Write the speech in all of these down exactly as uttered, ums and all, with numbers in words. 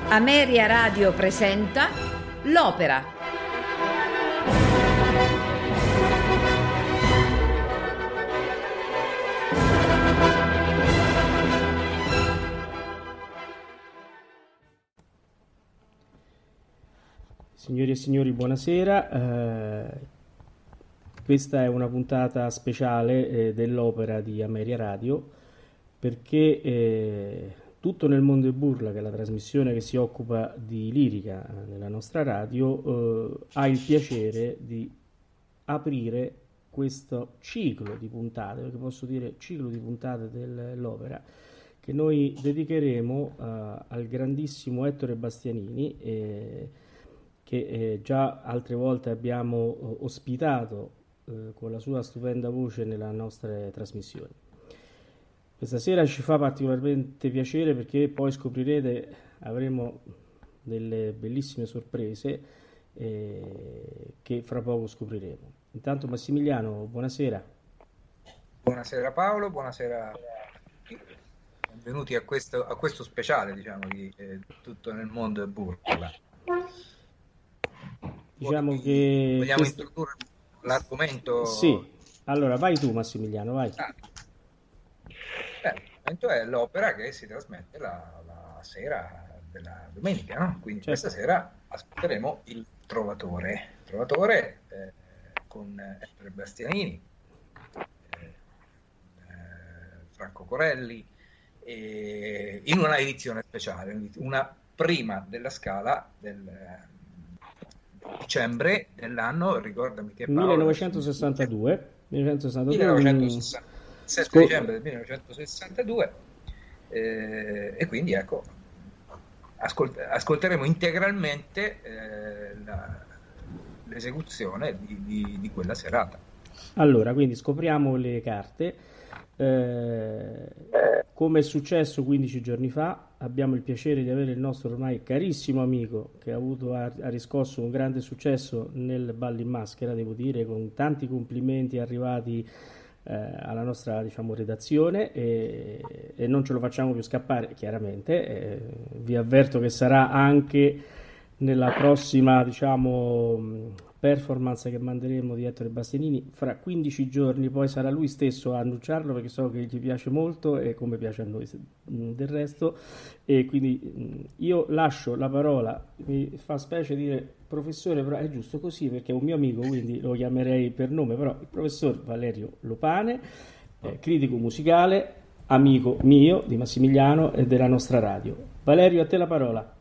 Ameria Radio presenta L'Opera. Signori e signori, buonasera. Eh, questa è una puntata speciale eh, dell'Opera di Ameria Radio, perché eh, Tutto nel mondo è burla, che è la trasmissione che si occupa di lirica nella nostra radio, eh, ha il piacere di aprire questo ciclo di puntate, perché posso dire ciclo di puntate dell'opera, che noi dedicheremo eh, al grandissimo Ettore Bastianini, eh, che eh, già altre volte abbiamo eh, ospitato eh, con la sua stupenda voce nelle nostre trasmissioni. Questa sera ci fa particolarmente piacere perché poi scoprirete, avremo delle bellissime sorprese eh, che fra poco scopriremo. Intanto Massimiliano, buonasera. Buonasera Paolo, buonasera a tutti. Benvenuti a questo, a questo speciale, diciamo, di eh, Tutto nel mondo è burla. Diciamo Vuoi, che... Vogliamo questo... introdurre l'argomento? Sì, allora vai tu Massimiliano, vai. Ah. Beh, l'argomento è l'opera che si trasmette la, la sera della domenica, no? Quindi certo. Questa sera ascolteremo Il Trovatore. Il Trovatore eh, con Ettore Bastianini, eh, eh, Franco Corelli, eh, in una edizione speciale, una prima della Scala del dicembre dell'anno, ricordami che Paolo, millenovecentosessantadue, millenovecentosessantadue sette dicembre del millenovecentosessantadue, eh, e quindi ecco ascolt- ascolteremo integralmente eh, la, l'esecuzione di, di, di quella serata. Allora, quindi scopriamo le carte. Eh, come è successo quindici giorni fa, abbiamo il piacere di avere il nostro ormai carissimo amico che ha avuto ha, ha riscosso un grande successo nel ballo in maschera, devo dire, con tanti complimenti arrivati eh, alla nostra, diciamo, redazione, e, e non ce lo facciamo più scappare, chiaramente. Eh, vi avverto che sarà anche nella prossima, diciamo, performance che manderemo di Ettore Bastianini fra quindici giorni. Poi sarà lui stesso a annunciarlo, perché so che gli piace molto e come piace a noi del resto, e quindi io lascio la parola. Mi fa specie dire professore, però è giusto così perché è un mio amico, quindi lo chiamerei per nome, però il professor Valerio Lopane, eh, critico musicale, amico mio di Massimiliano e della nostra radio. Valerio, a te la parola.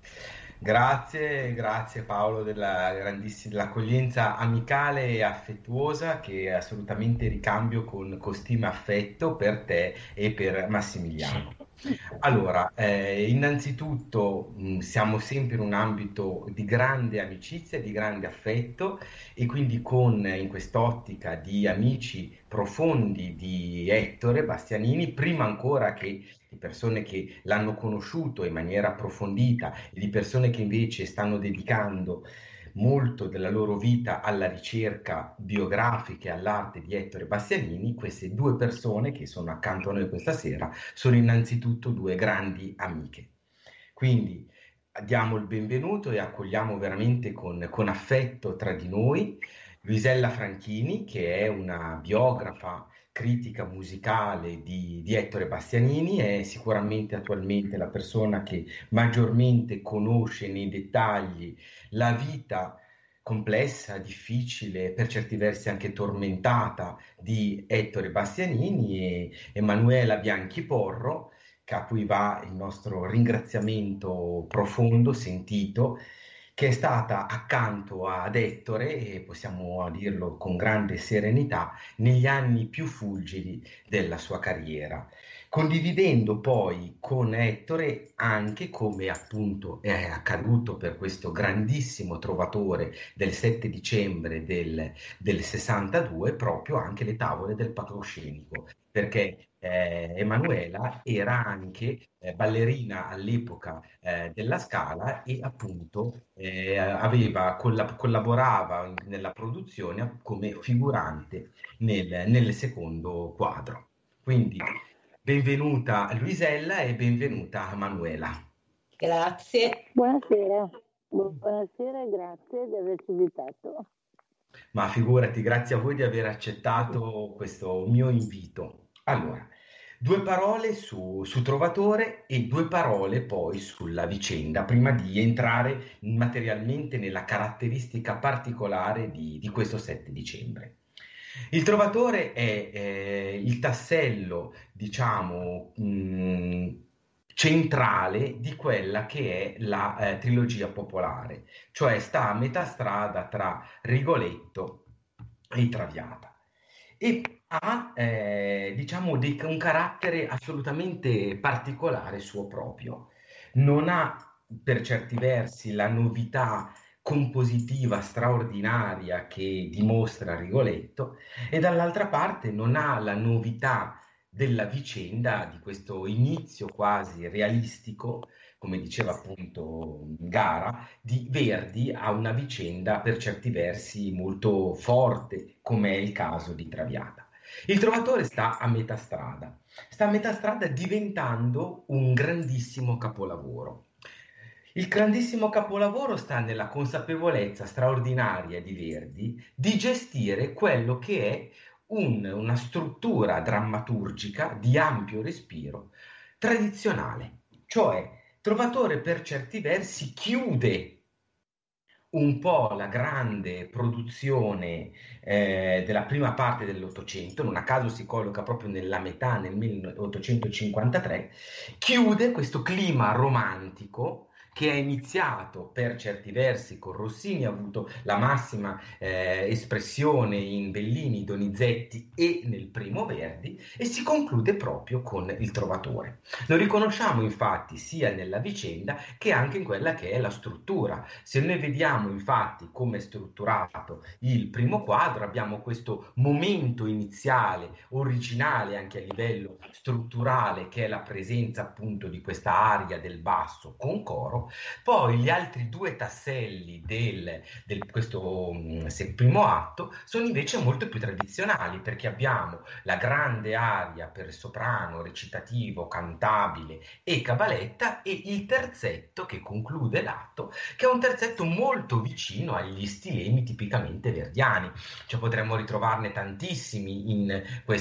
Grazie, grazie Paolo della grandissima dell'accoglienza amicale e affettuosa, che assolutamente ricambio con, con stima e affetto per te e per Massimiliano. Allora, eh, innanzitutto mh, siamo sempre in un ambito di grande amicizia, di grande affetto, e quindi con in quest'ottica di amici profondi di Ettore Bastianini, prima ancora che di persone che l'hanno conosciuto in maniera approfondita e di persone che invece stanno dedicando molto della loro vita alla ricerca biografica e all'arte di Ettore Bastianini, queste due persone che sono accanto a noi questa sera sono innanzitutto due grandi amiche. Quindi diamo il benvenuto e accogliamo veramente con, con affetto tra di noi Luisella Franchini, che è una biografa critica musicale di, di Ettore Bastianini, è sicuramente attualmente la persona che maggiormente conosce nei dettagli la vita complessa, difficile, per certi versi anche tormentata di Ettore Bastianini, e Emanuela Bianchi Porro, a cui va il nostro ringraziamento profondo, sentito, che è stata accanto ad Ettore, e possiamo dirlo con grande serenità, negli anni più fulgidi della sua carriera, condividendo poi con Ettore anche, come appunto è accaduto per questo grandissimo trovatore del sette dicembre del, del sessantadue, proprio anche le tavole del palcoscenico, perché eh, Emanuela era anche eh, ballerina all'epoca eh, della Scala, e appunto eh, aveva, collab- collaborava in- nella produzione come figurante nel, nel secondo quadro. Quindi benvenuta Luisella e benvenuta Manuela. Grazie. Buonasera, buonasera e grazie di averci invitato. Ma figurati, grazie a voi di aver accettato questo mio invito. Allora, due parole su, su Trovatore e due parole poi sulla vicenda, prima di entrare materialmente nella caratteristica particolare di, di questo sette dicembre. Il Trovatore è eh, il tassello, diciamo, mh, centrale di quella che è la eh, trilogia popolare, cioè sta a metà strada tra Rigoletto e Traviata. E ha eh, diciamo dei, un carattere assolutamente particolare suo proprio. Non ha per certi versi la novità compositiva straordinaria che dimostra Rigoletto e dall'altra parte non ha la novità della vicenda, di questo inizio quasi realistico, come diceva appunto Gara, di Verdi a una vicenda per certi versi molto forte, come è il caso di Traviata. Il Trovatore sta a metà strada, sta a metà strada diventando un grandissimo capolavoro. Il grandissimo capolavoro sta nella consapevolezza straordinaria di Verdi di gestire quello che è un, una struttura drammaturgica di ampio respiro tradizionale, cioè Trovatore per certi versi chiude un po' la grande produzione eh, della prima parte dell'Ottocento, non a caso si colloca proprio nella metà, nel milleottocentocinquantatré, chiude questo clima romantico che è iniziato per certi versi con Rossini, ha avuto la massima eh, espressione in Bellini, Donizetti e nel primo Verdi, e si conclude proprio con il Trovatore. Lo riconosciamo infatti sia nella vicenda che anche in quella che è la struttura. Se noi vediamo infatti come è strutturato il primo quadro, abbiamo questo momento iniziale, originale anche a livello strutturale, che è la presenza appunto di questa aria del basso con coro. Poi gli altri due tasselli del, del questo se, primo atto sono invece molto più tradizionali, perché abbiamo la grande aria per soprano, recitativo, cantabile e cabaletta, e il terzetto che conclude l'atto, che è un terzetto molto vicino agli stilemi tipicamente verdiani. Cioè potremmo ritrovarne tantissimi in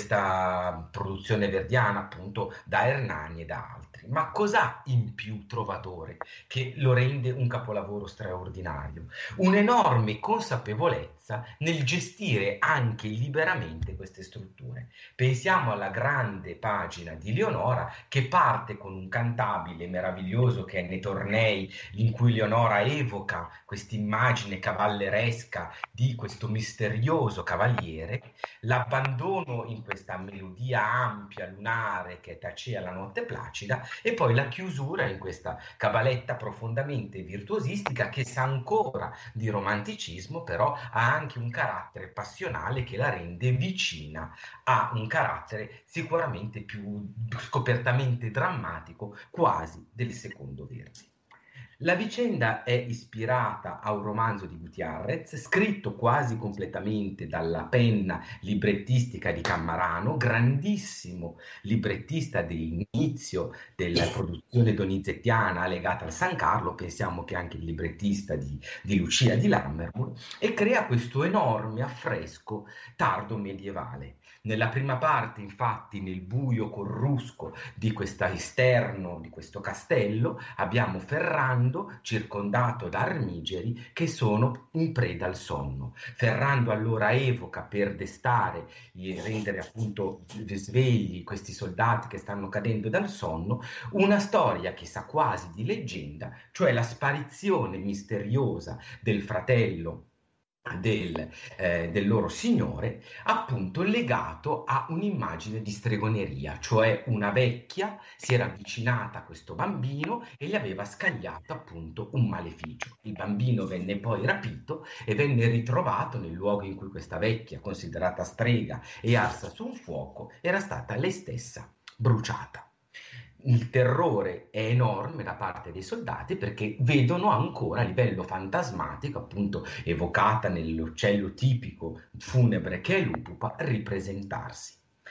questa produzione verdiana, appunto da Hernani e da altri. Ma cos'ha in più Trovatore che lo rende un capolavoro straordinario? Un'enorme consapevolezza nel gestire anche liberamente queste strutture. Pensiamo alla grande pagina di Leonora, che parte con un cantabile meraviglioso che è Nei Tornei, in cui Leonora evoca quest'immagine cavalleresca di questo misterioso cavaliere, l'abbandono in questa melodia ampia, lunare, che tacea la notte placida, e poi la chiusura in questa cabaletta profondamente virtuosistica che sa ancora di romanticismo, però ha anche un carattere passionale che la rende vicina a un carattere sicuramente più scopertamente drammatico, quasi del secondo Verdi. La vicenda è ispirata a un romanzo di Gutiérrez, scritto quasi completamente dalla penna librettistica di Cammarano, grandissimo librettista dell'inizio della produzione donizettiana legata al San Carlo. Pensiamo che anche il librettista di, di Lucia di Lammermoor, e crea questo enorme affresco tardo medievale. Nella prima parte, infatti, nel buio corrusco di questo esterno, di questo castello, abbiamo Ferrando circondato da armigeri che sono in preda al sonno. Ferrando allora evoca, per destare e rendere appunto svegli questi soldati che stanno cadendo dal sonno, una storia che sa quasi di leggenda, cioè la sparizione misteriosa del fratello Del, eh, del loro signore, appunto legato a un'immagine di stregoneria, cioè una vecchia si era avvicinata a questo bambino e gli aveva scagliato appunto un maleficio. Il bambino venne poi rapito e venne ritrovato nel luogo in cui questa vecchia, considerata strega e arsa su un fuoco, era stata lei stessa bruciata. Il terrore è enorme da parte dei soldati, perché vedono ancora a livello fantasmatico, appunto evocata nell'uccello tipico funebre che è l'upupa, ripresentarsi.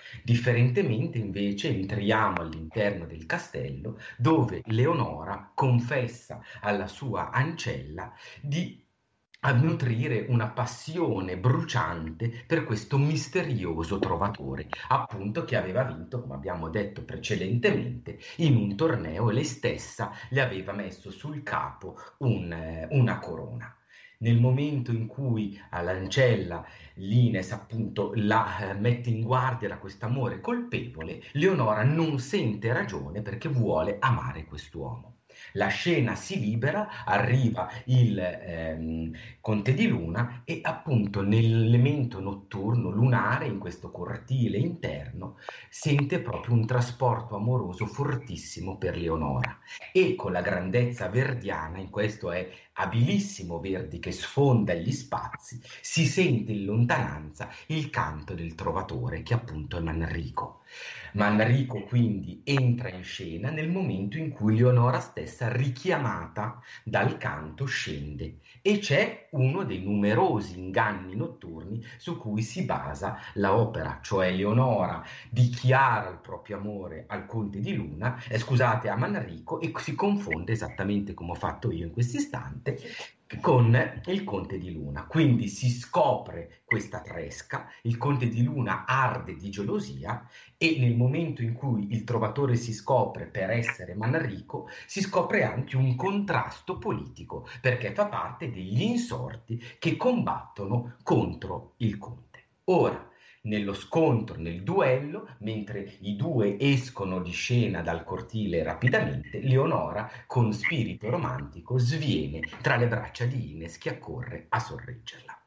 Differentemente invece entriamo all'interno del castello dove Leonora confessa alla sua ancella di a nutrire una passione bruciante per questo misterioso trovatore, appunto che aveva vinto, come abbiamo detto precedentemente, in un torneo e lei stessa le aveva messo sul capo un, una corona. Nel momento in cui all'ancella l'Ines appunto la eh, mette in guardia da quest'amore colpevole, Leonora non sente ragione perché vuole amare quest'uomo. La scena si libera, arriva il ehm, Conte di Luna e appunto nell'elemento notturno lunare, in questo cortile interno, sente proprio un trasporto amoroso fortissimo per Leonora e con la grandezza verdiana, in questo è abilissimo Verdi che sfonda gli spazi, si sente in lontananza il canto del trovatore che appunto è Manrico. Manrico quindi entra in scena nel momento in cui Leonora stessa, richiamata dal canto, scende e c'è uno dei numerosi inganni notturni su cui si basa l'opera, cioè Leonora dichiara il proprio amore al Conte di Luna, eh, scusate, a Manrico, e si confonde esattamente come ho fatto io in questo istante con il Conte di Luna. Quindi si scopre questa tresca, il Conte di Luna arde di gelosia e nel momento in cui il trovatore si scopre per essere Manrico, si scopre anche un contrasto politico, perché fa parte degli insorti che combattono contro il Conte. Ora, nello scontro, nel duello, mentre i due escono di scena dal cortile rapidamente, Leonora, con spirito romantico, sviene tra le braccia di Ines che accorre a sorreggerla.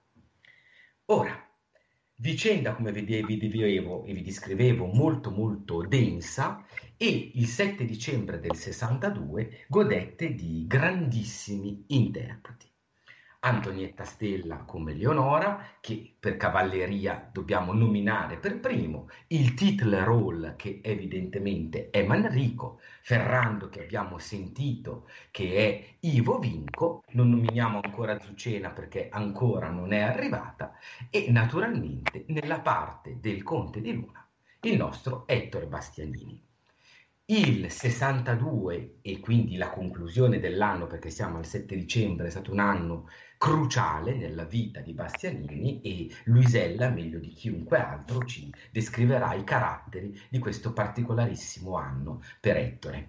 Ora, vicenda, come vi dicevo e vi descrivevo, molto molto densa, e il sette dicembre del sessantadue godette di grandissimi interpreti. Antonietta Stella come Leonora, che per cavalleria dobbiamo nominare per primo, il title role che evidentemente è Manrico, Ferrando che abbiamo sentito che è Ivo Vinco, non nominiamo ancora Zucena perché ancora non è arrivata, e naturalmente nella parte del Conte di Luna il nostro Ettore Bastianini. Il sessantadue, e quindi la conclusione dell'anno, perché siamo al sette dicembre, è stato un anno cruciale nella vita di Bastianini e Luisella, meglio di chiunque altro, ci descriverà i caratteri di questo particolarissimo anno per Ettore.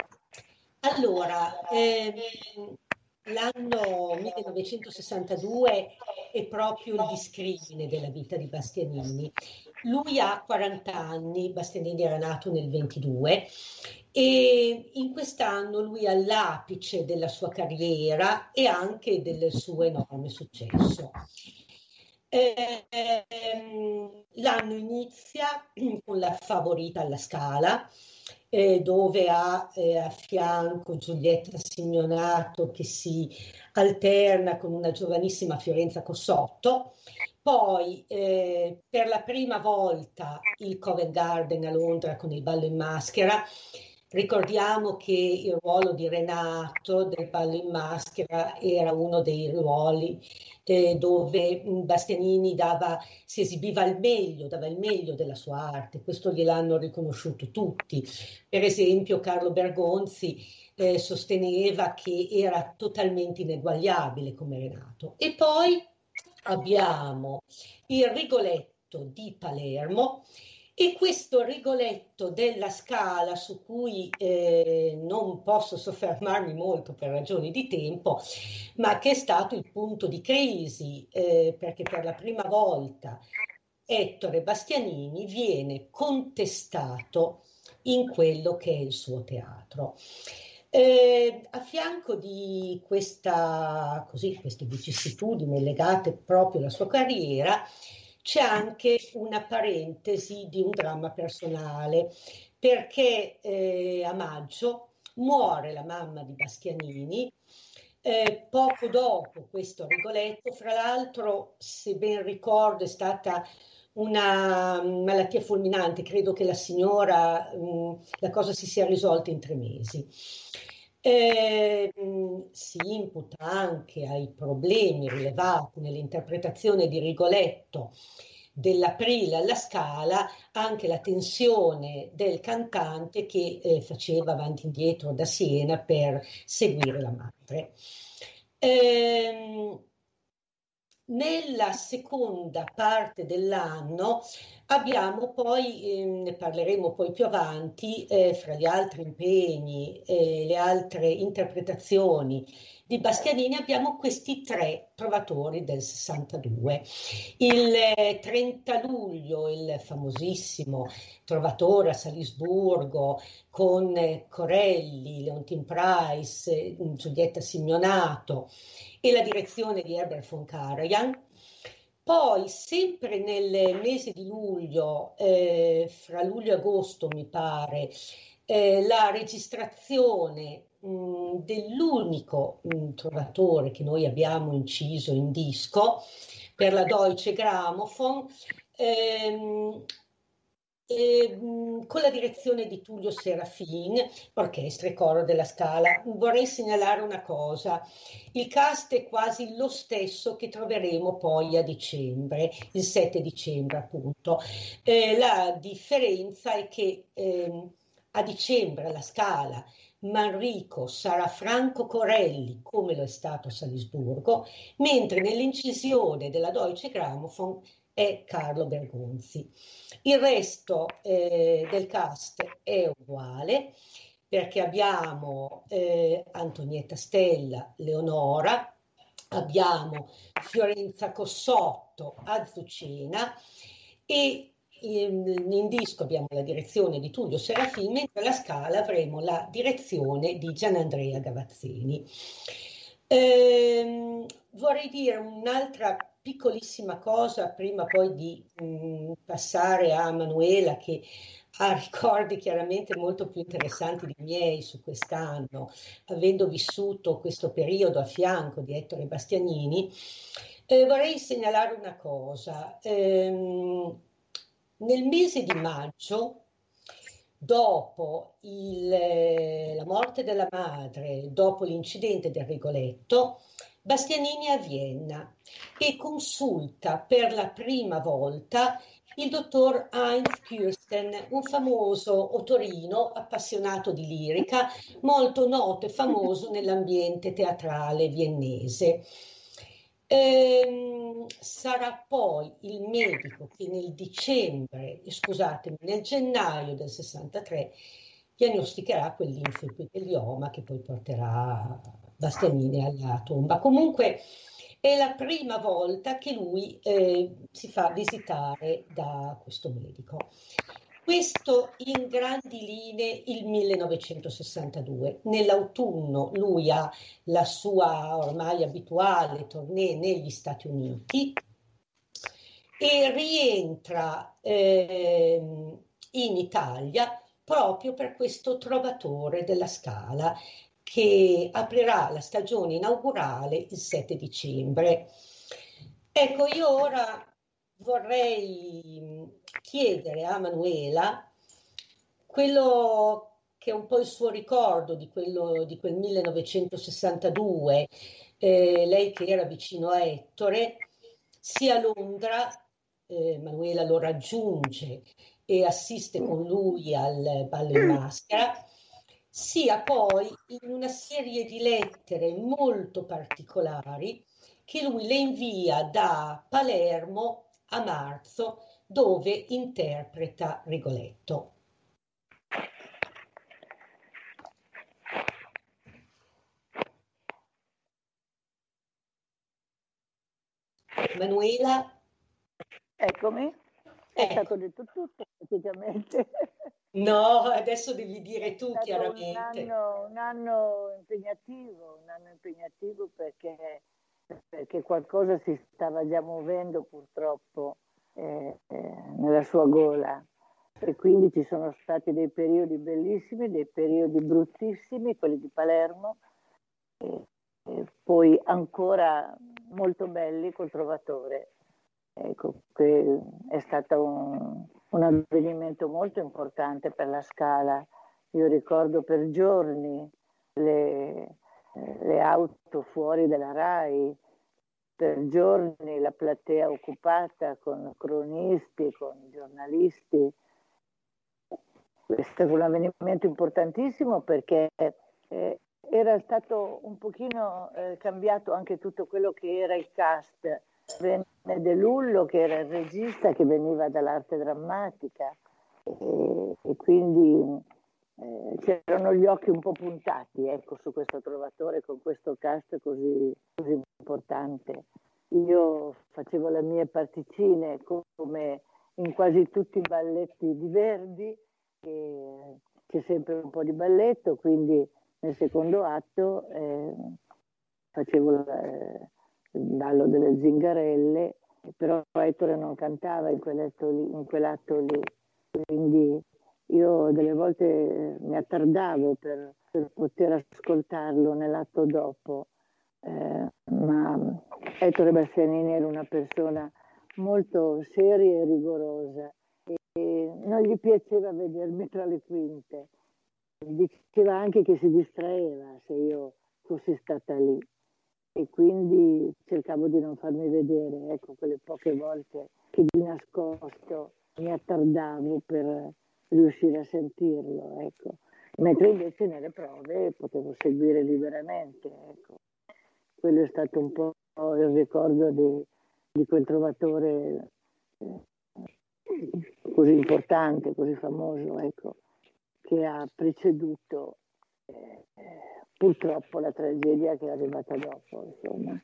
Allora, ehm, l'anno millenovecentosessantadue è proprio il discrimine della vita di Bastianini. Lui ha quaranta anni, Bastianini era nato nel ventidue, e in quest'anno lui è all'apice della sua carriera e anche del suo enorme successo. Ehm, l'anno inizia con La favorita alla Scala, eh, dove ha eh, a fianco Giulietta Signonato che si alterna con una giovanissima Fiorenza Cossotto. Poi eh, per la prima volta il Covent Garden a Londra con Il ballo in maschera. Ricordiamo che il ruolo di Renato del ballo in maschera era uno dei ruoli eh, dove Bastianini dava, si esibiva al meglio, dava il meglio della sua arte. Questo gliel'hanno riconosciuto tutti. Per esempio Carlo Bergonzi eh, sosteneva che era totalmente ineguagliabile come Renato. E poi abbiamo il Rigoletto di Palermo e questo Rigoletto della Scala, su cui eh, non posso soffermarmi molto per ragioni di tempo, ma che è stato il punto di crisi, eh, perché per la prima volta Ettore Bastianini viene contestato in quello che è il suo teatro. Eh, a fianco di questa, così, queste vicissitudini legate proprio alla sua carriera, c'è anche una parentesi di un dramma personale, perché eh, a maggio muore la mamma di Bastianini, eh, poco dopo questo Rigoletto. Fra l'altro, se ben ricordo, è stata una malattia fulminante, credo che la signora, mh, la cosa si sia risolta in tre mesi. Eh, si imputa anche ai problemi rilevati nell'interpretazione di Rigoletto dell'Aprile alla Scala anche la tensione del cantante che eh, faceva avanti e indietro da Siena per seguire la madre. Ehm, Nella seconda parte dell'anno abbiamo poi, eh, ne parleremo poi più avanti, eh, fra gli altri impegni e le altre interpretazioni di Bastianini, abbiamo questi tre trovatori del sessantadue. Il eh, trenta luglio, il famosissimo trovatore a Salisburgo con eh, Corelli, Leontyne Price, eh, Giulietta Simeonato e la direzione di Herbert von Karajan. Poi, sempre nel mese di luglio, eh, fra luglio e agosto mi pare, eh, la registrazione mh, dell'unico mh, trovatore che noi abbiamo inciso in disco per la Deutsche Grammophon, ehm, E, mh, con la direzione di Tullio Serafin, orchestra e coro della Scala. Vorrei segnalare una cosa: il cast è quasi lo stesso che troveremo poi a dicembre, il sette dicembre appunto. Eh, la differenza è che ehm, a dicembre alla Scala Manrico sarà Franco Corelli, come lo è stato a Salisburgo, mentre nell'incisione della Deutsche Grammophon è Carlo Bergonzi. Il resto eh, del cast è uguale, perché abbiamo eh, Antonietta Stella, Leonora, abbiamo Fiorenza Cossotto, Azucena, e in, in disco abbiamo la direzione di Tullio Serafin, mentre alla Scala avremo la direzione di Gianandrea Gavazzini. Ehm, vorrei dire un'altra piccolissima cosa prima poi di mh, passare a Manuela, che ha ricordi chiaramente molto più interessanti dei miei su quest'anno, avendo vissuto questo periodo a fianco di Ettore Bastianini. Eh, vorrei segnalare una cosa. Ehm, nel mese di maggio, dopo il, la morte della madre, dopo l'incidente del Rigoletto, Bastianini è a Vienna e consulta per la prima volta il dottor Heinz Kürsten, un famoso otorino appassionato di lirica, molto noto e famoso nell'ambiente teatrale viennese. Ehm, sarà poi il medico che nel dicembre, scusatemi, nel gennaio del sessantatré diagnosticherà quell'infepelioma che poi porterà Bastianini alla tomba. Comunque è la prima volta che lui eh, si fa visitare da questo medico. Questo in grandi linee il millenovecentosessantadue. Nell'autunno lui ha la sua ormai abituale tournée negli Stati Uniti e rientra eh, in Italia proprio per questo trovatore della Scala che aprirà la stagione inaugurale il sette dicembre. Ecco, io ora vorrei chiedere a Manuela quello che è un po' il suo ricordo di, quello, di quel millenovecentosessantadue, eh, lei che era vicino a Ettore, sia a Londra, eh, Manuela lo raggiunge e assiste con lui al ballo in maschera, sia poi in una serie di lettere molto particolari che lui le invia da Palermo a marzo, dove interpreta Rigoletto. Manuela? Eccomi, è Ecco. stato detto tutto praticamente. No, adesso devi dire tu È stato chiaramente. un anno, un anno impegnativo, un anno impegnativo perché, perché qualcosa si stava già muovendo purtroppo eh, eh, nella sua gola, e quindi ci sono stati dei periodi bellissimi, dei periodi bruttissimi, quelli di Palermo, e, e poi ancora molto belli col Trovatore. Ecco, che è stato un, un avvenimento molto importante per la Scala. Io ricordo per giorni le, le auto fuori della RAI per giorni la platea occupata con cronisti, con giornalisti. Questo è stato un avvenimento importantissimo perché eh, era stato un pochino eh, cambiato anche tutto quello che era il cast. Venne De Lullo, che era il regista, che veniva dall'arte drammatica, e, e quindi eh, c'erano gli occhi un po' puntati, ecco, su questo Trovatore con questo cast così, così importante. Io facevo le mie particine come in quasi tutti i balletti di Verdi, e c'è sempre un po' di balletto, quindi nel secondo atto eh, facevo eh, il ballo delle zingarelle, però Ettore non cantava in quell'atto lì, in quell'atto lì. Quindi io delle volte mi attardavo per, per poter ascoltarlo nell'atto dopo, eh, ma Ettore Bastianini era una persona molto seria e rigorosa e non gli piaceva vedermi tra le quinte. Diceva anche che si distraeva se io fossi stata lì e quindi cercavo di non farmi vedere, ecco, quelle poche volte che di nascosto mi attardavo per riuscire a sentirlo, ecco. Mentre invece nelle prove potevo seguire liberamente, ecco. Quello è stato un po' il ricordo di, di quel Trovatore eh, così importante, così famoso, ecco, che ha preceduto eh, purtroppo la tragedia che è arrivata dopo, insomma.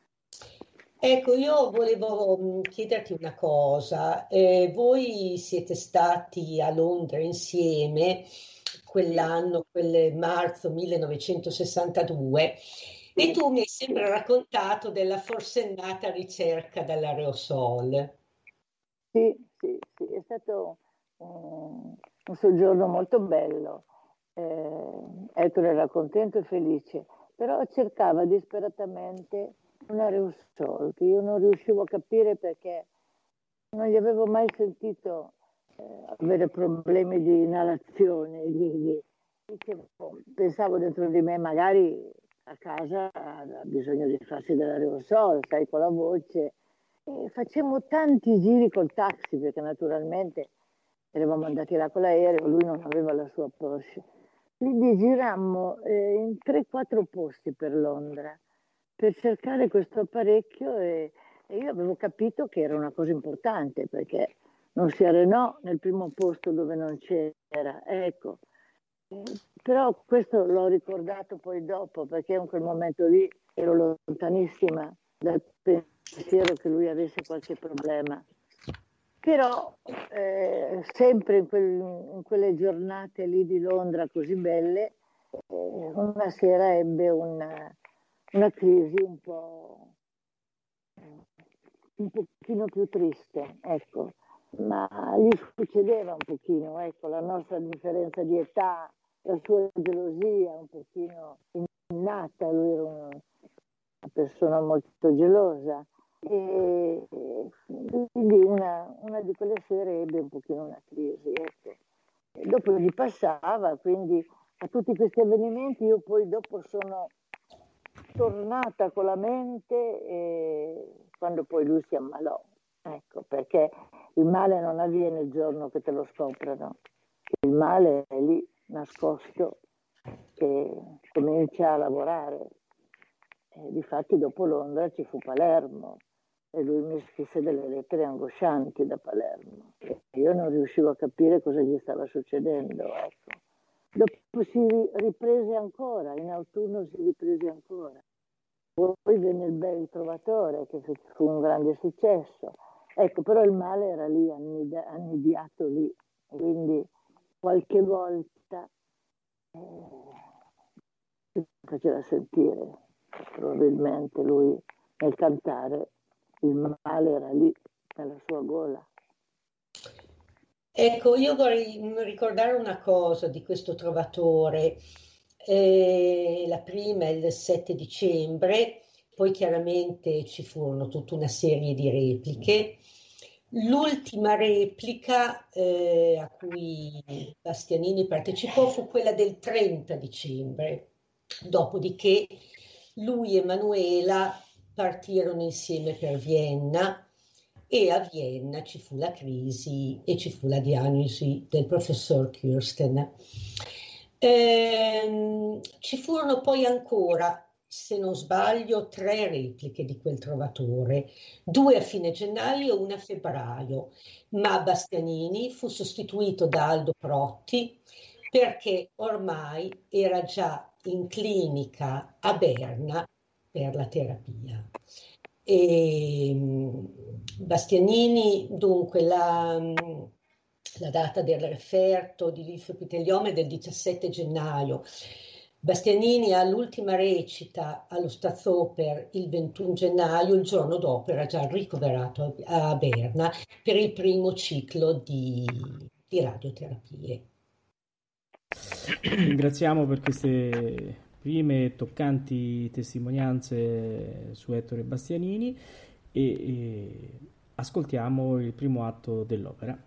Ecco, io volevo chiederti una cosa. Eh, voi siete stati a Londra insieme quell'anno, quel marzo millenovecentosessantadue, e tu mi hai sempre raccontato della forsennata ricerca dell'aerosol. Sì, sì, sì, è stato um, un soggiorno molto bello. Eh, Ettore era contento e felice, però cercava disperatamente un aerosol che io non riuscivo a capire perché non gli avevo mai sentito eh, avere problemi di inalazione. Di, di, dicevo, pensavo dentro di me, magari a casa ha bisogno di farsi dell'aerosol, sai, con la voce. E facemmo tanti giri col taxi perché naturalmente eravamo andati là con l'aereo, lui non aveva la sua Porsche. Quindi girammo eh, in tre quattro posti per Londra per cercare questo apparecchio e, e io avevo capito che era una cosa importante perché non si arenò nel primo posto dove non c'era, ecco. Eh, però questo l'ho ricordato poi dopo perché in quel momento lì ero lontanissima dal pensiero che lui avesse qualche problema. Però eh, sempre in, quel, in quelle giornate lì di Londra così belle, eh, una sera ebbe una, una crisi un po' un pochino più triste, ecco, ma gli succedeva un pochino, ecco, la nostra differenza di età, la sua gelosia un pochino innata, lui era una, una persona molto gelosa. E quindi una, una di quelle sere ebbe un pochino una crisi, ecco. E dopo gli passava, quindi a tutti questi avvenimenti io poi dopo sono tornata con la mente e quando poi lui si ammalò, ecco, perché il male non avviene il giorno che te lo scoprono, il male è lì nascosto che comincia a lavorare. E difatti dopo Londra ci fu Palermo e lui mi scrisse delle lettere angoscianti da Palermo e io non riuscivo a capire cosa gli stava succedendo, ecco. Dopo si riprese ancora, in autunno si riprese ancora. Poi venne il Bel Trovatore che fu un grande successo, ecco, però il male era lì, annidiato lì, quindi qualche volta eh, si faceva sentire. Probabilmente lui nel cantare il male era lì nella sua gola. Ecco, io vorrei ricordare una cosa di questo Trovatore. Eh, la prima è il sette dicembre, poi chiaramente ci furono tutta una serie di repliche. L'ultima replica eh, a cui Bastianini partecipò fu quella del trenta dicembre, dopodiché lui e Manuela partirono insieme per Vienna e a Vienna ci fu la crisi e ci fu la diagnosi del professor Kirsten. Ehm, ci furono poi ancora, se non sbaglio, tre repliche di quel Trovatore, due a fine gennaio e una a febbraio, ma Bastianini fu sostituito da Aldo Protti perché ormai era già in clinica a Berna per la terapia. E Bastianini, dunque, la, la data del referto di linfopitelioma è del diciassette gennaio. Bastianini all'ultima recita allo Staatsoper il ventuno gennaio, il giorno dopo era già ricoverato a Berna per il primo ciclo di, di radioterapie. Ringraziamo per queste prime toccanti testimonianze su Ettore Bastianini e, e ascoltiamo il primo atto dell'opera.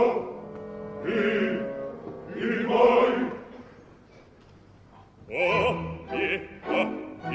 Oh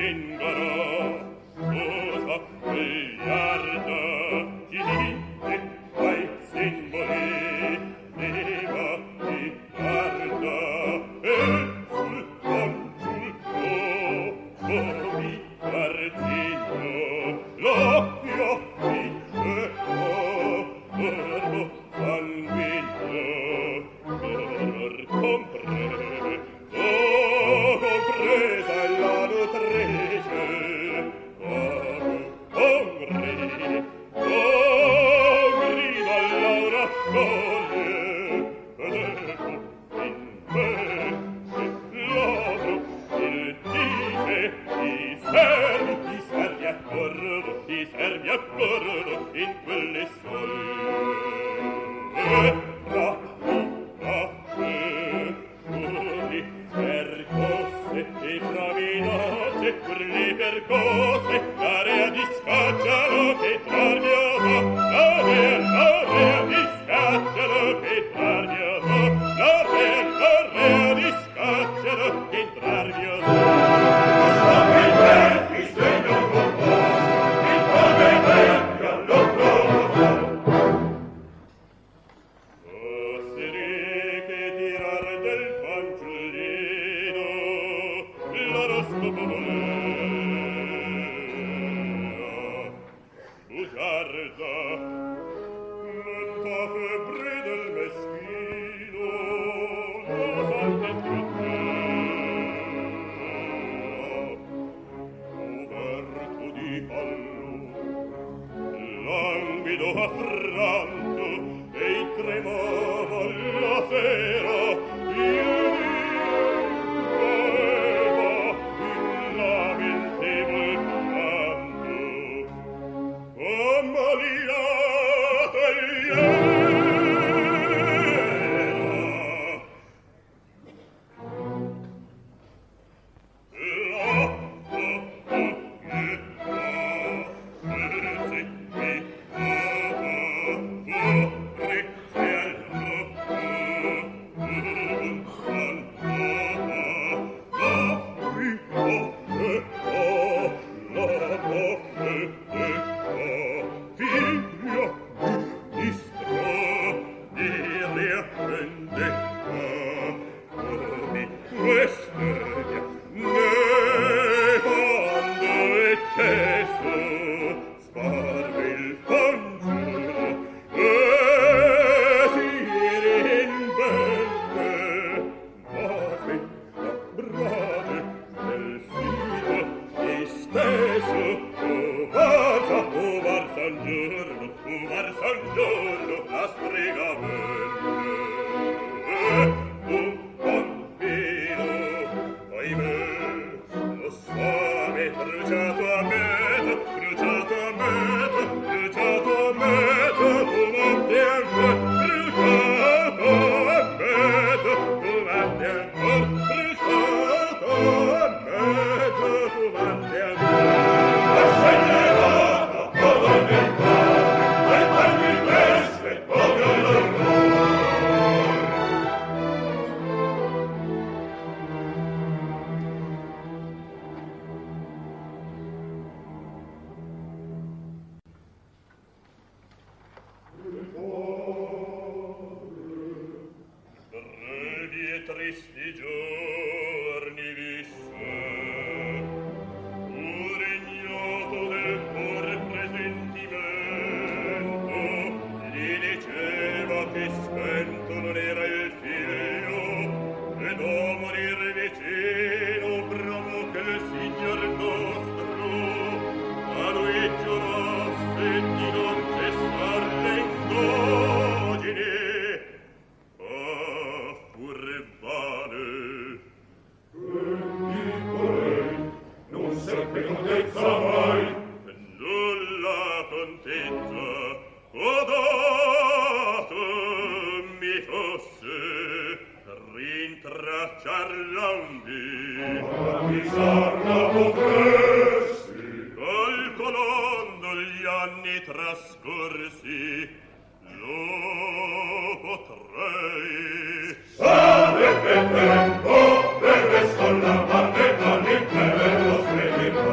Tempo, per questo la parte con il pelo,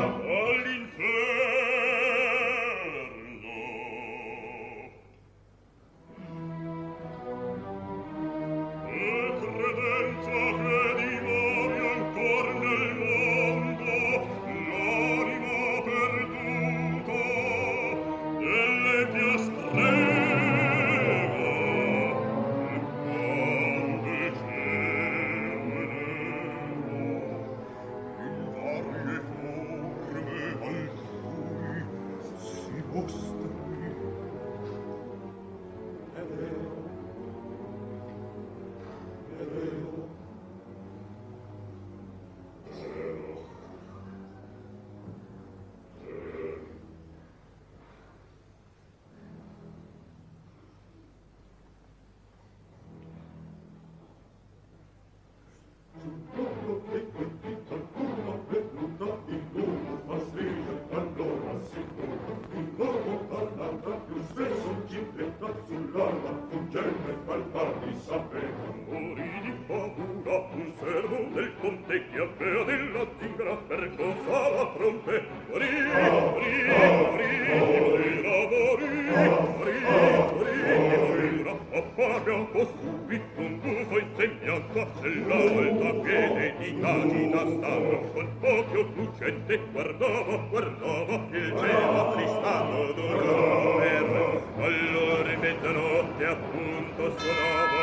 sapeva morì di paura un servo del conte che aveva della zingara per cosa la fronte morì, morì, morì, morirà, morì, morì, morì, morirà appagato subito un buffo in sembianza della volta piede di cagina stanno col occhio lucente guardava, guardava che il cielo tristato d'onore allora in mezzanotte appunto suonava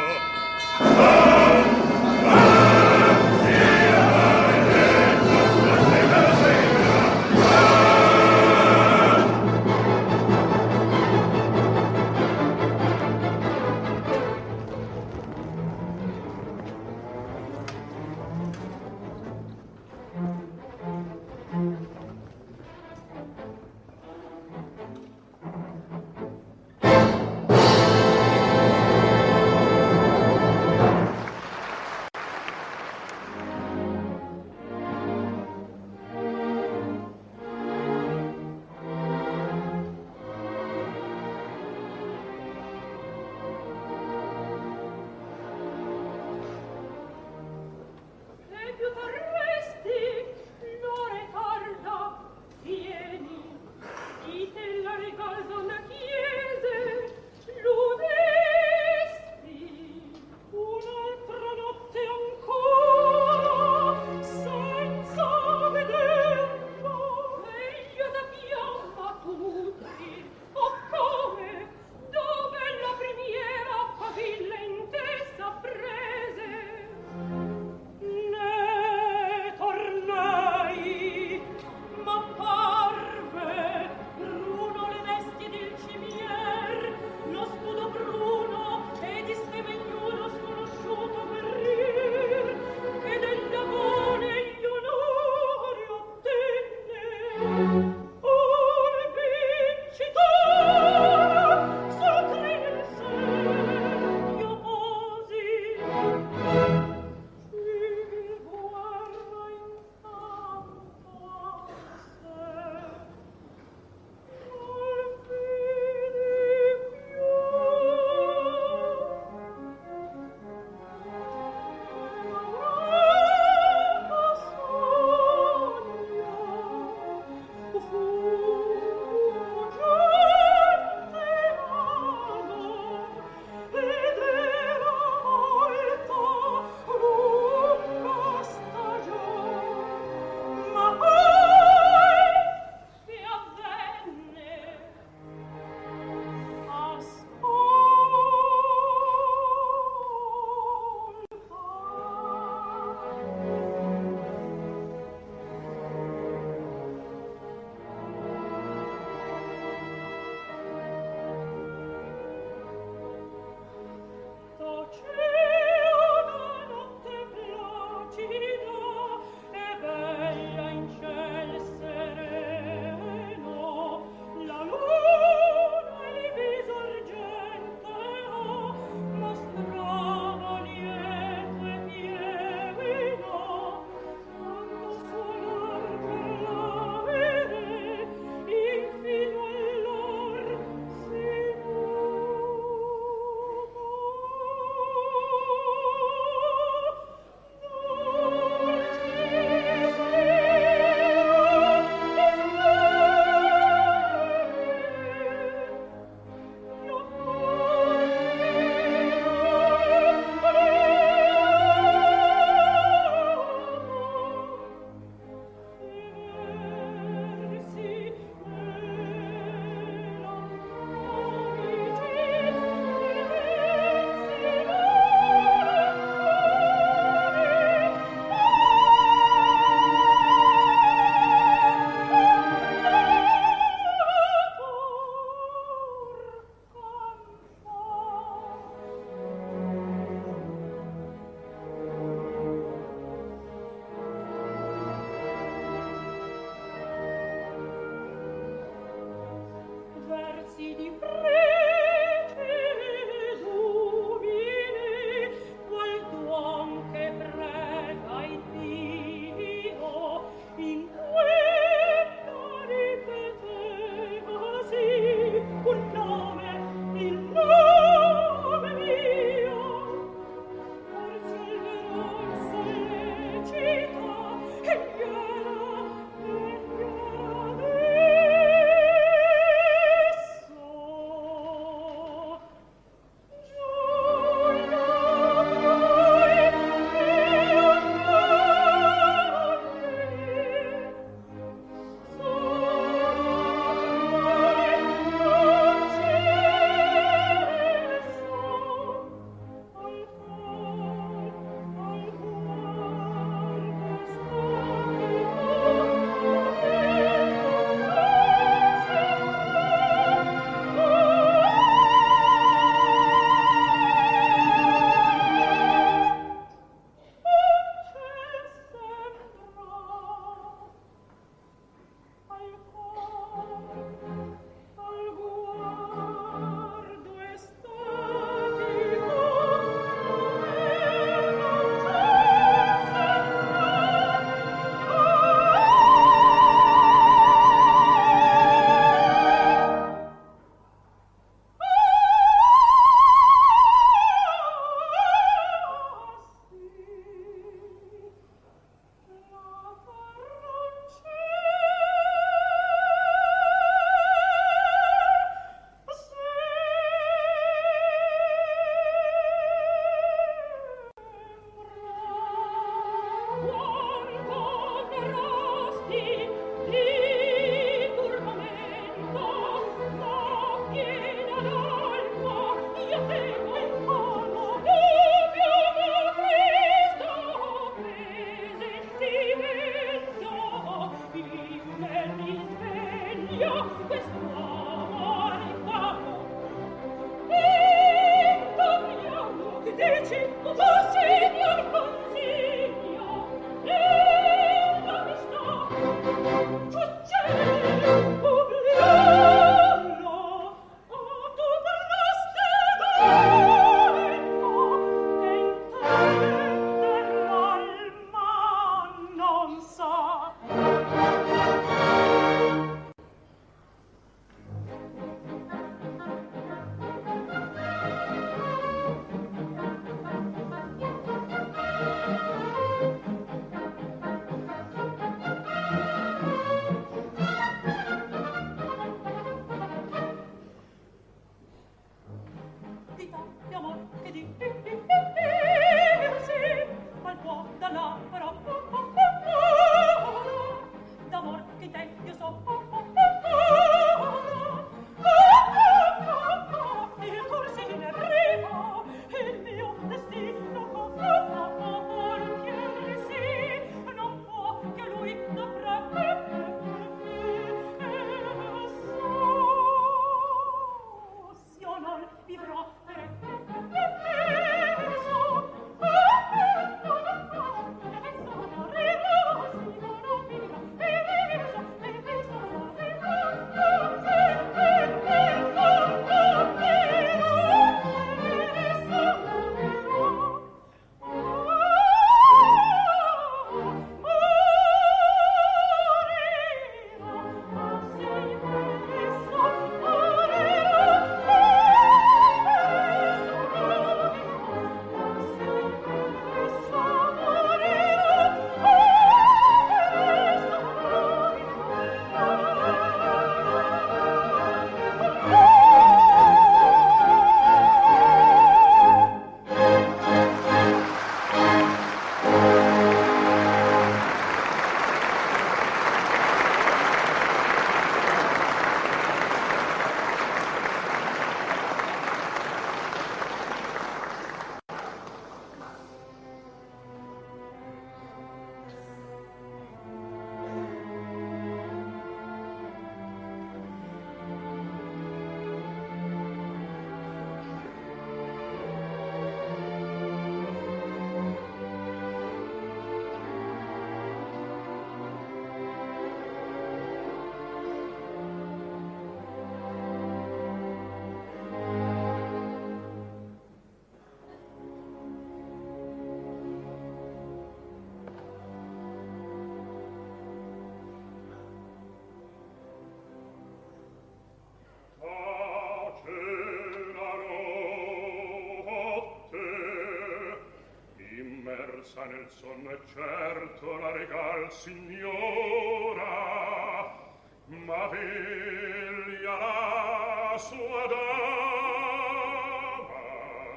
del sonno è certo la regal signora, ma veglia la sua dama.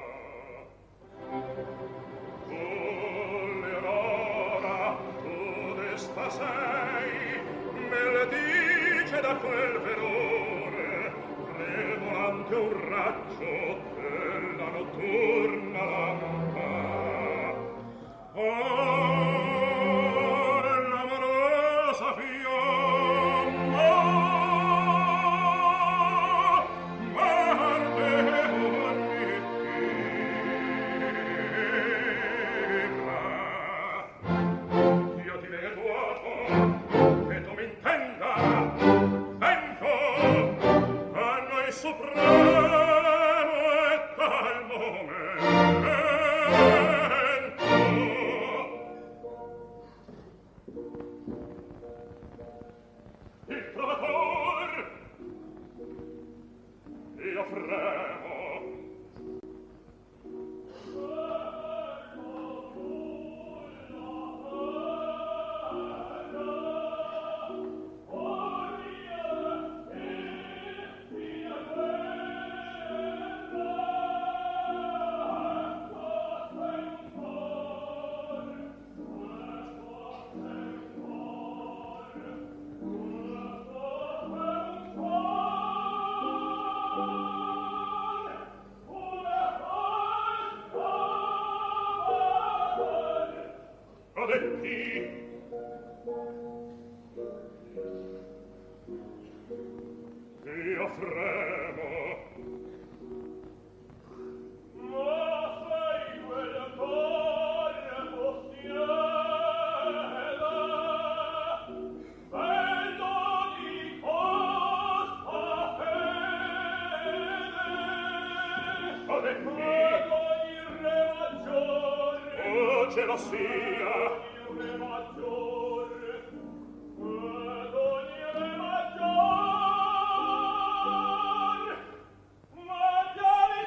Tu, Leonora, tu desta sei, me le dice da quel verone, tremolante un raggio della notturna lampa. Oh, l'amorosa fiamma, m'arde ogni fibra. Io ti vedo tuoto, che tu mi intenda, vengo a noi supremo e tal momento. Il trovator, io fremo. Io fremo. Ma sei quella torre possieda, vedo di costa fede. Vedo il re maggiore, oh gelosia, il re maggiore, vedo il re maggiore. Ma già mi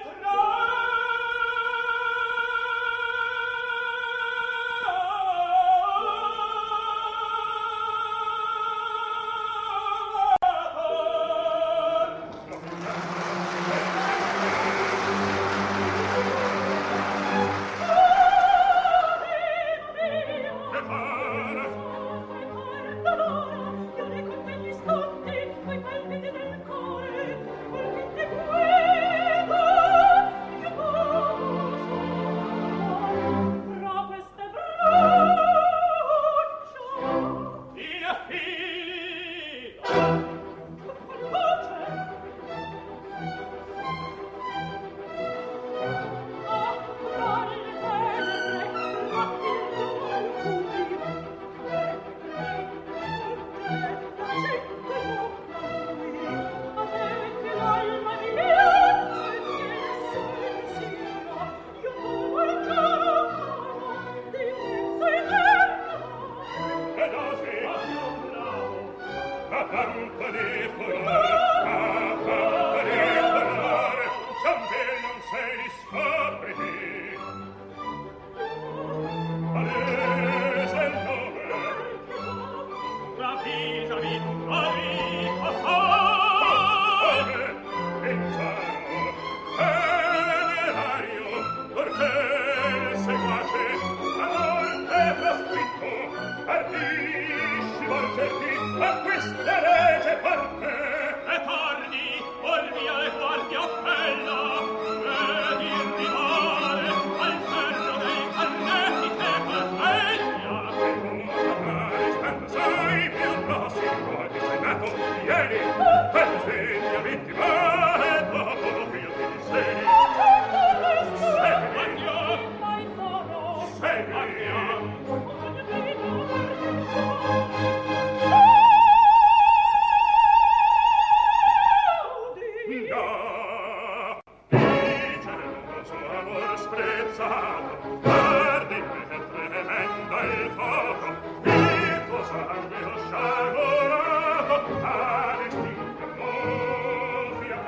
Sangue lo sciagurato, a distinta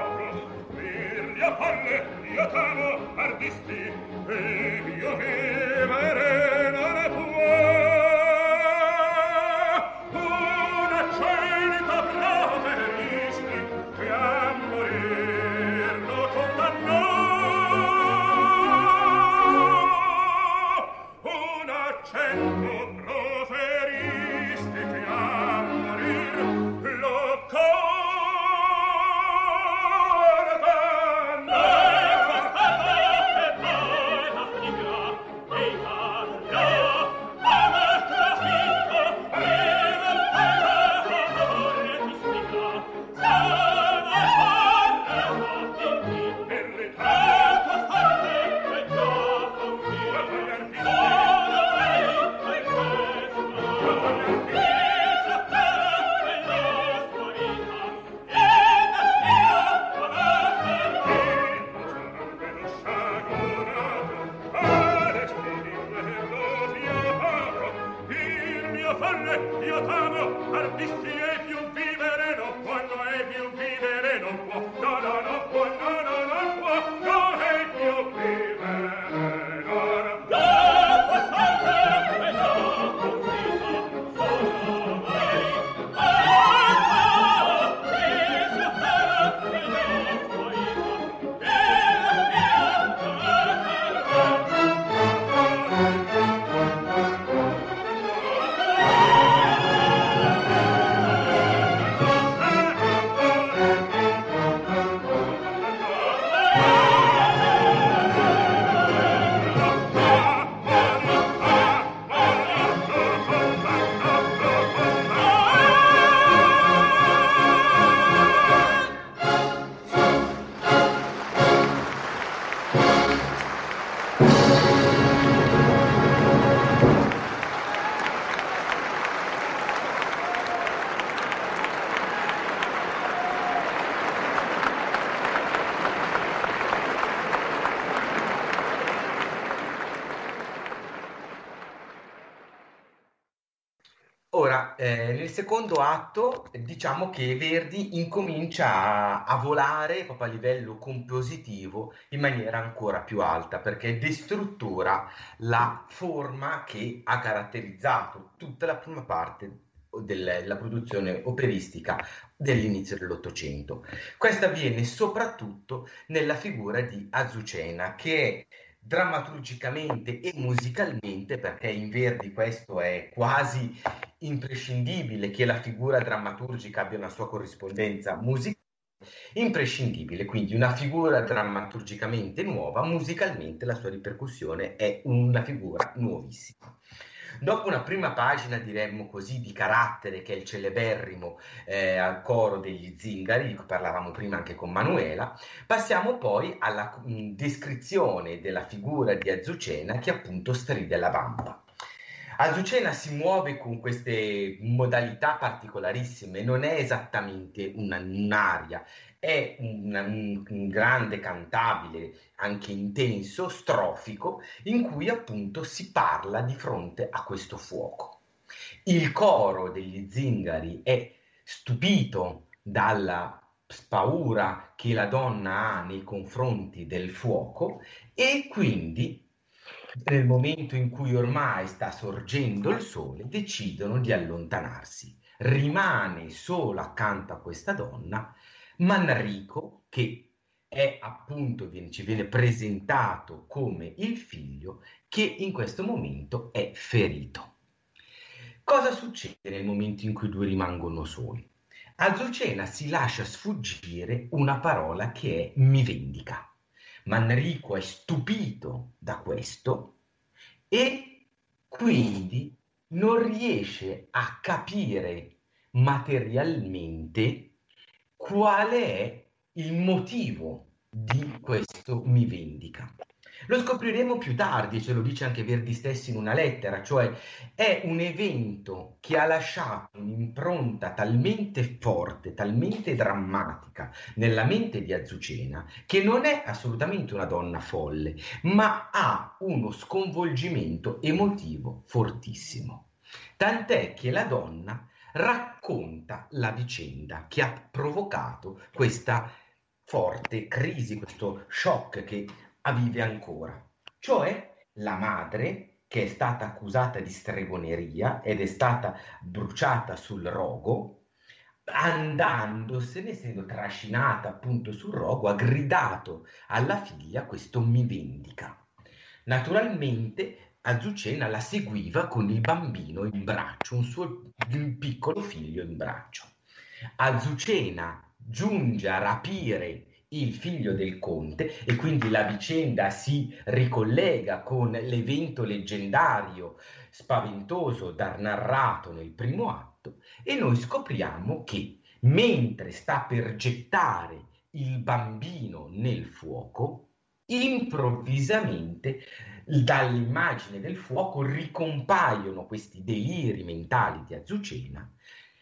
folle, io t'amo, artisti e più vivere non può, no è più vivere non può, no no no può, no no no può, no è più vivere, no no no. Ora, eh, nel secondo atto, diciamo che Verdi incomincia a, a volare proprio a livello compositivo in maniera ancora più alta, perché destruttura la forma che ha caratterizzato tutta la prima parte del- della produzione operistica dell'inizio dell'Ottocento. Questo avviene soprattutto nella figura di Azucena, che è drammaturgicamente e musicalmente, perché in Verdi questo è quasi imprescindibile che la figura drammaturgica abbia una sua corrispondenza musicale, imprescindibile, quindi una figura drammaturgicamente nuova, musicalmente la sua ripercussione è una figura nuovissima. Dopo una prima pagina, diremmo così, di carattere, che è il celeberrimo eh, al coro degli Zingari, di cui parlavamo prima anche con Manuela, passiamo poi alla mh, descrizione della figura di Azucena, che appunto stride la vampa. Azucena si muove con queste modalità particolarissime, non è esattamente una, un'aria, è un, un, un grande cantabile, anche intenso, strofico, in cui appunto si parla di fronte a questo fuoco. Il coro degli Zingari è stupito dalla paura che la donna ha nei confronti del fuoco e quindi nel momento in cui ormai sta sorgendo il sole, decidono di allontanarsi. Rimane solo accanto a questa donna Manrico, che è appunto, viene, ci viene presentato come il figlio, che in questo momento è ferito. Cosa succede nel momento in cui i due rimangono soli? Azucena si lascia sfuggire una parola che è mi vendica. Manrico è stupito da questo e quindi non riesce a capire materialmente quale è il motivo di questo mi vendica. Lo scopriremo più tardi, ce lo dice anche Verdi stesso in una lettera, cioè è un evento che ha lasciato un'impronta talmente forte, talmente drammatica nella mente di Azucena, che non è assolutamente una donna folle, ma ha uno sconvolgimento emotivo fortissimo. Tant'è che la donna racconta la vicenda che ha provocato questa forte crisi, questo shock che vive ancora, cioè la madre che è stata accusata di stregoneria ed è stata bruciata sul rogo, andandosene, essendo trascinata appunto sul rogo, ha gridato alla figlia questo mi vendica. Naturalmente Azucena la seguiva con il bambino in braccio, un suo un piccolo figlio in braccio. Azucena giunge a rapire il figlio del conte e quindi la vicenda si ricollega con l'evento leggendario spaventoso da narrato nel primo atto e noi scopriamo che mentre sta per gettare il bambino nel fuoco, improvvisamente dall'immagine del fuoco ricompaiono questi deliri mentali di Azucena.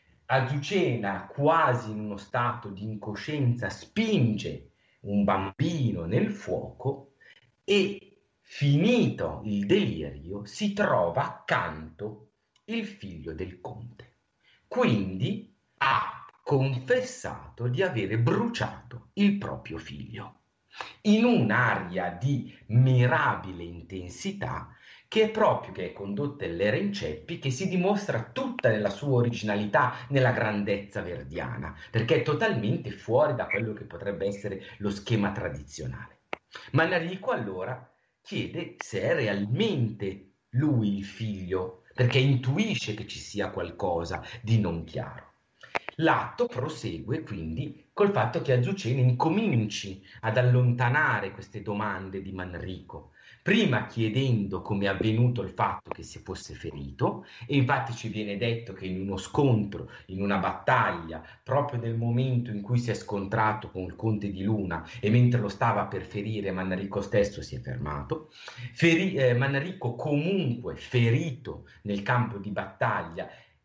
Azucena, quasi in uno stato di incoscienza, spinge un bambino nel fuoco e, finito il delirio, si trova accanto il figlio del conte. Quindi ha confessato di avere bruciato il proprio figlio, in un'aria di mirabile intensità che è proprio che è condotta Elena Ceppi, che si dimostra tutta nella sua originalità, nella grandezza verdiana, perché è totalmente fuori da quello che potrebbe essere lo schema tradizionale. Manrico allora chiede se è realmente lui il figlio, perché intuisce che ci sia qualcosa di non chiaro. L'atto prosegue quindi col fatto che Azucena incominci ad allontanare queste domande di Manrico, prima chiedendo come è avvenuto il fatto che si fosse ferito, e infatti ci viene detto che in uno scontro, in una battaglia, proprio nel momento in cui si è scontrato con il conte di Luna e mentre lo stava per ferire, Manrico stesso si è fermato. Feri- eh, Manrico comunque ferito nel campo di battaglia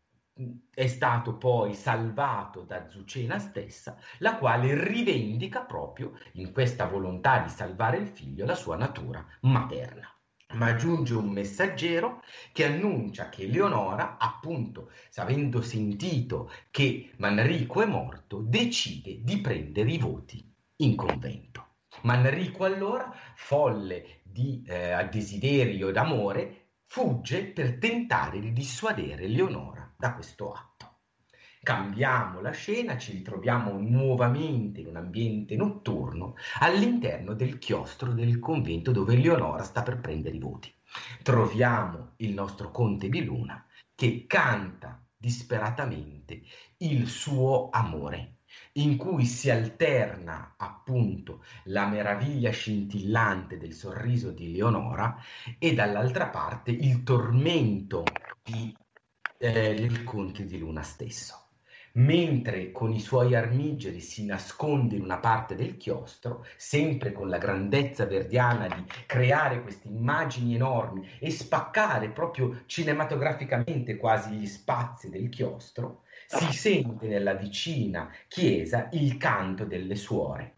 è stato poi salvato da Azucena stessa, la quale rivendica proprio in questa volontà di salvare il figlio la sua natura materna. Ma giunge un messaggero che annuncia che Leonora, appunto, avendo sentito che Manrico è morto, decide di prendere i voti in convento. Manrico allora, folle di eh, desiderio d'amore, fugge per tentare di dissuadere Leonora da questo atto. Cambiamo la scena, ci ritroviamo nuovamente in un ambiente notturno all'interno del chiostro del convento dove Leonora sta per prendere i voti. Troviamo il nostro conte di Luna che canta disperatamente il suo amore, in cui si alterna appunto la meraviglia scintillante del sorriso di Leonora e dall'altra parte il tormento di, eh, del conte di Luna stesso. Mentre con i suoi armigeri si nasconde in una parte del chiostro, sempre con la grandezza verdiana di creare queste immagini enormi e spaccare proprio cinematograficamente quasi gli spazi del chiostro, si sente nella vicina chiesa il canto delle suore.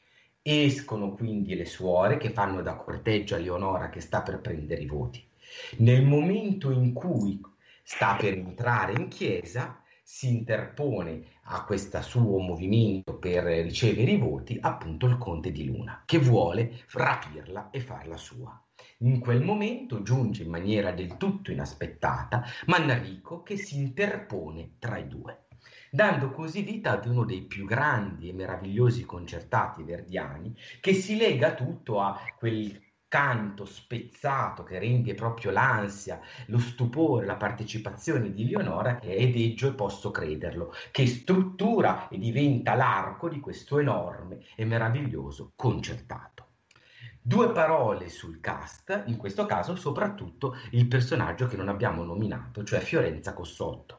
Escono quindi le suore che fanno da corteggio a Leonora che sta per prendere i voti. Nel momento in cui sta per entrare in chiesa, si interpone a questo suo movimento per ricevere i voti appunto il conte di Luna, che vuole rapirla e farla sua. In quel momento giunge in maniera del tutto inaspettata Manrico che si interpone tra i due, dando così vita ad uno dei più grandi e meravigliosi concertati verdiani, che si lega tutto a quel canto spezzato che rende proprio l'ansia, lo stupore, la partecipazione di Leonora, che è deggio e posso crederlo, che struttura e diventa l'arco di questo enorme e meraviglioso concertato. Due parole sul cast, in questo caso soprattutto il personaggio che non abbiamo nominato, cioè Fiorenza Cossotto,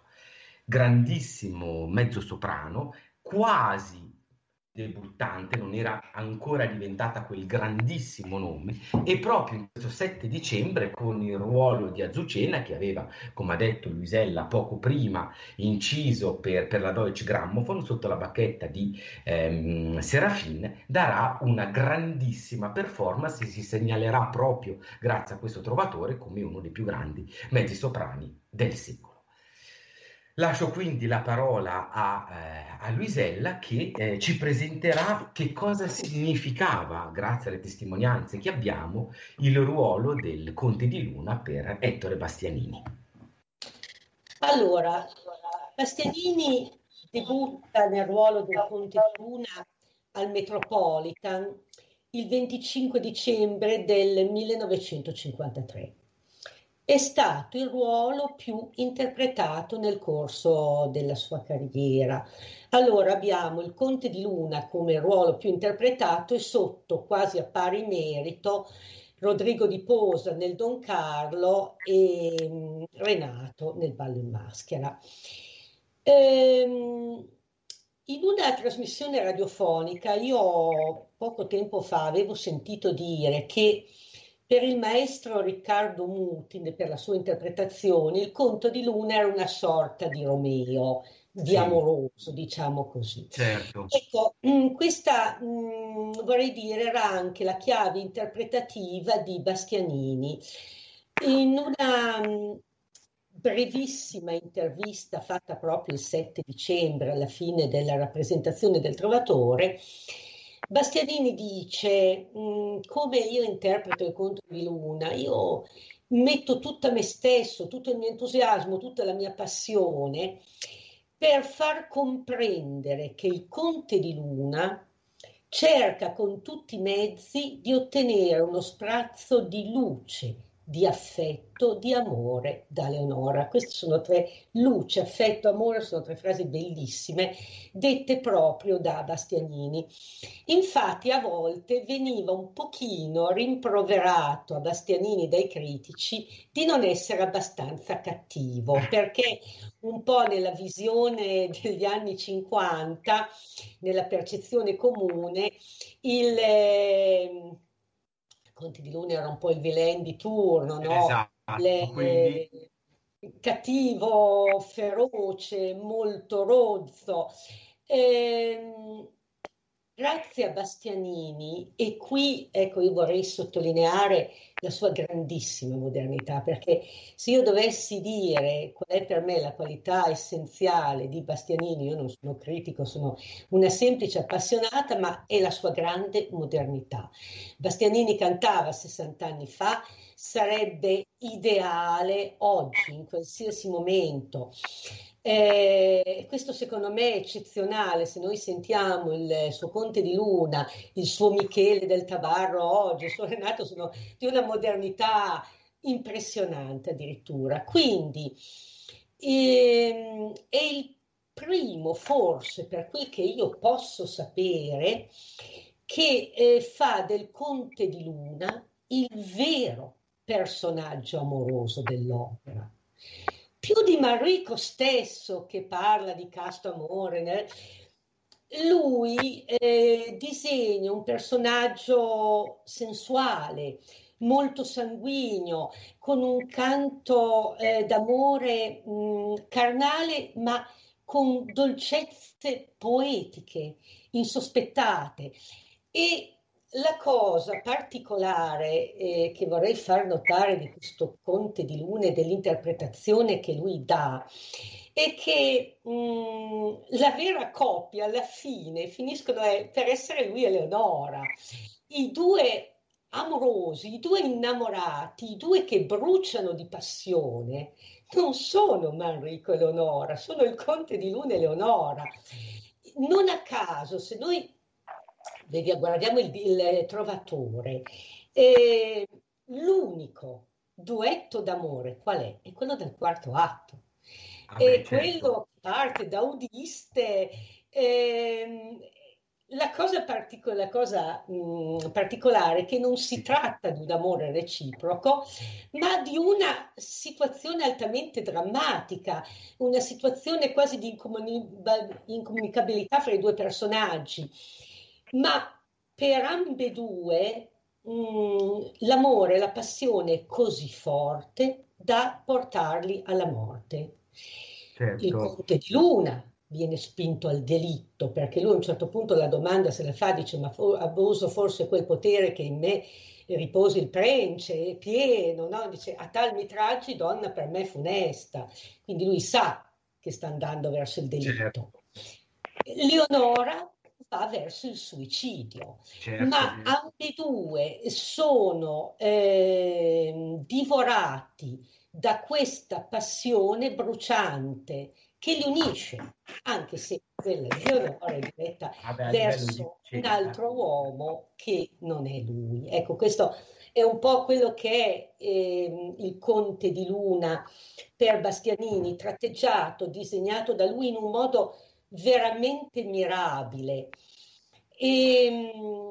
grandissimo mezzosoprano, quasi debuttante, non era ancora diventata quel grandissimo nome, e proprio in questo sette dicembre con il ruolo di Azucena, che aveva, come ha detto Luisella poco prima, inciso per, per la Deutsche Grammophon sotto la bacchetta di ehm, Serafin, darà una grandissima performance e si segnalerà proprio grazie a questo trovatore come uno dei più grandi mezzi soprani del secolo. Lascio quindi la parola a, eh, a Luisella che eh, ci presenterà che cosa significava, grazie alle testimonianze che abbiamo, il ruolo del conte di Luna per Ettore Bastianini. Allora, Bastianini debutta nel ruolo del conte di Luna al Metropolitan il venticinque dicembre del millenovecentocinquantatré. È stato il ruolo più interpretato nel corso della sua carriera. Allora abbiamo il Conte di Luna come ruolo più interpretato e sotto, quasi a pari merito, Rodrigo di Posa nel Don Carlo e um, Renato nel Ballo in Maschera. Ehm, in una trasmissione radiofonica io poco tempo fa avevo sentito dire che per il maestro Riccardo Muti, per la sua interpretazione, il Conte di Luna era una sorta di Romeo, di sì. amoroso, diciamo così. Certo. Ecco, mh, questa mh, vorrei dire era anche la chiave interpretativa di Bastianini. In una mh, brevissima intervista fatta proprio il sette dicembre, alla fine della rappresentazione del Trovatore, Bastianini dice: come io interpreto il conto di Luna, io metto tutta me stesso, tutto il mio entusiasmo, tutta la mia passione per far comprendere che il Conte di Luna cerca con tutti i mezzi di ottenere uno sprazzo di luce, di affetto, di amore da Leonora. Queste sono tre, luce, affetto, amore, sono tre frasi bellissime, dette proprio da Bastianini. Infatti a volte veniva un pochino rimproverato a Bastianini dai critici di non essere abbastanza cattivo, perché un po' nella visione degli anni cinquanta, nella percezione comune, il... Eh, Conte di Luna era un po' il villain di turno, no? Esatto, Le, quindi... cattivo, feroce, molto rozzo. Ehm, grazie a Bastianini, e qui ecco io vorrei sottolineare la sua grandissima modernità, perché se io dovessi dire qual è per me la qualità essenziale di Bastianini, io non sono critico, sono una semplice appassionata, ma è la sua grande modernità. Bastianini cantava sessanta anni fa, sarebbe ideale oggi, in qualsiasi momento. Eh, questo secondo me è eccezionale. Se noi sentiamo il suo Conte di Luna, il suo Michele del Tabarro oggi, il suo Renato, sono di una modernità impressionante addirittura. Quindi ehm, è il primo, forse per quel che io posso sapere, che eh, fa del Conte di Luna il vero personaggio amoroso dell'opera. Più di Manrico stesso, che parla di casto amore, né? Lui eh, disegna un personaggio sensuale, molto sanguigno, con un canto eh, d'amore mh, carnale, ma con dolcezze poetiche, insospettate. E la cosa particolare eh, che vorrei far notare di questo Conte di Luna e dell'interpretazione che lui dà è che mh, la vera coppia alla fine finiscono eh, per essere lui e Leonora, i due amorosi, i due innamorati, i due che bruciano di passione, non sono Manrico e Leonora, sono il Conte di Luna e Leonora. Non a caso, se noi guardiamo il, il Trovatore, eh, l'unico duetto d'amore qual è? È quello del quarto atto. Ah, è beh, quello certo. che parte da Udiste. ehm, la cosa, partico- la cosa mh, particolare è che non si tratta di un amore reciproco, ma di una situazione altamente drammatica, una situazione quasi di incomunica- incomunicabilità fra i due personaggi. Ma per ambedue mh, l'amore, la passione è così forte da portarli alla morte. Il Certo. Conte di Luna viene spinto al delitto, perché lui a un certo punto la domanda se la fa, dice: ma for- abuso forse quel potere che in me riposi il prence, è pieno, no? Dice: a tal mi traggi, donna per me funesta. Quindi lui sa che sta andando verso il delitto. Certo. Leonora va verso il suicidio, Certo. ma ambedue sono eh, divorati da questa passione bruciante che li unisce, anche se quella di Leonora è diretta Vabbè, a livello di verso un scelta. altro uomo che non è lui. Ecco, questo è un po' quello che è eh, il Conte di Luna per Bastianini, tratteggiato, disegnato da lui in un modo veramente mirabile. E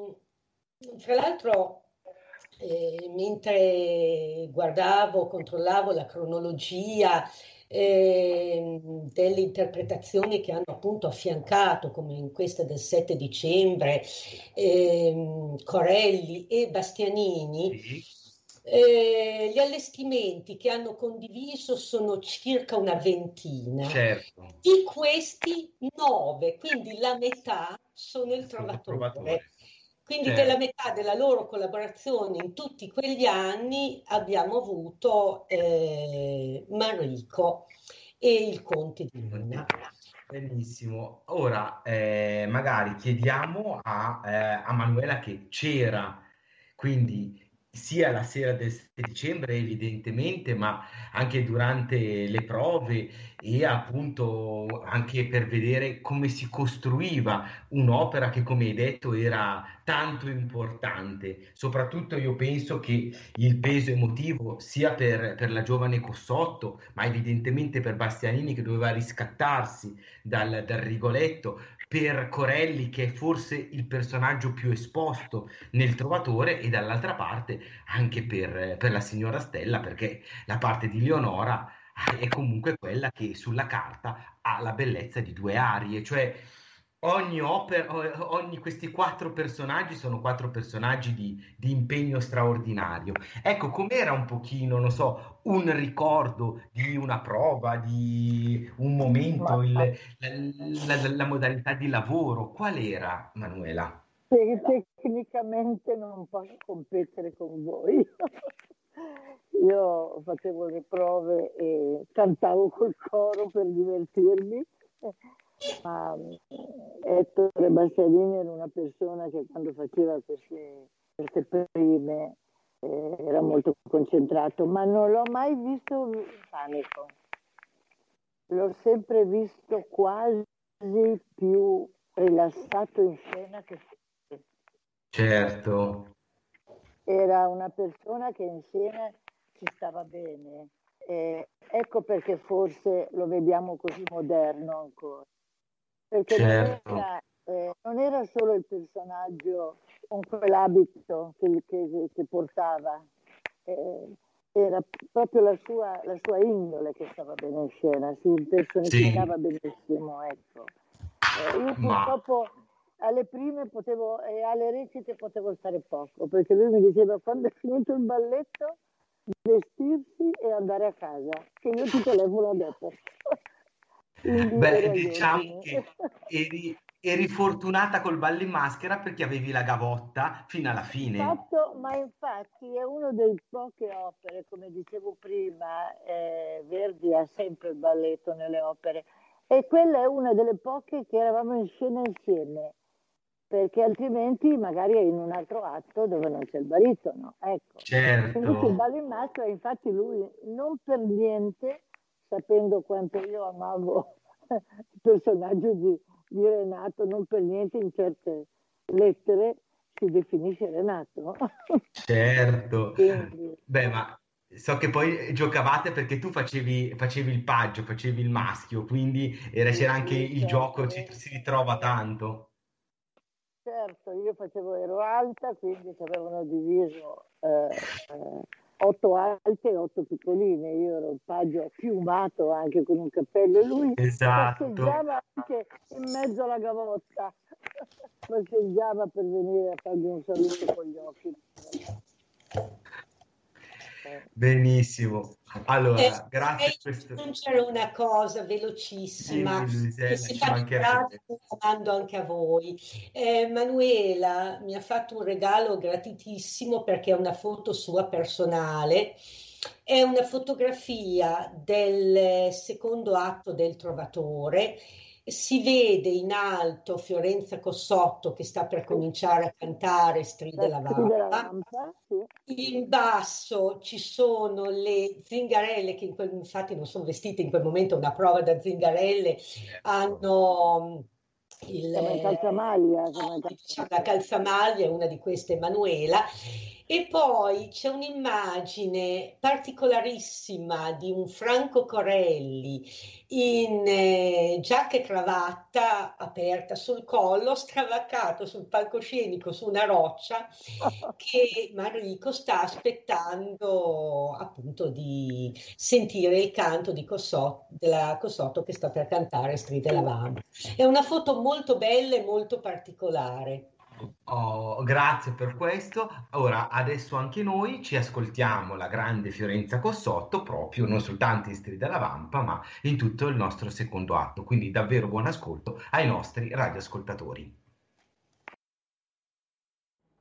tra l'altro eh, mentre guardavo, controllavo la cronologia eh, delle interpretazioni che hanno appunto affiancato, come in questa del sette dicembre, eh, Corelli e Bastianini, Sì. eh, gli allestimenti che hanno condiviso sono circa una ventina. Certo. Di questi nove, quindi la metà, sono il Sono il Trovatore. Trovatore. Quindi certo. della metà della loro collaborazione in tutti quegli anni abbiamo avuto eh, Manrico e il Conte di Luna. Benissimo. Ora, eh, magari chiediamo a, eh, a Manuela che c'era, quindi sia la sera del sette dicembre evidentemente, ma anche durante le prove e appunto anche per vedere come si costruiva un'opera che, come hai detto, era tanto importante. Soprattutto io penso che il peso emotivo sia per, per la giovane Cossotto, ma evidentemente per Bastianini che doveva riscattarsi dal, dal Rigoletto, per Corelli che è forse il personaggio più esposto nel Trovatore, e dall'altra parte anche per, per la signora Stella, perché la parte di Leonora è comunque quella che sulla carta ha la bellezza di due arie, cioè ogni opera, ogni, questi quattro personaggi sono quattro personaggi di, di impegno straordinario. Ecco, com'era un pochino, non so, un ricordo di una prova, di un momento, il, la, la, la modalità di lavoro, qual era, Manuela? Tecnicamente non posso competere con voi. Io facevo le prove e cantavo col coro per divertirmi, ma Ettore Bastianini era una persona che quando faceva queste, queste prime eh, era molto concentrato, ma non l'ho mai visto panico. L'ho sempre visto quasi più rilassato in scena che certo. Era una persona che in scena ci stava bene. Eh, ecco perché forse lo vediamo così moderno ancora. Perché certo. non, era, eh, non era solo il personaggio con quell'abito che, che, che portava, eh, era proprio la sua, la sua indole che stava bene in scena, si impersonificava sì. benissimo. Ecco. Eh, io purtroppo Ma... alle prime potevo e alle recite potevo stare poco, perché lui mi diceva quando è finito il balletto vestirsi e andare a casa, che io ti telefono dopo. Beh, diciamo che eri, eri fortunata col ballo in maschera perché avevi la gavotta fino alla fine. Fatto, ma infatti è una delle poche opere, come dicevo prima, eh, Verdi ha sempre il balletto nelle opere, e quella è una delle poche che eravamo in scena insieme, perché altrimenti magari è in un altro atto dove non c'è il baritono, ecco. Certo. Invece il ballo in maschera, infatti lui non per niente, sapendo quanto io amavo il personaggio di, di Renato, non per niente in certe lettere si definisce Renato. Certo. Quindi, beh, ma so che poi giocavate perché tu facevi, facevi il paggio, facevi il maschio, quindi era, sì, c'era anche sì, il certo, gioco, ci si ritrova tanto. Certo, io facevo, ero alta, quindi ci avevano diviso eh, eh, otto alte e otto piccoline. Io ero il paggio piumato anche con un cappello, e lui Esatto. passeggiava anche in mezzo alla gavotta, passeggiava per venire a fargli un saluto con gli occhi. Benissimo, allora eh, grazie a questo. aggiungere una cosa velocissima Dimmi, che si ci fa mancherebbe. domando anche a voi. eh, Manuela mi ha fatto un regalo gratitissimo perché è una foto sua personale, è una fotografia del secondo atto del Trovatore. Si vede in alto Fiorenza Cossotto che sta per cominciare a cantare Stride la Vampa. In basso ci sono le zingarelle che in quel, infatti non sono vestite in quel momento, una prova da zingarelle, hanno il, la calzamaglia, diciamo, la calzamaglia, una di queste Manuela. E poi c'è un'immagine particolarissima di un Franco Corelli in eh, giacca e cravatta aperta sul collo, stravaccato sul palcoscenico su una roccia, che Manrico sta aspettando appunto di sentire il canto di Cossotto, della Cossotto che sta per cantare Stride la Vampa. È una foto molto bella e molto particolare. Oh, grazie per questo. Ora, adesso anche noi ci ascoltiamo la grande Fiorenza Cossotto, proprio non soltanto in Stride la Vampa, ma in tutto il nostro secondo atto. Quindi davvero buon ascolto ai nostri radioascoltatori.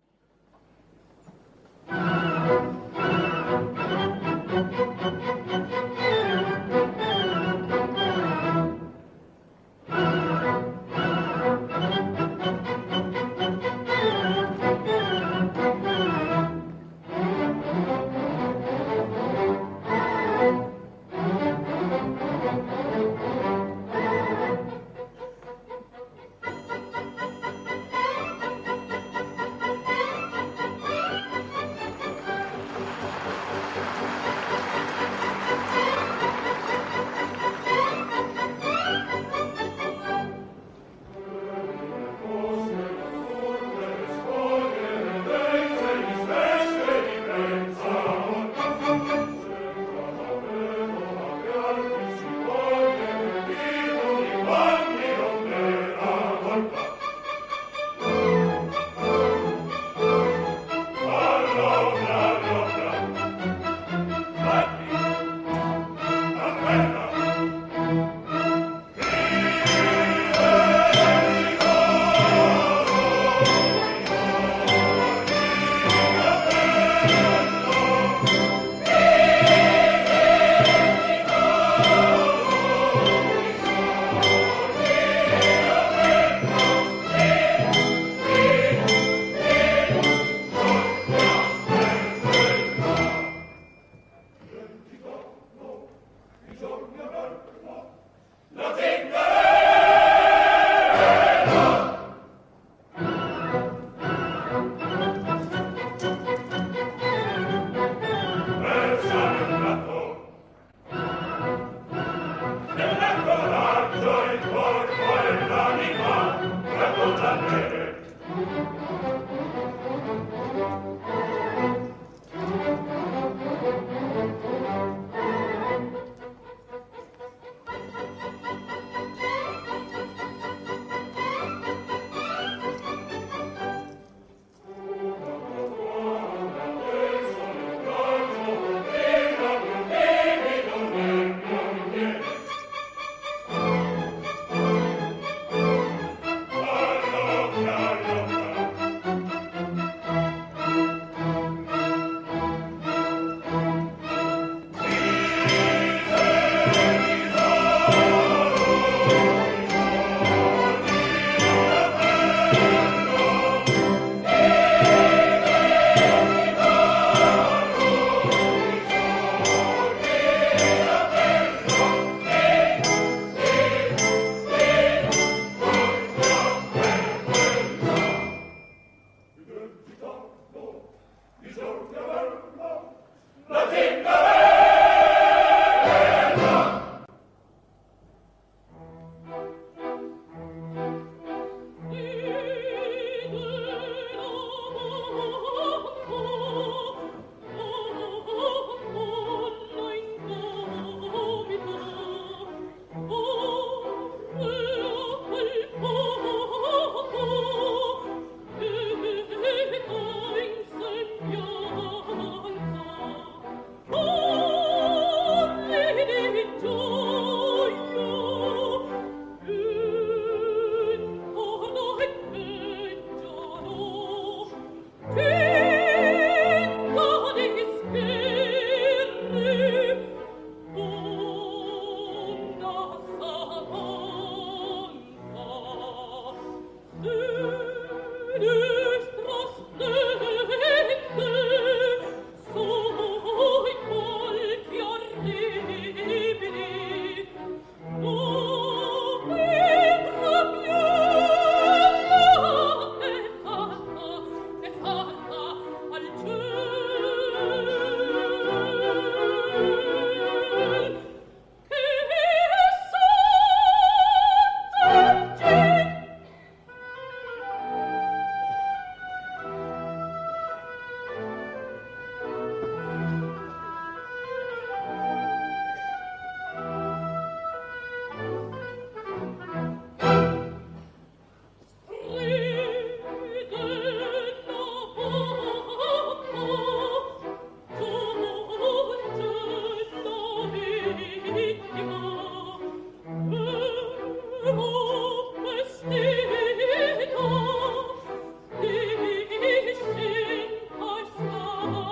Oh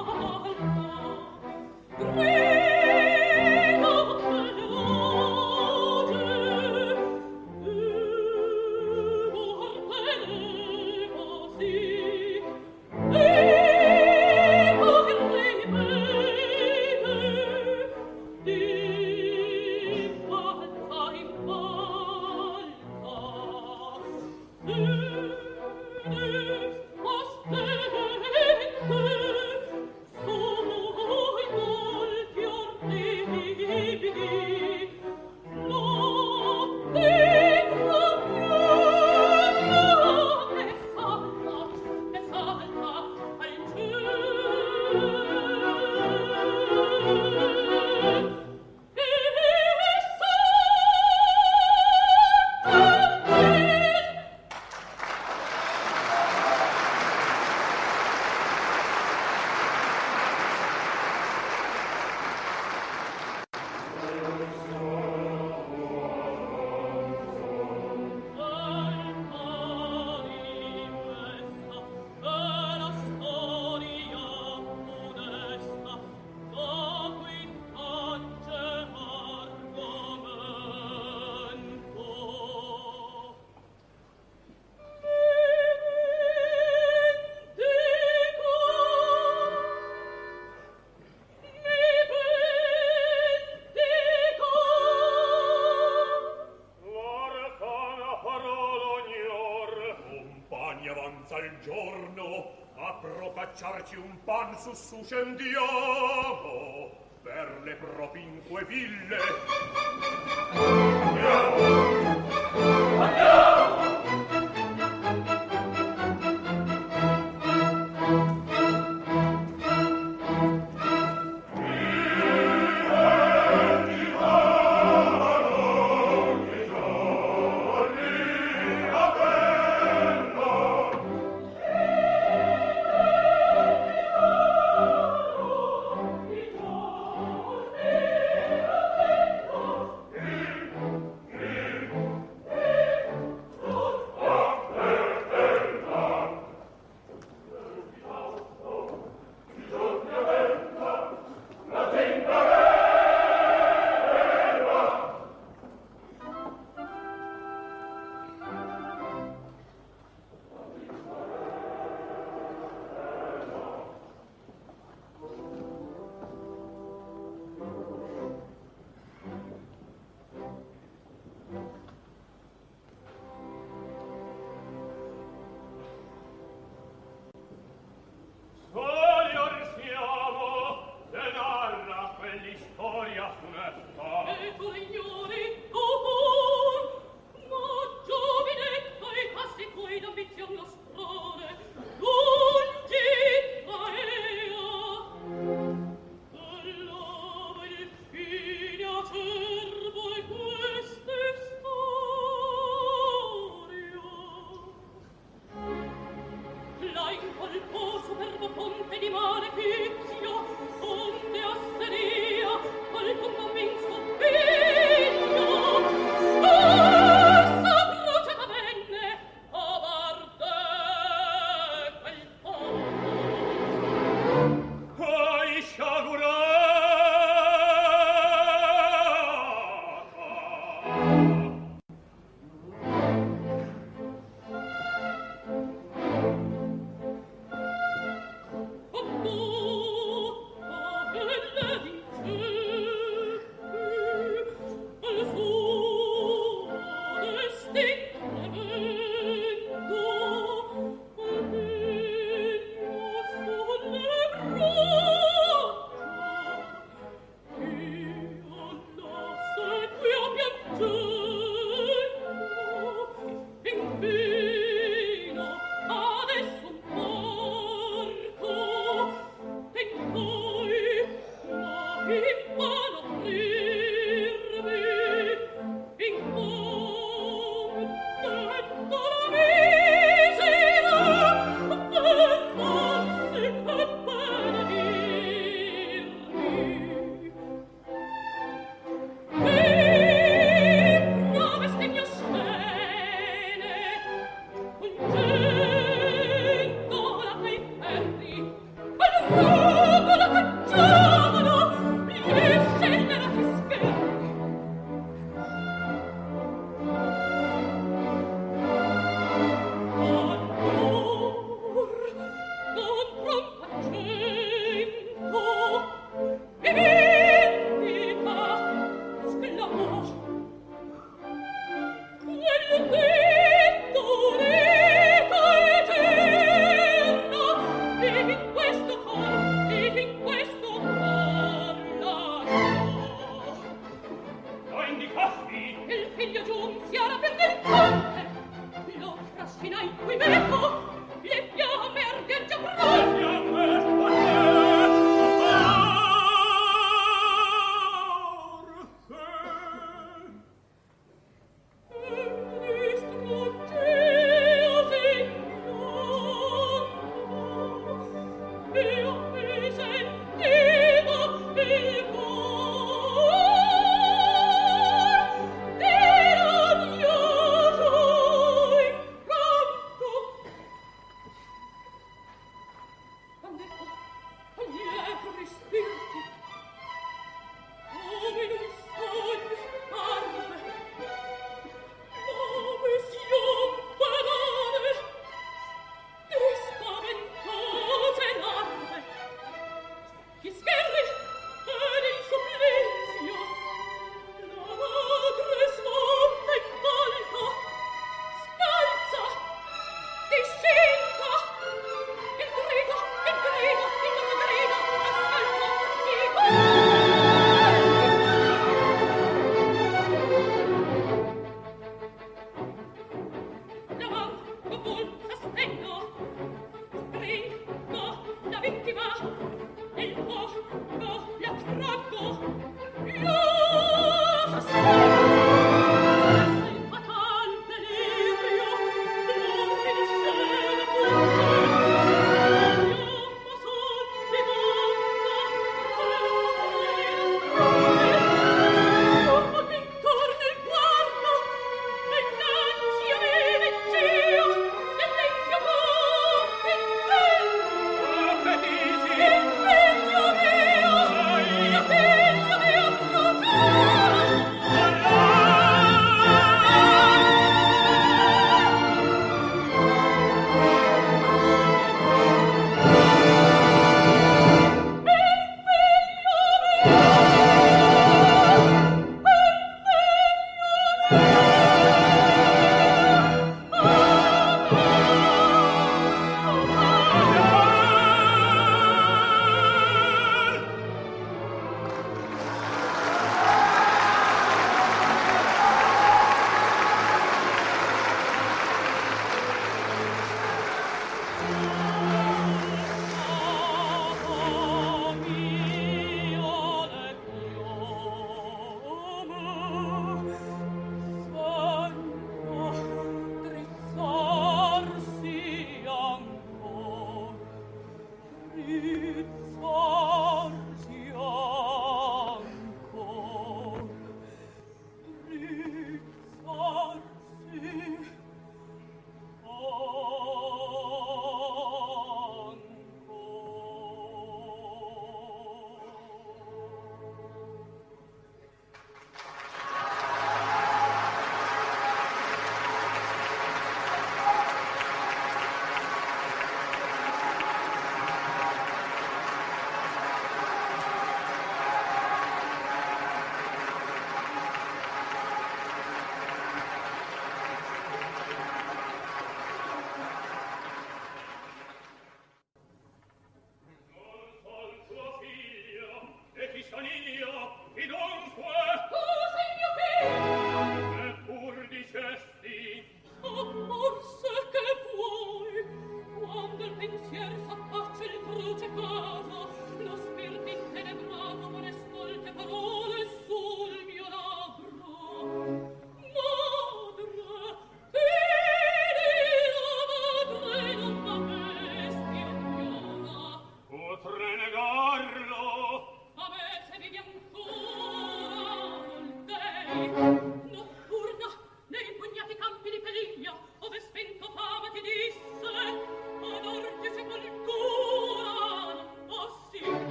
avanza il giorno, a procacciarci un pan su su scendiamo per le propinque ville. Andiamo! Andiamo!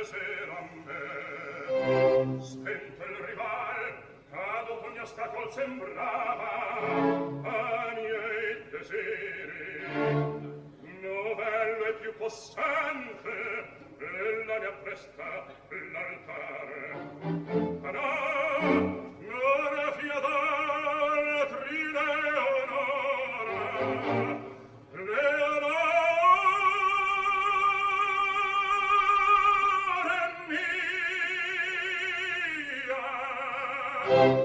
sera a me. Stento il rival, caduto ogni ostacolo sembrava a miei desiri. Novello e più possente, ella mi appresta l'altare. Ma no, non è fia d'altri Leonora, Leonora mia.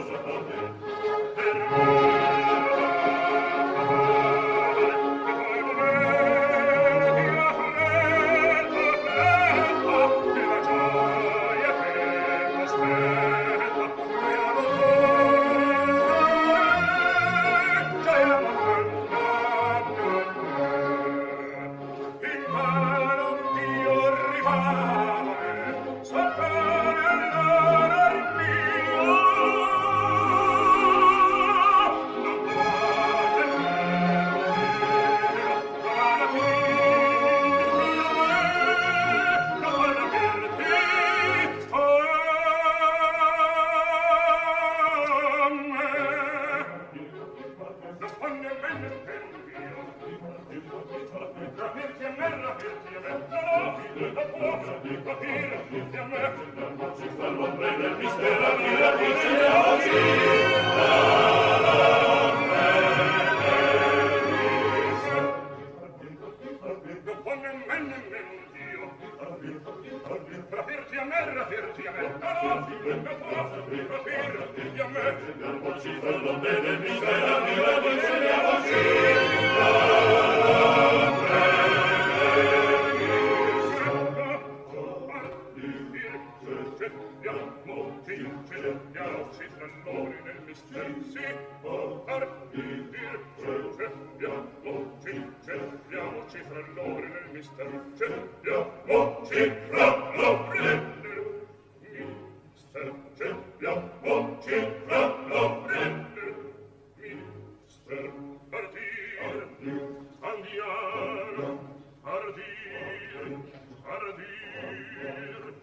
Thank you. rapirti a me, no, non posso più rapirti a me, non ci farò bene, mi sei la mia cerchiamoci fra l'ore nel mistero, cerchiamoci fra l'ore nel mistero, cerchiamoci fra l'ore nel mistero, ardire, andiamo, ardire, ardire.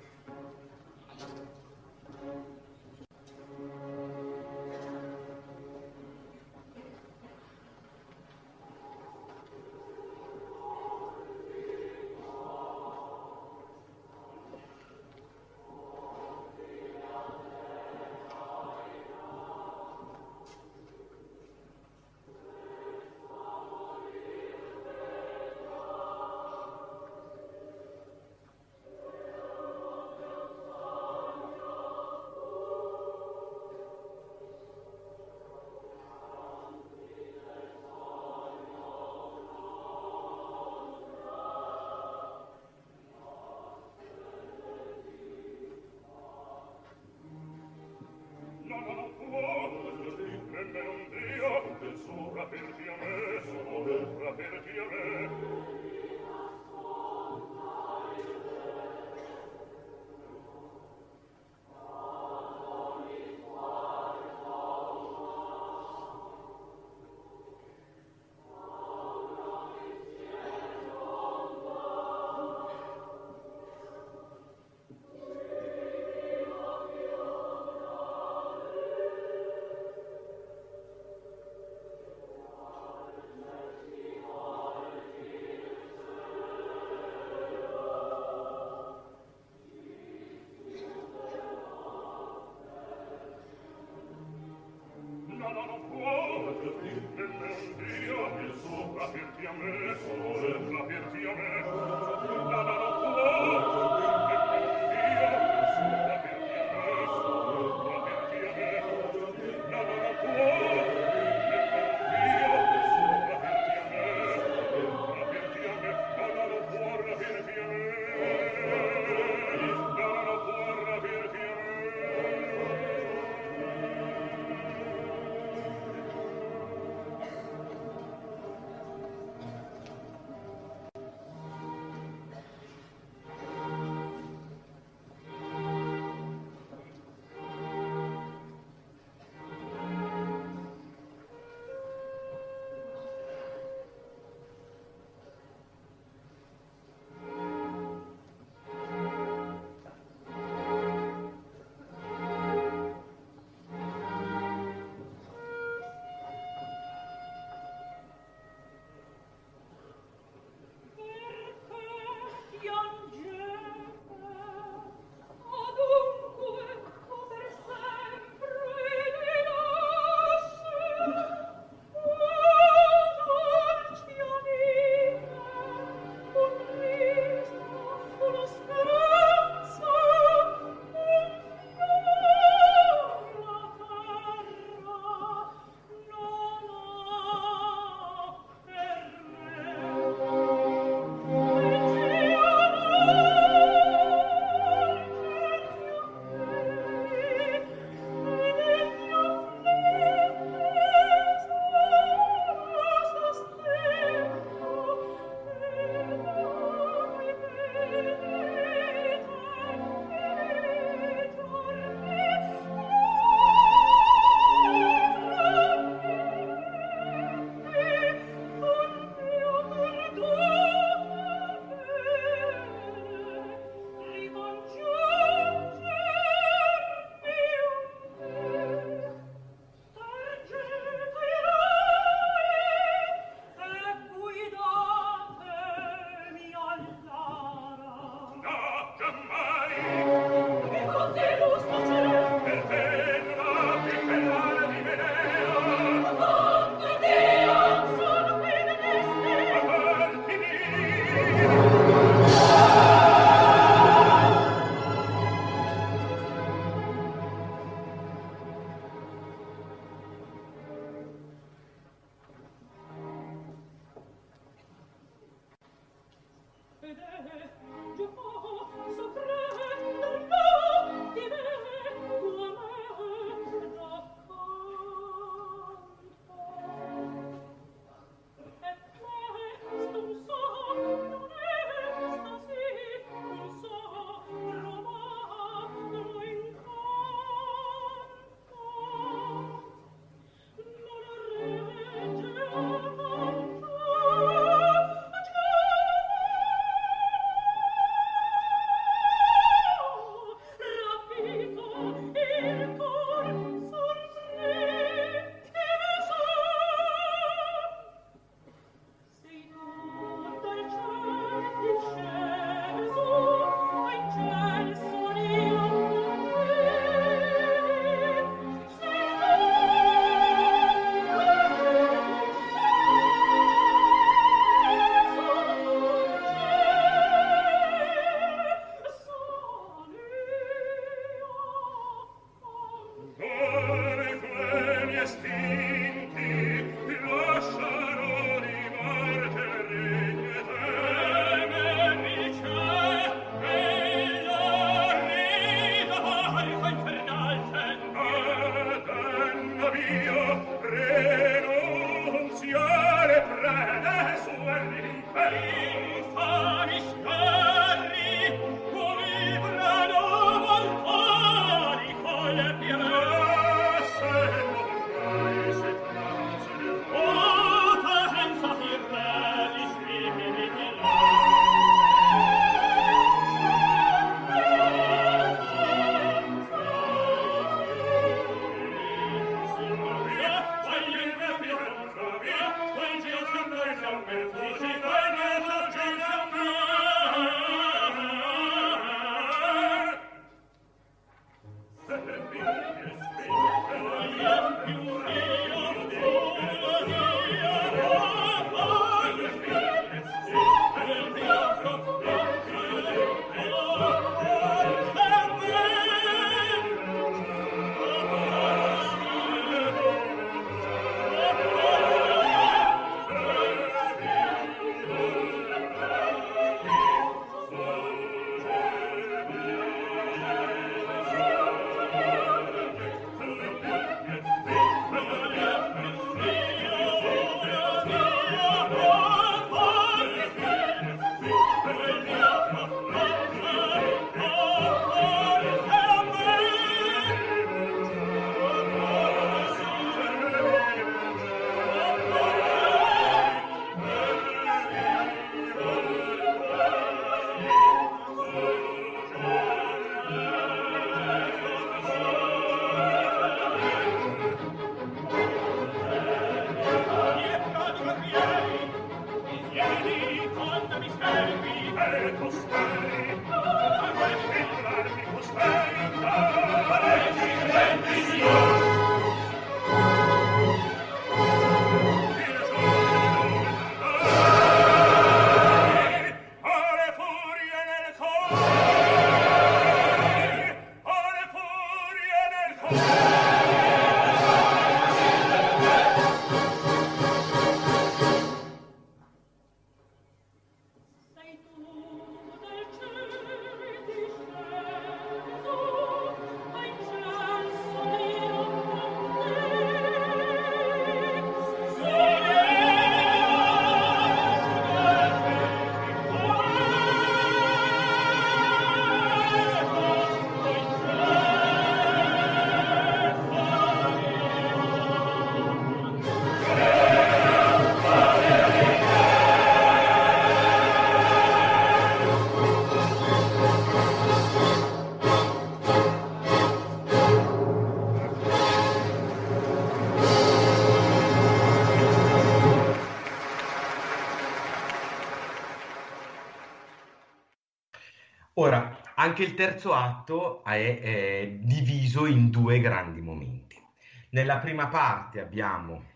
Ora, anche il terzo atto è, è diviso in due grandi momenti. Nella prima parte abbiamo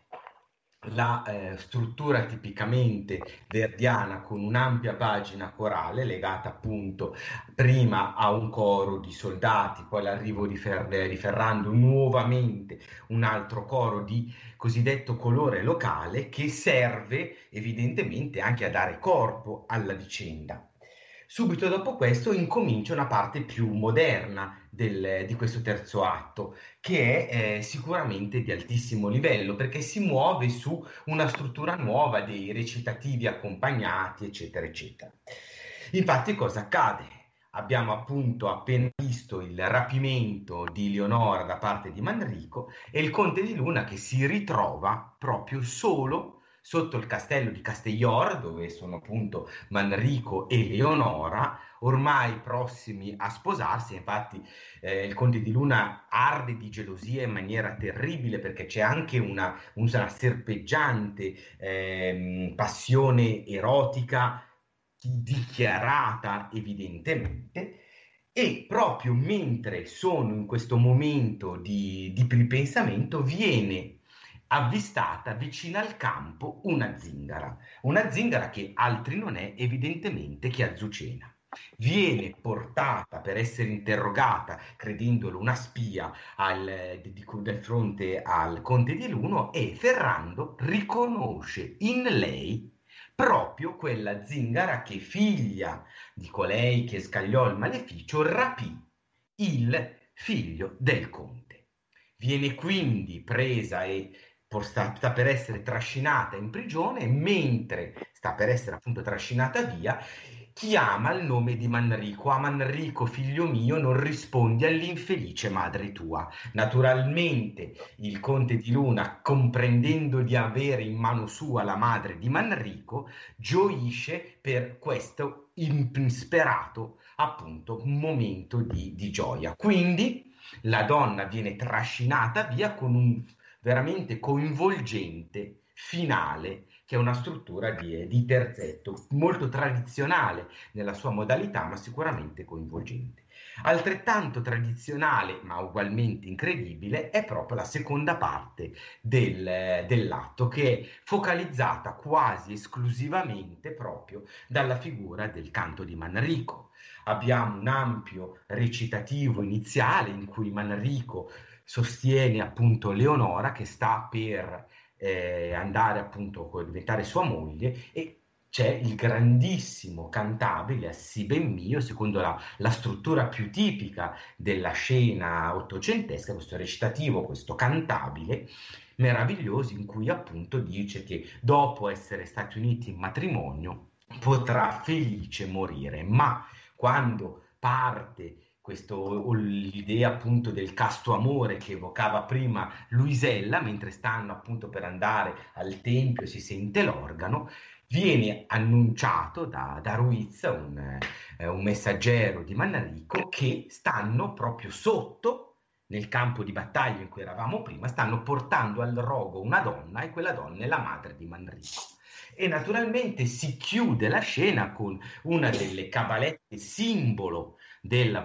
la eh, struttura tipicamente verdiana con un'ampia pagina corale legata appunto prima a un coro di soldati, poi l'arrivo di, Fer- di Ferrando, nuovamente un altro coro di cosiddetto colore locale che serve evidentemente anche a dare corpo alla vicenda. Subito dopo questo incomincia una parte più moderna del, di questo terzo atto, che è eh, sicuramente di altissimo livello, perché si muove su una struttura nuova dei recitativi accompagnati, eccetera, eccetera. Infatti cosa accade? Abbiamo appunto appena visto il rapimento di Leonora da parte di Manrico e il conte di Luna che si ritrova proprio solo sotto il castello di Castellor, dove sono appunto Manrico e Leonora, ormai prossimi a sposarsi. Infatti eh, il conte di Luna arde di gelosia in maniera terribile, perché c'è anche una, una serpeggiante eh, passione erotica dichiarata evidentemente, e proprio mentre sono in questo momento di, di ripensamento viene avvistata vicino al campo una zingara, una zingara che altri non è evidentemente che Azucena. Viene portata per essere interrogata, credendolo una spia, al, di, di fronte al conte di Luno, e Ferrando riconosce in lei proprio quella zingara che, figlia di colei che scagliò il maleficio, rapì il figlio del conte. Viene quindi presa e sta per essere trascinata in prigione, mentre sta per essere appunto trascinata via, chiama il nome di Manrico. Ah, Manrico, figlio mio, non rispondi all'infelice madre tua. Naturalmente il conte di Luna, comprendendo di avere in mano sua la madre di Manrico, gioisce per questo insperato appunto momento di, di gioia. Quindi la donna viene trascinata via con un veramente coinvolgente finale, che è una struttura di, di terzetto molto tradizionale nella sua modalità, ma sicuramente coinvolgente. Altrettanto tradizionale, ma ugualmente incredibile, è proprio la seconda parte del, dell'atto, che è focalizzata quasi esclusivamente proprio dalla figura del canto di Manrico. Abbiamo un ampio recitativo iniziale in cui Manrico sostiene appunto Leonora, che sta per eh, andare appunto a diventare sua moglie, e c'è il grandissimo cantabile a Si ben mio, secondo la, la struttura più tipica della scena ottocentesca, questo recitativo, questo cantabile meraviglioso, in cui appunto dice che dopo essere stati uniti in matrimonio potrà felice morire, ma quando parte questo, l'idea appunto del casto amore che evocava prima Luisella, mentre stanno appunto per andare al tempio e si sente l'organo, viene annunciato da, da Ruiz, un, eh, un messaggero di Manrico, che stanno proprio sotto, nel campo di battaglia in cui eravamo prima, stanno portando al rogo una donna, e quella donna è la madre di Manrico. E naturalmente si chiude la scena con una delle cabalette simbolo della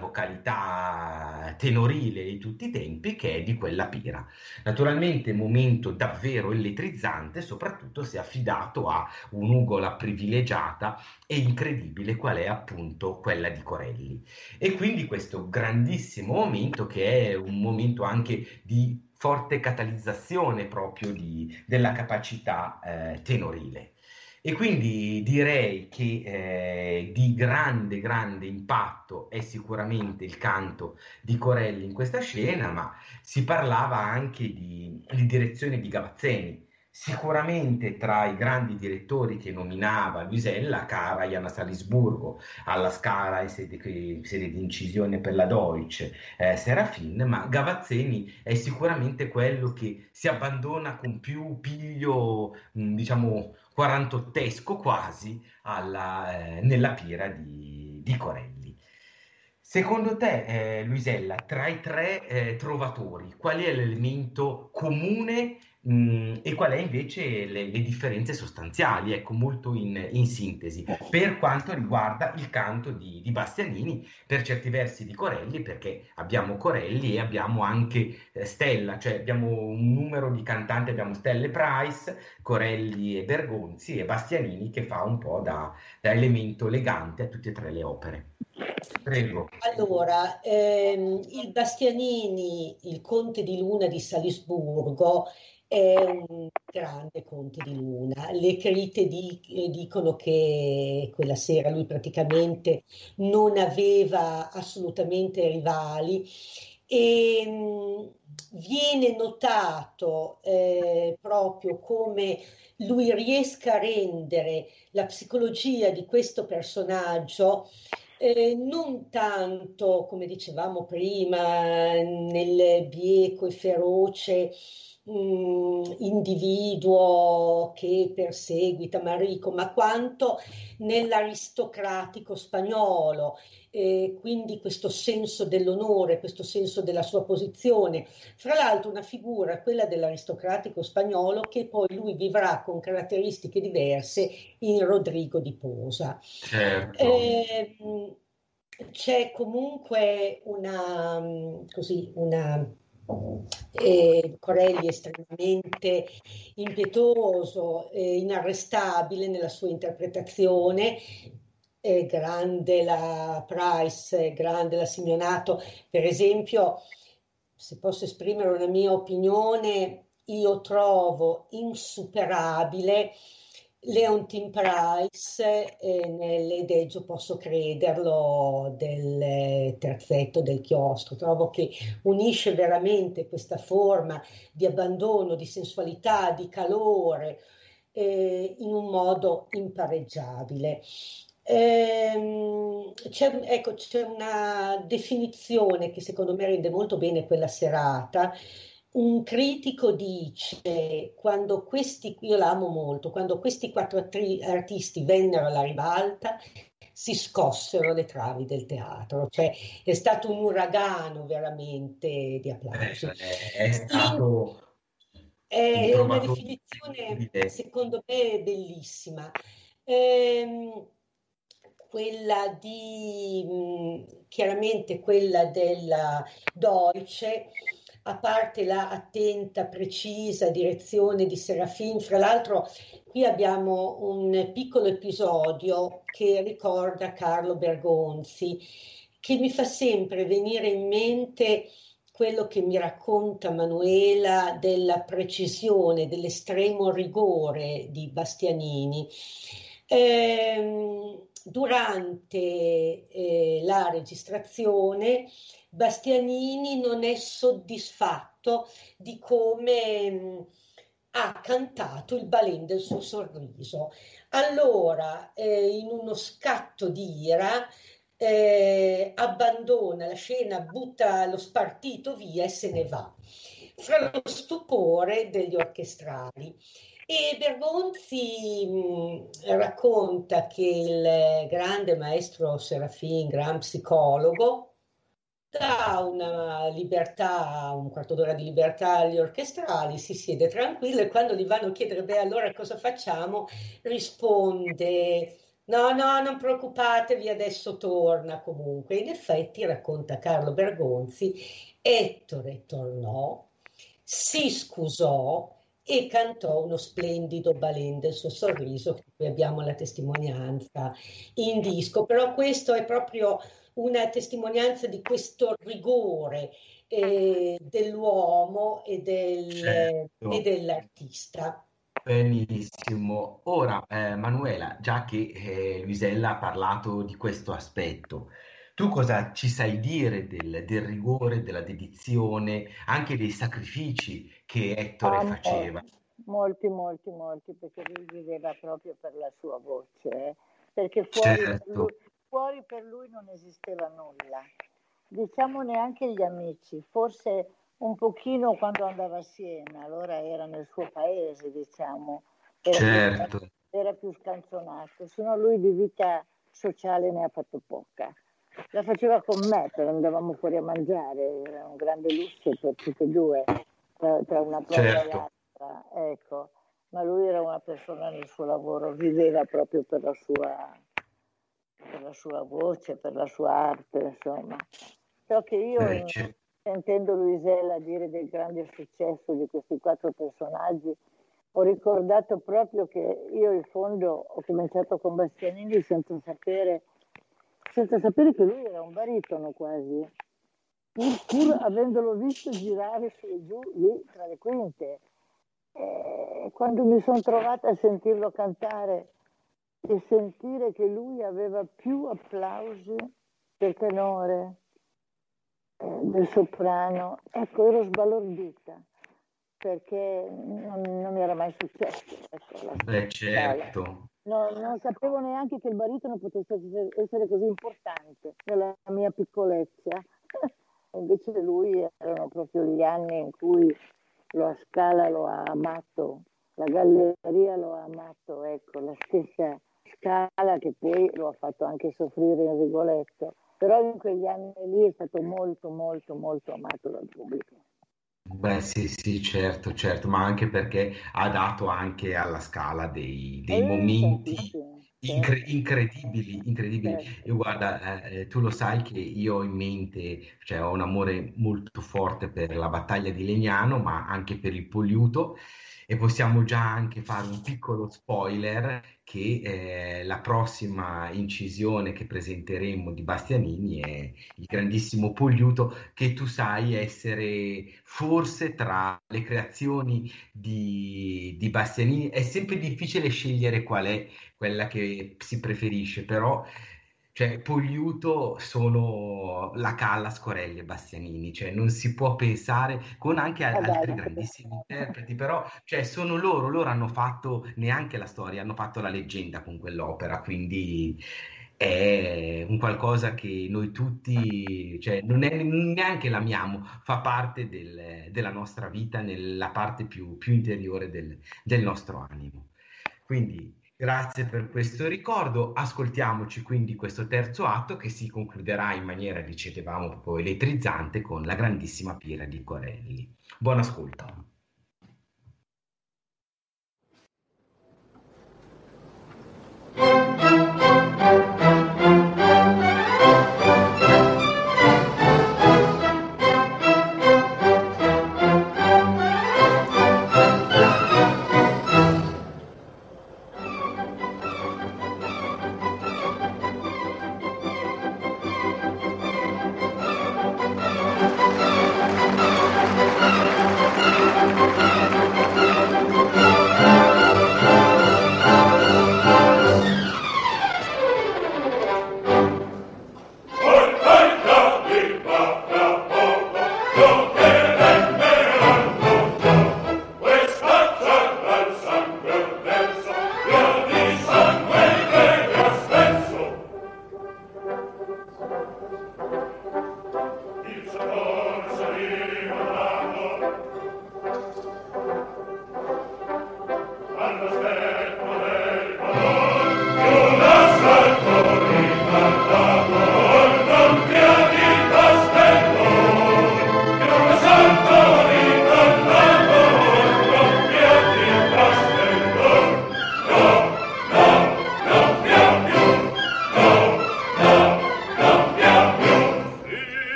vocalità tenorile di tutti i tempi, che è di quella Pira. Naturalmente momento davvero elettrizzante, soprattutto se affidato a un'ugola privilegiata e incredibile qual è appunto quella di Corelli. E quindi questo grandissimo momento, che è un momento anche di forte catalizzazione proprio di, della capacità eh, tenorile. E quindi direi che eh, di grande, grande impatto è sicuramente il canto di Corelli in questa scena, ma si parlava anche di, di direzione di Gavazzeni. Sicuramente tra i grandi direttori che nominava Luisella, Karajan a Salisburgo, alla Scala in sede, in sede di incisione per la Deutsche, eh, Serafin, ma Gavazzeni è sicuramente quello che si abbandona con più piglio, mh, diciamo, quarantottesco quasi, alla, eh, nella Pira di, di Corelli. Secondo te, eh, Luisella, tra i tre eh, trovatori, qual è l'elemento comune mh, e qual è invece le, le differenze sostanziali, ecco, molto in, in sintesi, per quanto riguarda il canto di, di Bastianini, per certi versi di Corelli, perché abbiamo Corelli e abbiamo anche eh, Stella, cioè abbiamo un numero di cantanti, abbiamo Stella e Price, Corelli e Bergonzi, e Bastianini che fa un po' da, da elemento legante a tutte e tre le opere. Prego. Allora, ehm, il Bastianini, il conte di Luna di Salisburgo, è un grande conte di luna. Le critiche di- dicono che quella sera lui praticamente non aveva assolutamente rivali e mh, viene notato eh, proprio come lui riesca a rendere la psicologia di questo personaggio eh, non tanto, come dicevamo prima, nel bieco e feroce mh, individuo che perseguita Marico, ma quanto nell'aristocratico spagnolo, eh, quindi questo senso dell'onore, questo senso della sua posizione. Fra l'altro una figura, quella dell'aristocratico spagnolo, che poi lui vivrà con caratteristiche diverse in Rodrigo di Posa. Certo. Eh, c'è comunque una, così, una eh, Corelli estremamente impetuoso, eh, inarrestabile nella sua interpretazione. È grande la Price, è grande la Simeonato. Per esempio, se posso esprimere una mia opinione, io trovo insuperabile Leontyne Price eh, nell'Edeggio Posso crederlo del terzetto del chiostro. Trovo che unisce veramente questa forma di abbandono, di sensualità, di calore eh, in un modo impareggiabile. Ehm, c'è, ecco, c'è una definizione che secondo me rende molto bene quella serata. Un critico dice, quando questi, io l'amo molto, quando questi quattro attri- artisti vennero alla ribalta, si scossero le travi del teatro, cioè è stato un uragano veramente di applausi. Eh, è In- stato un è una trovatore definizione, incredibile. secondo me, bellissima. Ehm, quella di, mh, chiaramente quella della Deutsche, a parte la attenta, precisa direzione di Serafin. Fra l'altro qui abbiamo un piccolo episodio che ricorda Carlo Bergonzi, che mi fa sempre venire in mente quello che mi racconta Manuela della precisione, dell'estremo rigore di Bastianini. Ehm, durante eh, la registrazione Bastianini non è soddisfatto di come mh, ha cantato il Balèn del suo sorriso. Allora, eh, in uno scatto di ira, eh, abbandona la scena, butta lo spartito via e se ne va, fra lo stupore degli orchestrali. E Bergonzi mh, racconta che il grande maestro Serafin, gran psicologo, dà una libertà, un quarto d'ora di libertà agli orchestrali, si siede tranquillo e quando gli vanno a chiedere, beh, allora cosa facciamo? Risponde, no, no, non preoccupatevi, adesso torna comunque. In effetti, racconta Carlo Bergonzi, Ettore tornò, si scusò e cantò uno splendido Balèn del suo sorriso, che qui abbiamo la testimonianza in disco, però questo è proprio una testimonianza di questo rigore eh, dell'uomo e, del, e Certo. dell'artista. Benissimo. Ora, eh, Manuela, già che eh, Luisella ha parlato di questo aspetto, tu cosa ci sai dire del, del rigore, della dedizione, anche dei sacrifici che Ettore Ah, faceva? molti, molti, molti, perché lui viveva proprio per la sua voce, eh. Perché fuori per Certo, lui, fuori per lui non esisteva nulla. Diciamo neanche gli amici, forse un pochino quando andava a Siena, allora era nel suo paese, diciamo, era più, certo, era più scanzonato, se no lui di vita sociale ne ha fatto poca. La faceva con me, però andavamo fuori a mangiare, era un grande lusso per tutti e due, tra, tra una prova e certo. l'altra, ecco. Ma lui era una persona nel suo lavoro, viveva proprio per la sua, per la sua voce, per la sua arte, insomma. So che io, Eh, in- ce- sentendo Luisella dire del grande successo di questi quattro personaggi, ho ricordato proprio che io in fondo ho cominciato con Bastianini senza sapere, senza sapere che lui era un baritono quasi, pur, pur avendolo visto girare su e giù lì tra le quinte. E quando mi sono trovata a sentirlo cantare e sentire che lui aveva più applausi del tenore, eh, del soprano, ecco, ero sbalordita, perché non, non mi era mai successo. Ecco, Beh, certo. No, non sapevo neanche che il baritono potesse essere così importante nella mia piccolezza. Invece lui erano proprio gli anni in cui lo Scala lo ha amato, la Galleria lo ha amato, ecco, la stessa Scala che poi lo ha fatto anche soffrire in Rigoletto, però in quegli anni lì è stato molto molto molto amato dal pubblico. Beh, sì, sì, certo, certo, ma anche perché ha dato anche alla Scala dei, dei Eh, momenti certo, incre- certo, incredibili, incredibili. certo. Io guarda, eh, tu lo sai che io ho in mente, cioè ho un amore molto forte per la battaglia di Legnano, ma anche per il Poliuto, e possiamo già anche fare un piccolo spoiler che eh, la prossima incisione che presenteremo di Bastianini è il grandissimo Poliuto, che tu sai essere forse tra le creazioni di, di Bastianini. È sempre difficile scegliere qual è quella che si preferisce, però cioè, Poliuto sono la Callas, Corelli e Bastianini, cioè non si può pensare con anche a- Ad altri altro. grandissimi interpreti, però cioè, sono loro, loro hanno fatto neanche la storia, hanno fatto la leggenda con quell'opera, quindi è un qualcosa che noi tutti, cioè non è neanche l'amiamo, fa parte del- della nostra vita, nella parte più, più interiore del, del nostro animo. Quindi grazie per questo ricordo, ascoltiamoci quindi questo terzo atto che si concluderà in maniera, dicevamo, proprio elettrizzante con la grandissima Pira di Corelli. Buon ascolto.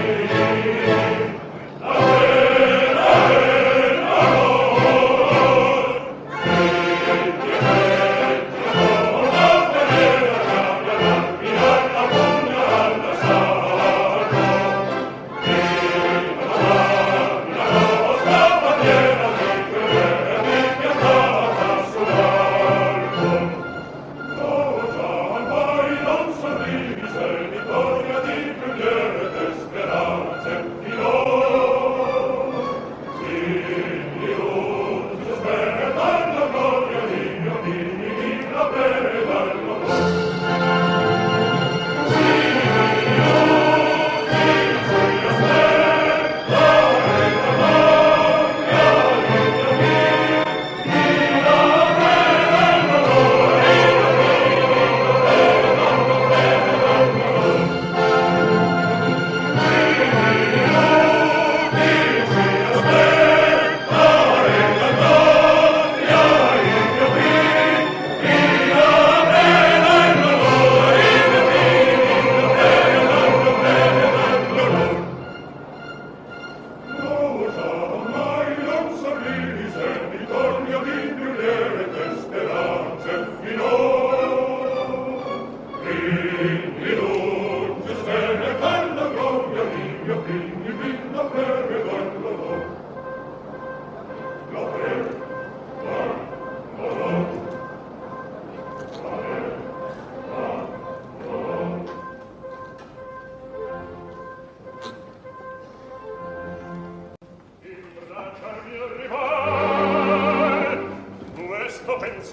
Oh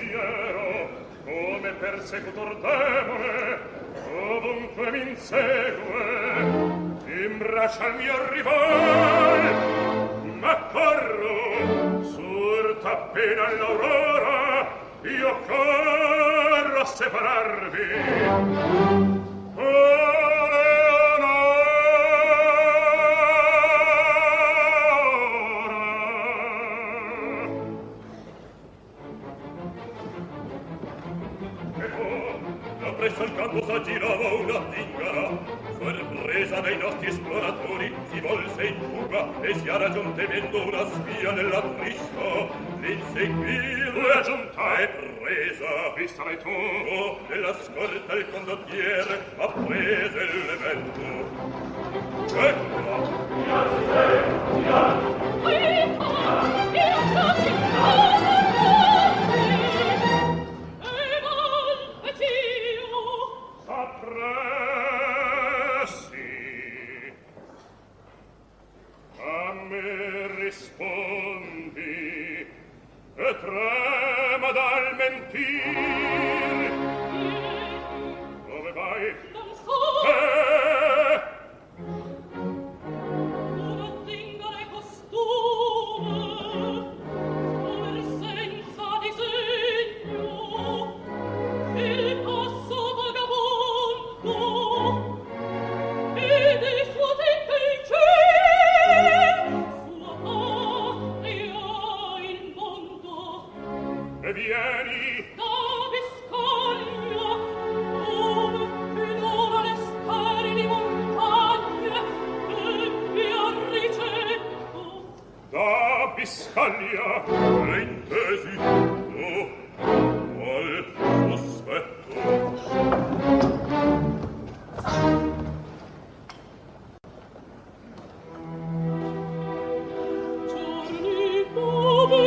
pensiero, come persecutor demone, ovunque mi insegue, imbraccia il mio rival, ma corro, surta appena l'aurora, io corro a separarvi. Presso il campo s'aggirava una zingara, sorpresa dai nostri esploratori, si volse in fuga e si era ragion temendo una spia nell'attrisco. L'inseguire è giunta e presa, vista l'hai tu, oh, nella scorta il condottiere ha preso l'evento. Eccola! A me rispondi e trema dal mentir. Dove vai? Non so. Eh! Una zingara e costume, come senza disegno, il passo vagabondo e dei suoi tempi il cielo. E vieni da Biscaglia, dove finora le sterili montagne ebbi a ricetto. Da Biscaglia, le intesi, oh, qual sospetto. Giorni dove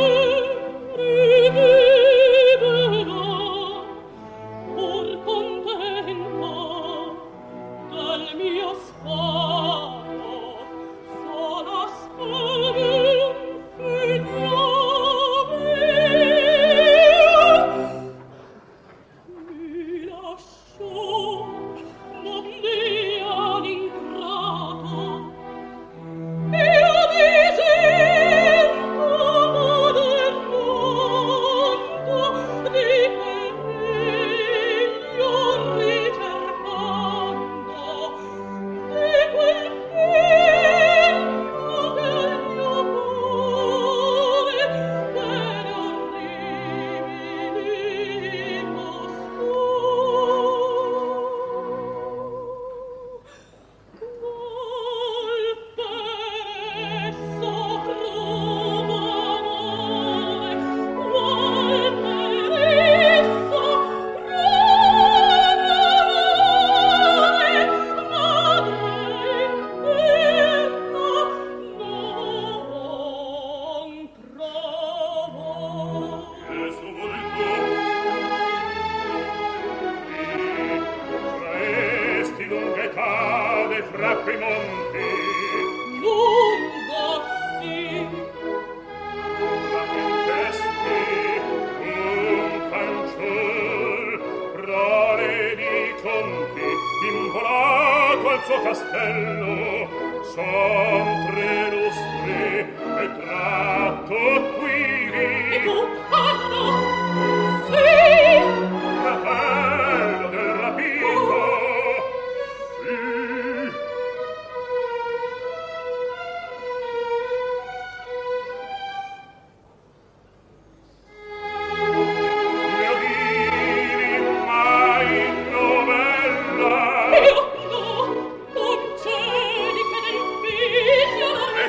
Io no, non c'è di che del figlio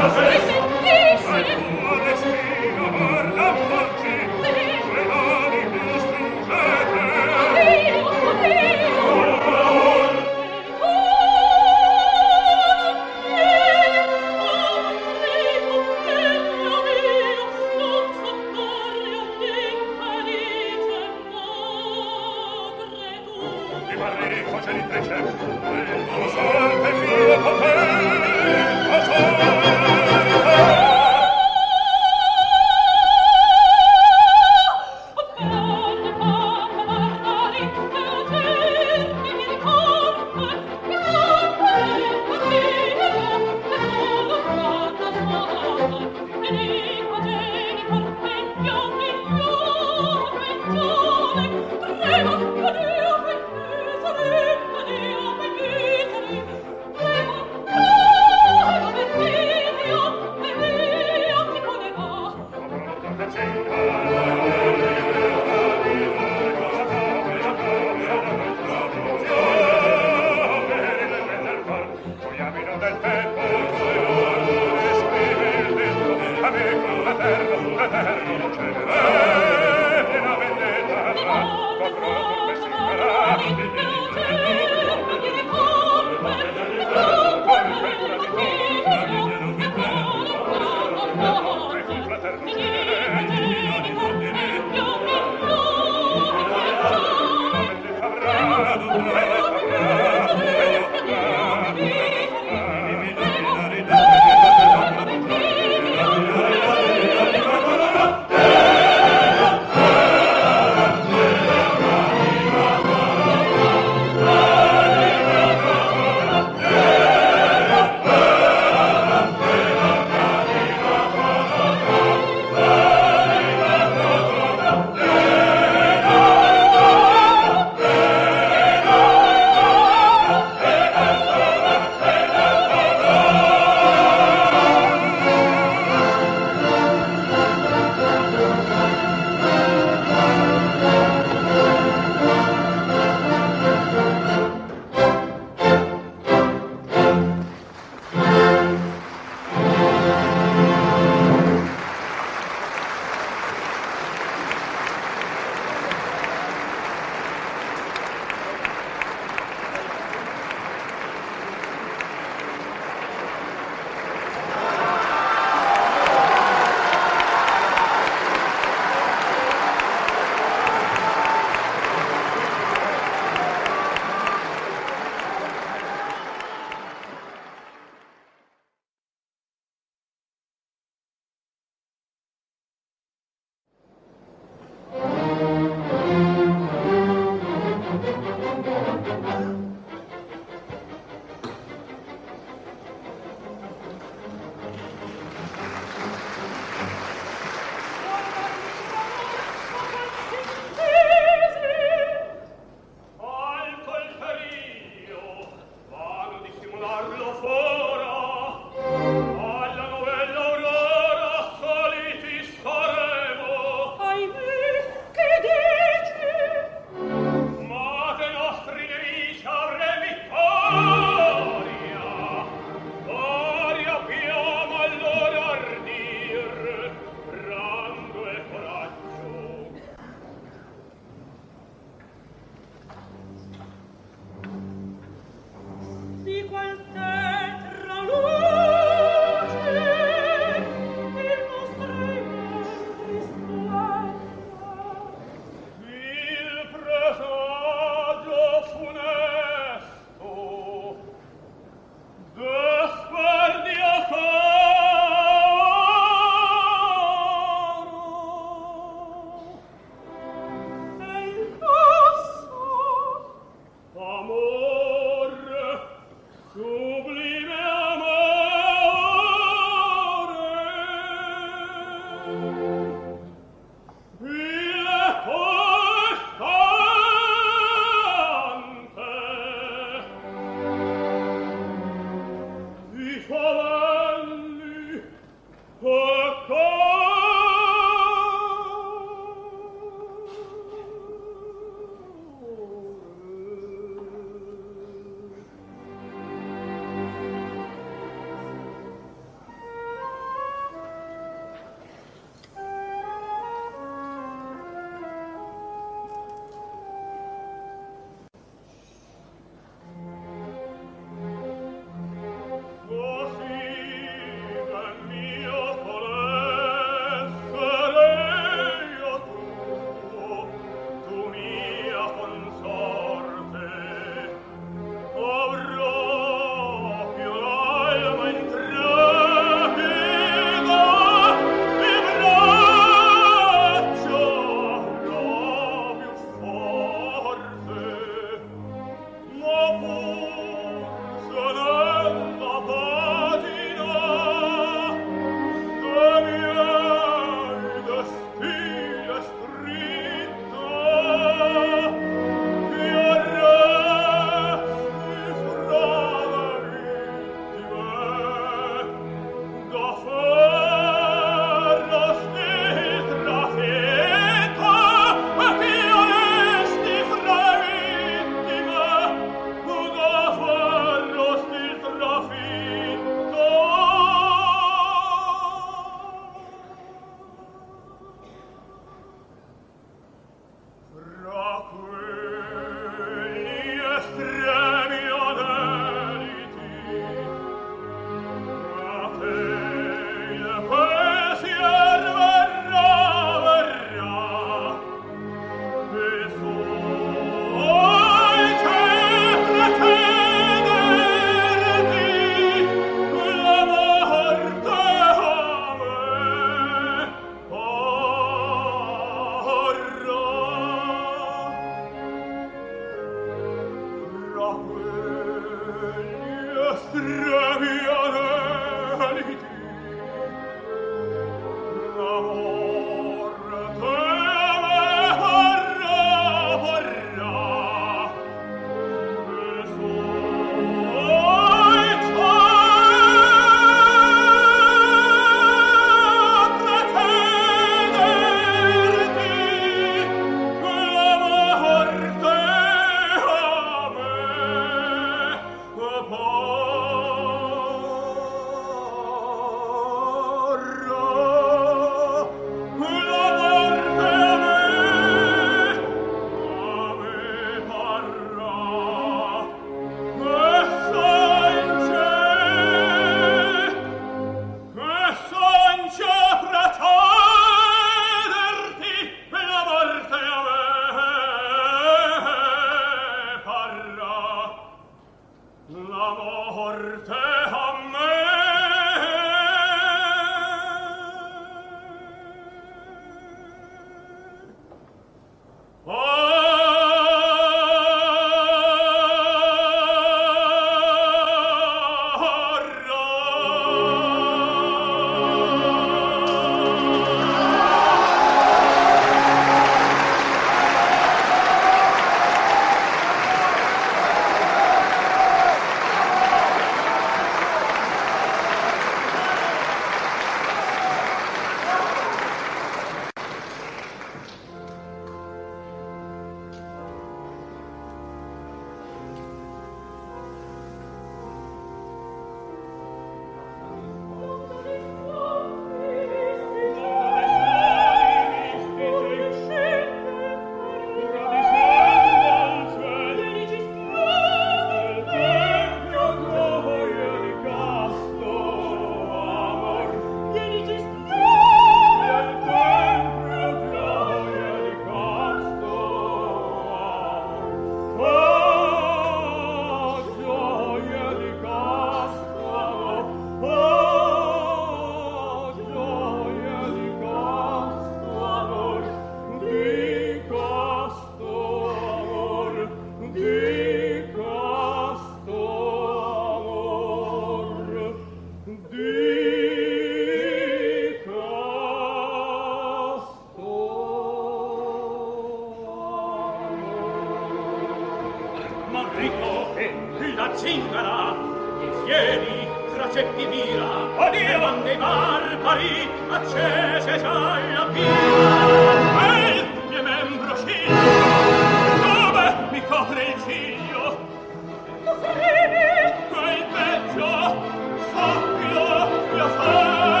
Manrico e la zingara, insiemi tra ceppi mira, oddio, donne barbari, accese già la pira, e il mio membro sciglio, dove mi copre il ciglio? Tu faremi, quel peggio, sappilo, lo fa,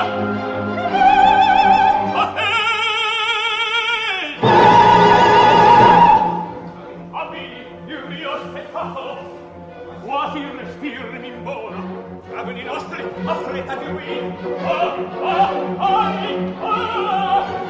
a te! Abbi, il mio spettacolo, quasi il respiro mi imbona, dragoni nostri, affrettati qui, oh, oh, oh, oh!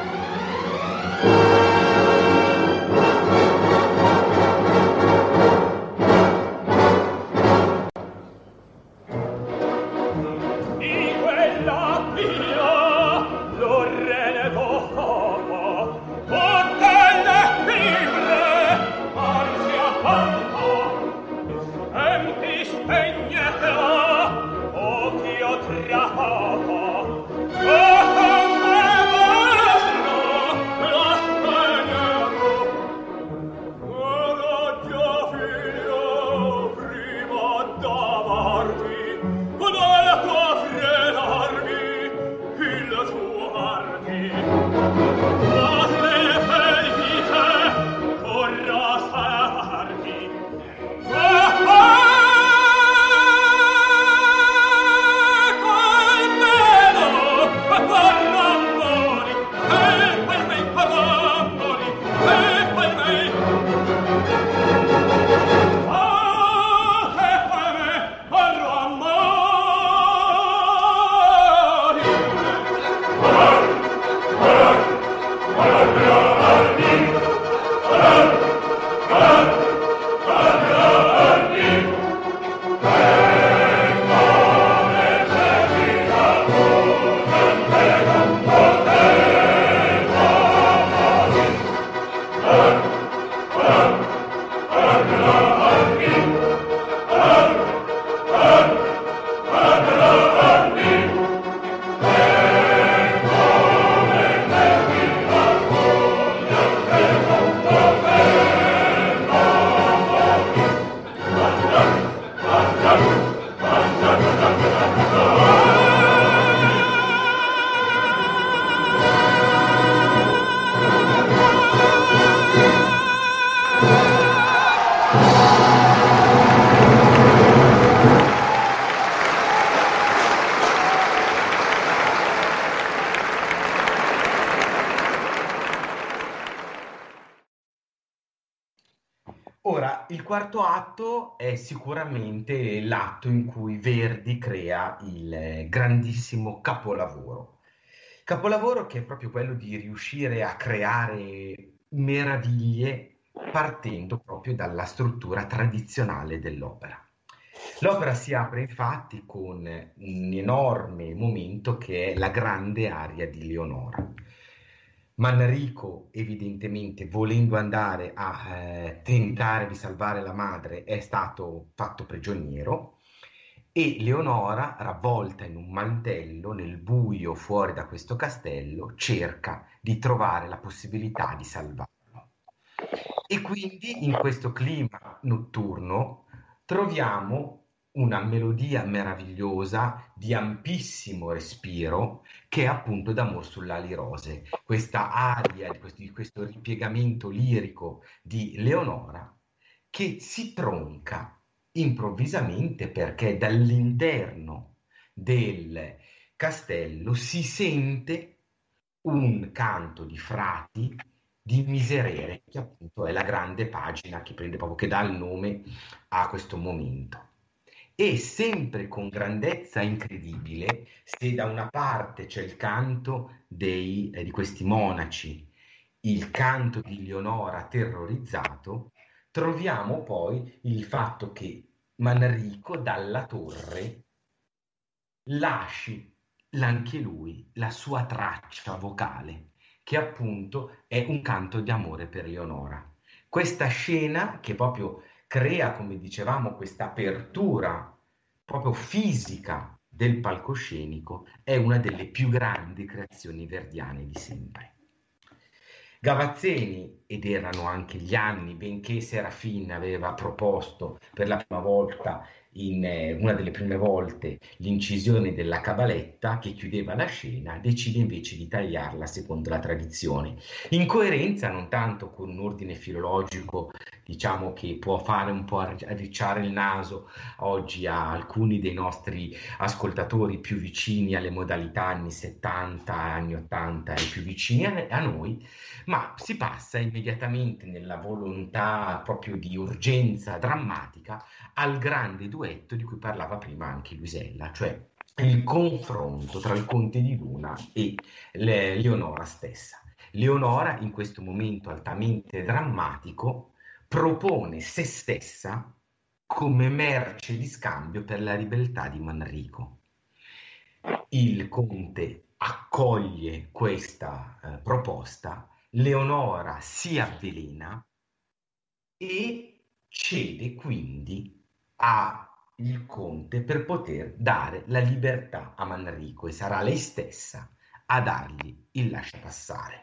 Ora, il quarto atto è sicuramente l'atto in cui Verdi crea il grandissimo capolavoro. Capolavoro che è proprio quello di riuscire a creare meraviglie partendo proprio dalla struttura tradizionale dell'opera. L'opera si apre infatti con un enorme momento che è la grande aria di Leonora. Manrico, evidentemente, volendo andare a eh, tentare di salvare la madre, è stato fatto prigioniero e Leonora, ravvolta in un mantello nel buio fuori da questo castello, cerca di trovare la possibilità di salvarlo. E quindi in questo clima notturno troviamo una melodia meravigliosa di ampissimo respiro che è appunto d'Amor sull'ali rose, questa aria di questo, di questo ripiegamento lirico di Leonora che si tronca improvvisamente perché dall'interno del castello si sente un canto di frati di Miserere, che appunto è la grande pagina che prende proprio, che dà il nome a questo momento. E sempre con grandezza incredibile, se da una parte c'è il canto dei, eh, di questi monaci, il canto di Leonora terrorizzato, troviamo poi il fatto che Manrico dalla torre lasci anche lui la sua traccia vocale, che appunto è un canto di amore per Leonora. Questa scena che proprio crea, come dicevamo, questa apertura proprio fisica del palcoscenico, è una delle più grandi creazioni verdiane di sempre. Gavazzeni, ed erano anche gli anni, benché Serafin aveva proposto per la prima volta, in eh, una delle prime volte, l'incisione della cabaletta che chiudeva la scena, decide invece di tagliarla secondo la tradizione, in coerenza non tanto con un ordine filologico, diciamo, che può fare un po' arricciare il naso oggi a alcuni dei nostri ascoltatori più vicini alle modalità anni settanta, anni ottanta e più vicini a, a noi, ma si passa immediatamente nella volontà proprio di urgenza drammatica al grande duetto di cui parlava prima anche Luisella, cioè il confronto tra il Conte di Luna e le, Leonora stessa. Leonora, in questo momento altamente drammatico, propone se stessa come merce di scambio per la ribeltà di Manrico. Il Conte accoglie questa eh, proposta, Leonora si avvelena e cede quindi al Conte per poter dare la libertà a Manrico, e sarà lei stessa a dargli il lasciapassare.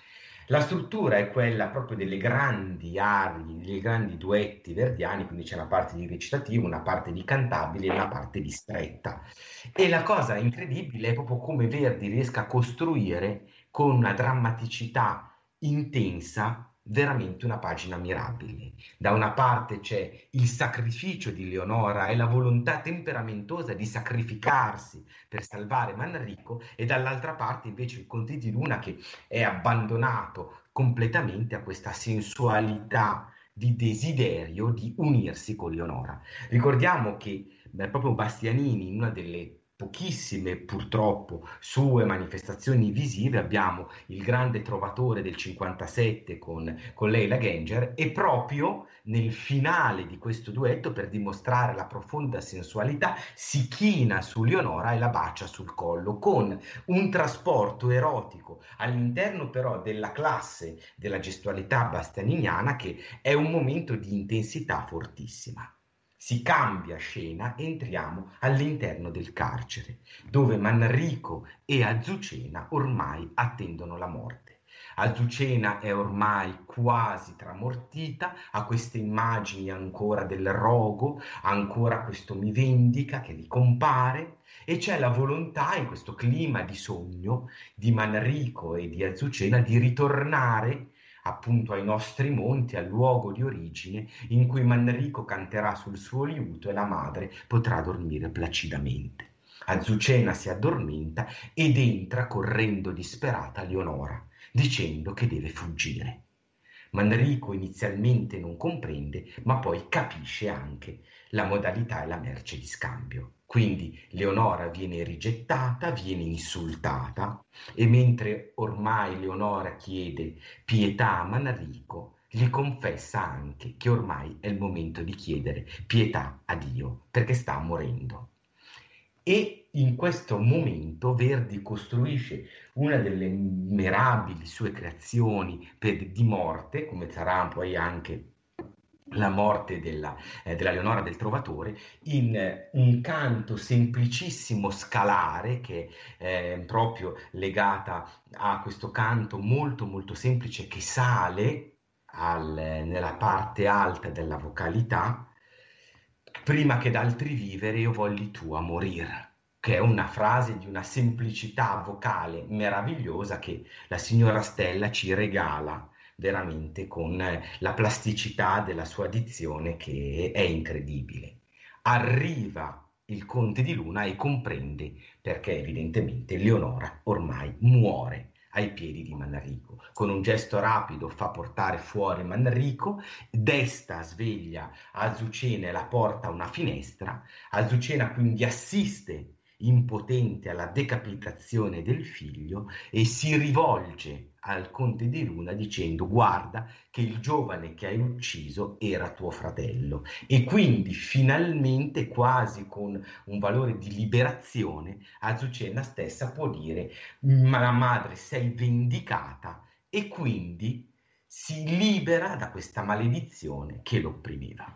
La struttura è quella proprio delle grandi arie, dei grandi duetti verdiani, quindi c'è una parte di recitativo, una parte di cantabile e una parte di stretta. E la cosa incredibile è proprio come Verdi riesca a costruire con una drammaticità intensa veramente una pagina mirabile. Da una parte c'è il sacrificio di Leonora e la volontà temperamentosa di sacrificarsi per salvare Manrico, e dall'altra parte invece il Conte di Luna che è abbandonato completamente a questa sensualità di desiderio di unirsi con Leonora. Ricordiamo che beh, proprio Bastianini, in una delle pochissime purtroppo sue manifestazioni visive, abbiamo il grande Trovatore del cinquantasette con, con Leila Gencer, e proprio nel finale di questo duetto, per dimostrare la profonda sensualità, si china su Leonora e la bacia sul collo, con un trasporto erotico all'interno però della classe della gestualità bastianiniana, che è un momento di intensità fortissima. Si cambia scena e entriamo all'interno del carcere, dove Manrico e Azucena ormai attendono la morte. Azucena è ormai quasi tramortita, ha queste immagini ancora del rogo, ancora questo mi vendica che ricompare, e c'è la volontà, in questo clima di sogno, di Manrico e di Azucena di ritornare appunto ai nostri monti, al luogo di origine, in cui Manrico canterà sul suo liuto e la madre potrà dormire placidamente. Azucena si addormenta ed entra correndo disperata Leonora, dicendo che deve fuggire. Manrico inizialmente non comprende, ma poi capisce anche la modalità e la merce di scambio. Quindi Leonora viene rigettata, viene insultata, e mentre ormai Leonora chiede pietà a Manrico, gli confessa anche che ormai è il momento di chiedere pietà a Dio, perché sta morendo. E in questo momento Verdi costruisce una delle mirabili sue creazioni per, di morte, come sarà poi anche la morte della, eh, della Leonora del Trovatore, in eh, un canto semplicissimo scalare, che è eh, proprio legata a questo canto molto molto semplice che sale al, nella parte alta della vocalità: prima che d'altri vivere io volli tua morir, che è una frase di una semplicità vocale meravigliosa che la signora Stella ci regala veramente con la plasticità della sua dizione, che è incredibile. Arriva il Conte di Luna e comprende perché evidentemente Leonora ormai muore ai piedi di Manrico. Con un gesto rapido fa portare fuori Manrico, desta sveglia Azucena e la porta a una finestra. Azucena quindi assiste impotente alla decapitazione del figlio e si rivolge al Conte di Luna dicendo: guarda che il giovane che hai ucciso era tuo fratello. E quindi finalmente, quasi con un valore di liberazione, Azucena stessa può dire: ma la madre sei vendicata, e quindi si libera da questa maledizione che lo opprimeva.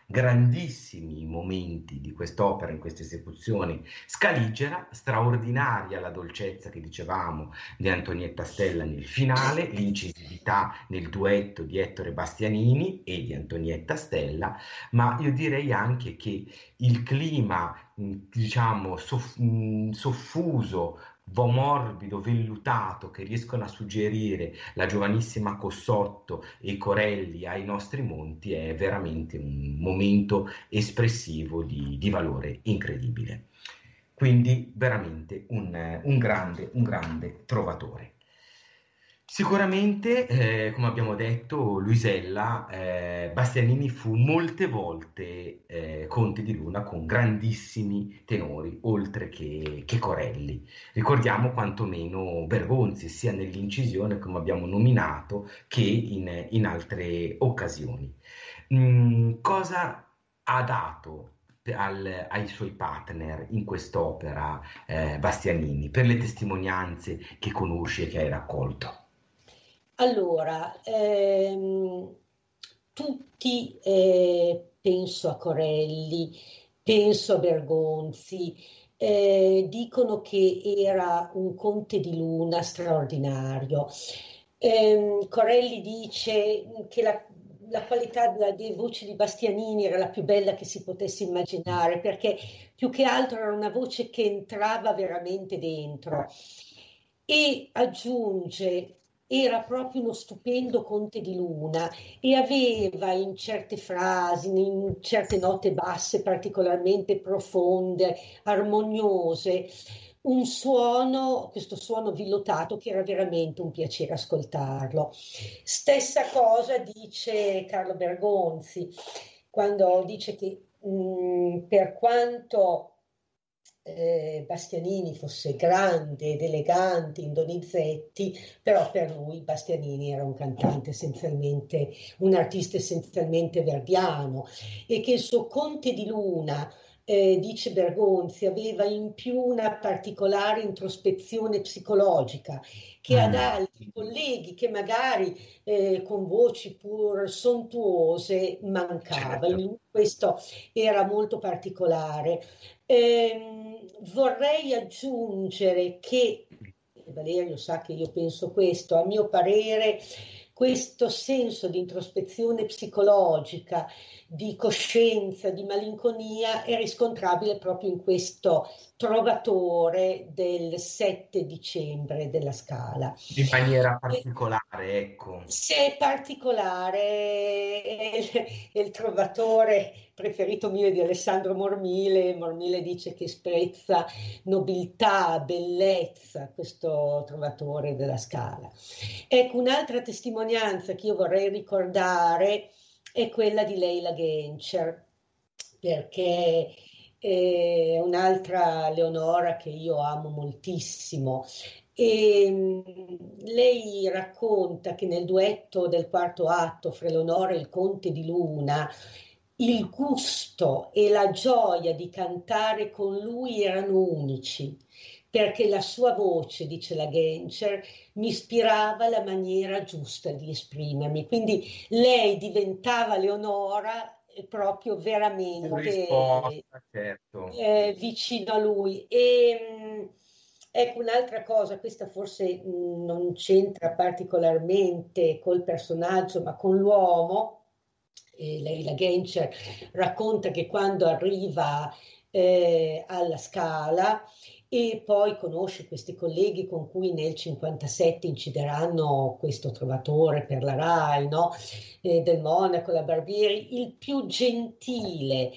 grandissimi momenti di quest'opera, in questa esecuzione scaligera, straordinaria la dolcezza che dicevamo di Antonietta Stella nel finale, l'incisività nel duetto di Ettore Bastianini e di Antonietta Stella, ma io direi anche che il clima, diciamo, soff- soffuso, morbido, vellutato che riescono a suggerire la giovanissima Cossotto e Corelli ai nostri monti è veramente un momento espressivo di, di valore incredibile. Quindi veramente un, un grande, un grande trovatore. Sicuramente, eh, come abbiamo detto, Luisella eh, Bastianini fu molte volte eh, Conte di Luna con grandissimi tenori, oltre che, che Corelli. Ricordiamo quantomeno Bergonzi, sia nell'incisione, come abbiamo nominato, che in, in altre occasioni. Mm, cosa ha dato al, ai suoi partner in quest'opera eh, Bastianini, per le testimonianze che conosci e che hai raccolto? Allora, ehm, tutti, eh, penso a Corelli, penso a Bergonzi, eh, dicono che era un Conte di Luna straordinario. Ehm, Corelli dice che la, la qualità della, delle voci di Bastianini era la più bella che si potesse immaginare, perché più che altro era una voce che entrava veramente dentro. E aggiunge, era proprio uno stupendo Conte di Luna e aveva in certe frasi, in certe note basse particolarmente profonde, armoniose, un suono, questo suono villotato che era veramente un piacere ascoltarlo. Stessa cosa dice Carlo Bergonzi, quando dice che mh, per quanto eh, Bastianini fosse grande ed elegante in Donizetti, però per lui Bastianini era un cantante essenzialmente, un artista essenzialmente verdiano, e che il suo Conte di Luna, eh, dice Bergonzi, aveva in più una particolare introspezione psicologica che ad altri colleghi che magari eh, con voci pur sontuose mancava. In lui questo era molto particolare. Ehm, vorrei aggiungere che, Valerio sa che io penso questo, a mio parere questo senso di introspezione psicologica, di coscienza, di malinconia è riscontrabile proprio in questo trovatore del sette dicembre della Scala. In maniera particolare, ecco. Se è particolare, è il, è il trovatore preferito mio di Alessandro Mormile. Mormile dice che sprezza nobiltà, bellezza, questo trovatore della Scala. Ecco, un'altra testimonianza che io vorrei ricordare è quella di Leila Gencer, perché è un'altra Leonora che io amo moltissimo. E lei racconta che nel duetto del quarto atto fra Leonora e il Conte di Luna il gusto e la gioia di cantare con lui erano unici, perché la sua voce, dice la Gencer, mi ispirava la maniera giusta di esprimermi. Quindi lei diventava Leonora proprio veramente risposta, certo. eh, vicino a lui. E ecco, un'altra cosa, questa forse mh, non c'entra particolarmente col personaggio, ma con l'uomo. E lei, la Gencer, racconta che quando arriva eh, alla Scala e poi conosce questi colleghi con cui nel cinquantasette incideranno questo trovatore per la Rai, no? eh, del Monaco, la Barbieri, il più gentile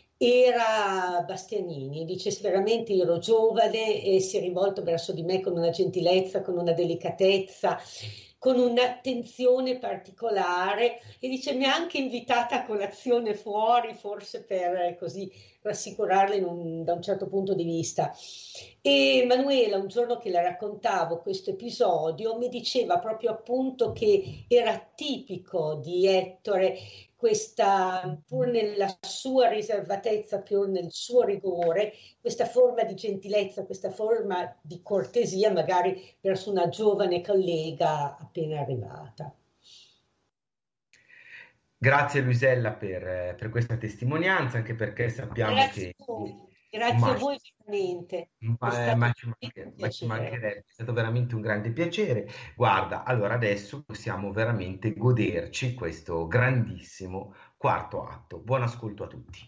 era Bastianini. Dice, veramente io ero giovane e si è rivolto verso di me con una gentilezza, con una delicatezza, con un'attenzione particolare, e dice mi ha anche invitata a colazione fuori, forse per eh, così rassicurarla in un, da un certo punto di vista. E Manuela, un giorno che le raccontavo questo episodio, mi diceva proprio appunto che era tipico di Ettore questa, pur nella sua riservatezza, pur nel suo rigore, questa forma di gentilezza, questa forma di cortesia magari verso una giovane collega appena arrivata. Grazie Luisella per, per questa testimonianza, anche perché sappiamo Grazie che... a voi, grazie Ma, a voi veramente. È ma- stato ma ci un manche- ma ci piacere. mancherebbe, è stato veramente un grande piacere. Guarda, allora adesso possiamo veramente goderci questo grandissimo quarto atto. Buon ascolto a tutti.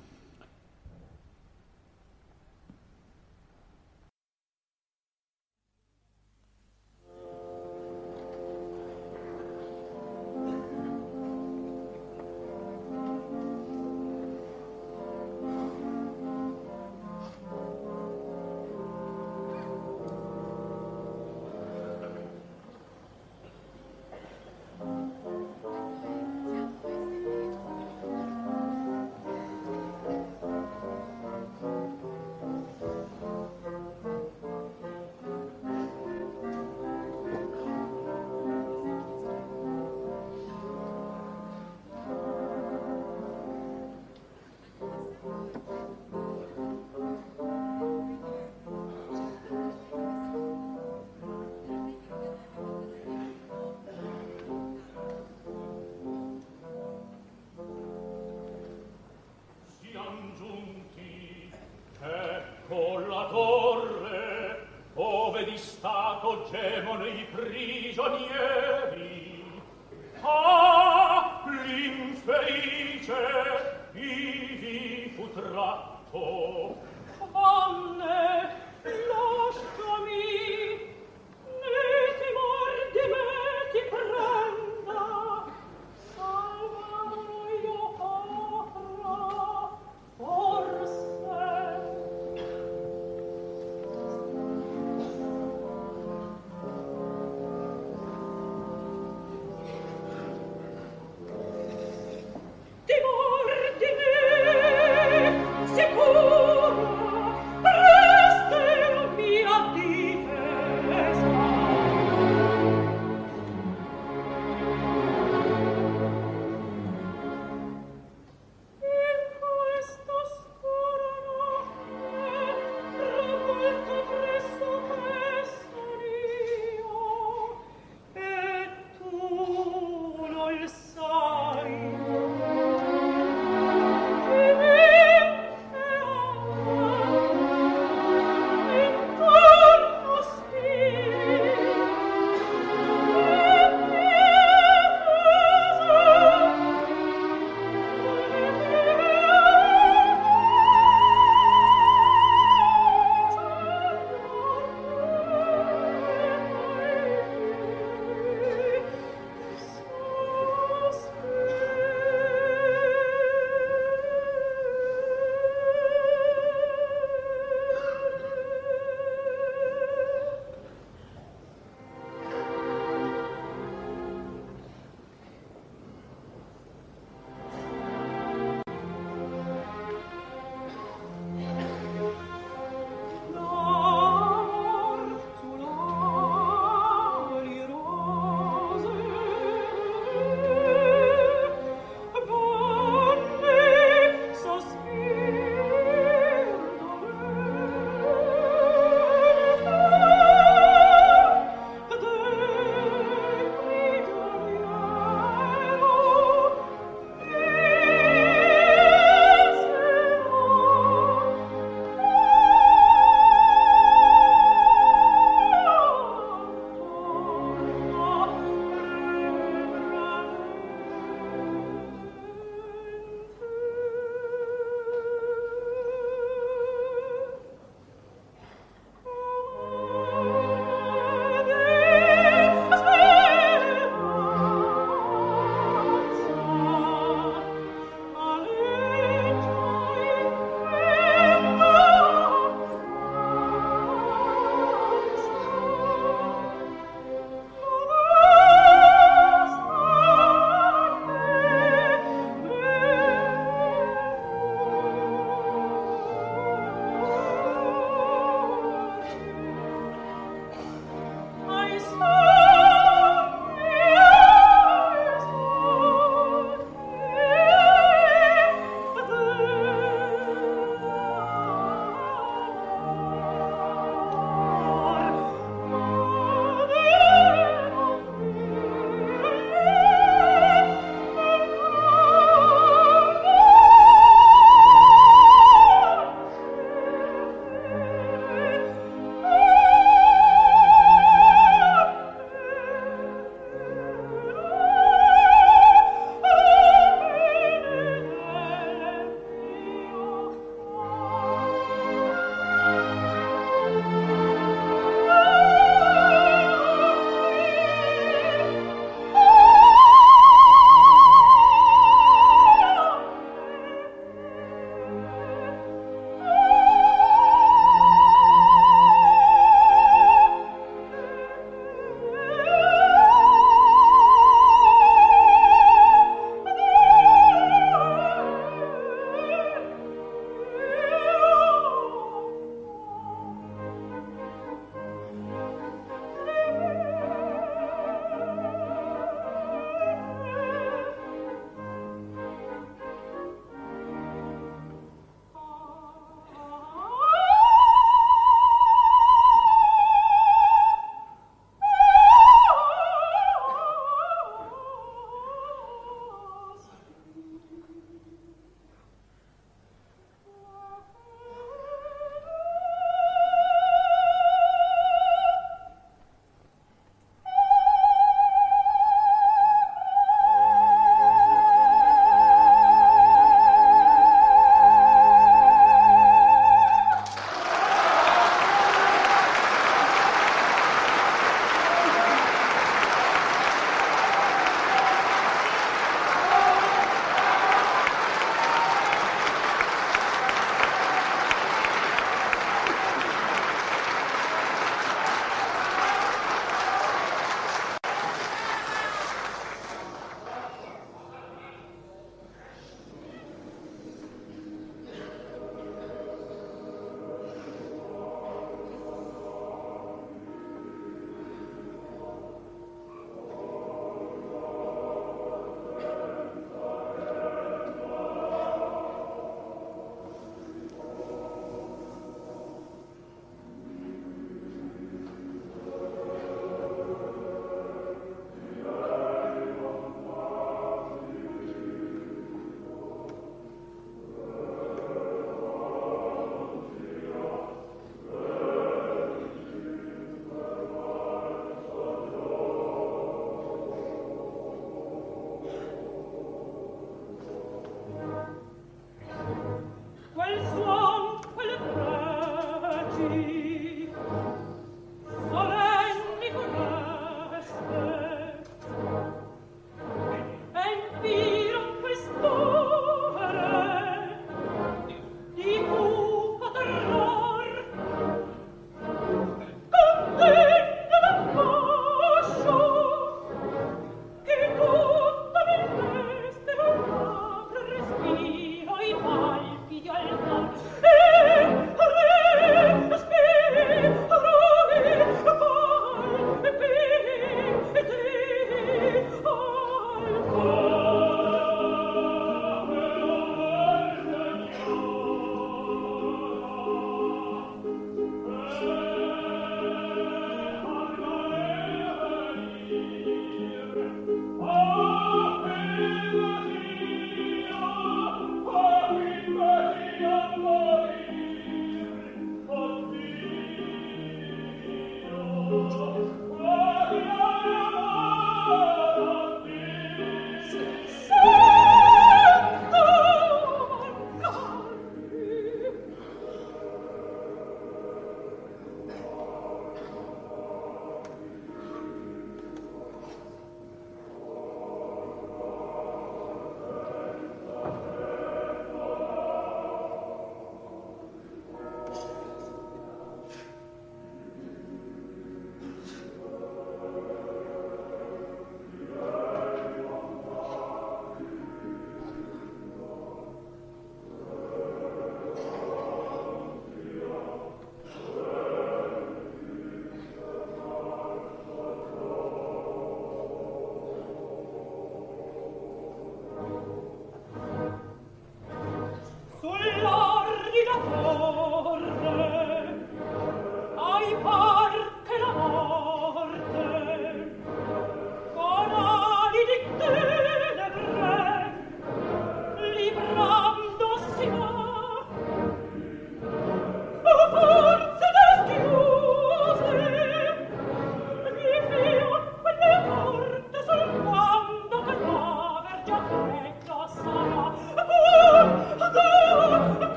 Siam giunti, ecco la torre, ove di stato gemono i prigionieri. Ah, l'infelice ivi fu tratto. Vanne, lasciami, né timor di me ti prenda. Salvare io potrò, forse. Timor di me, sicuro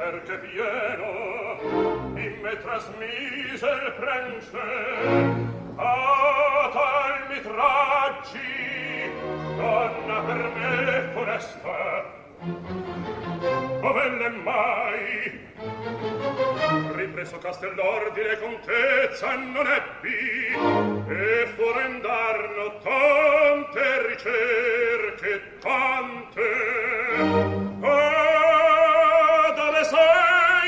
perché pieno in me trasmise il prense a tal mi traggi donna per me funesta o belle mai ripreso Castell'ordine contezza non ebbi e fuori indarno tante ricerche tante ah, dove sei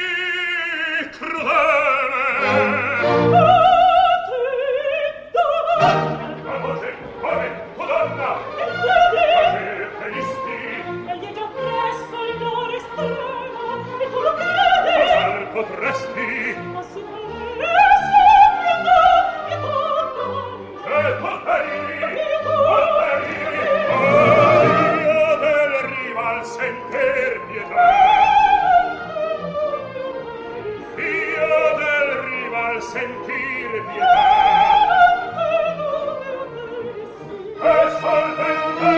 crudele ah, te donna ma così, come, tu donna e vedi che visti egli è già presso il loro estremo e tu lo credi potresti ma si presso mio donna e poteri poteri io del rival senter pietà io del rival sentir pietà e solamente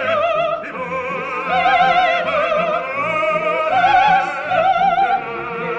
Terribile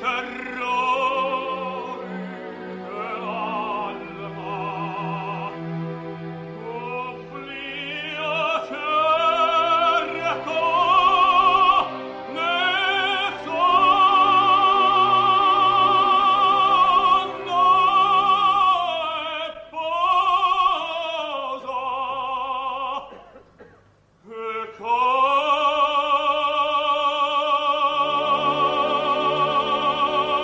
Oh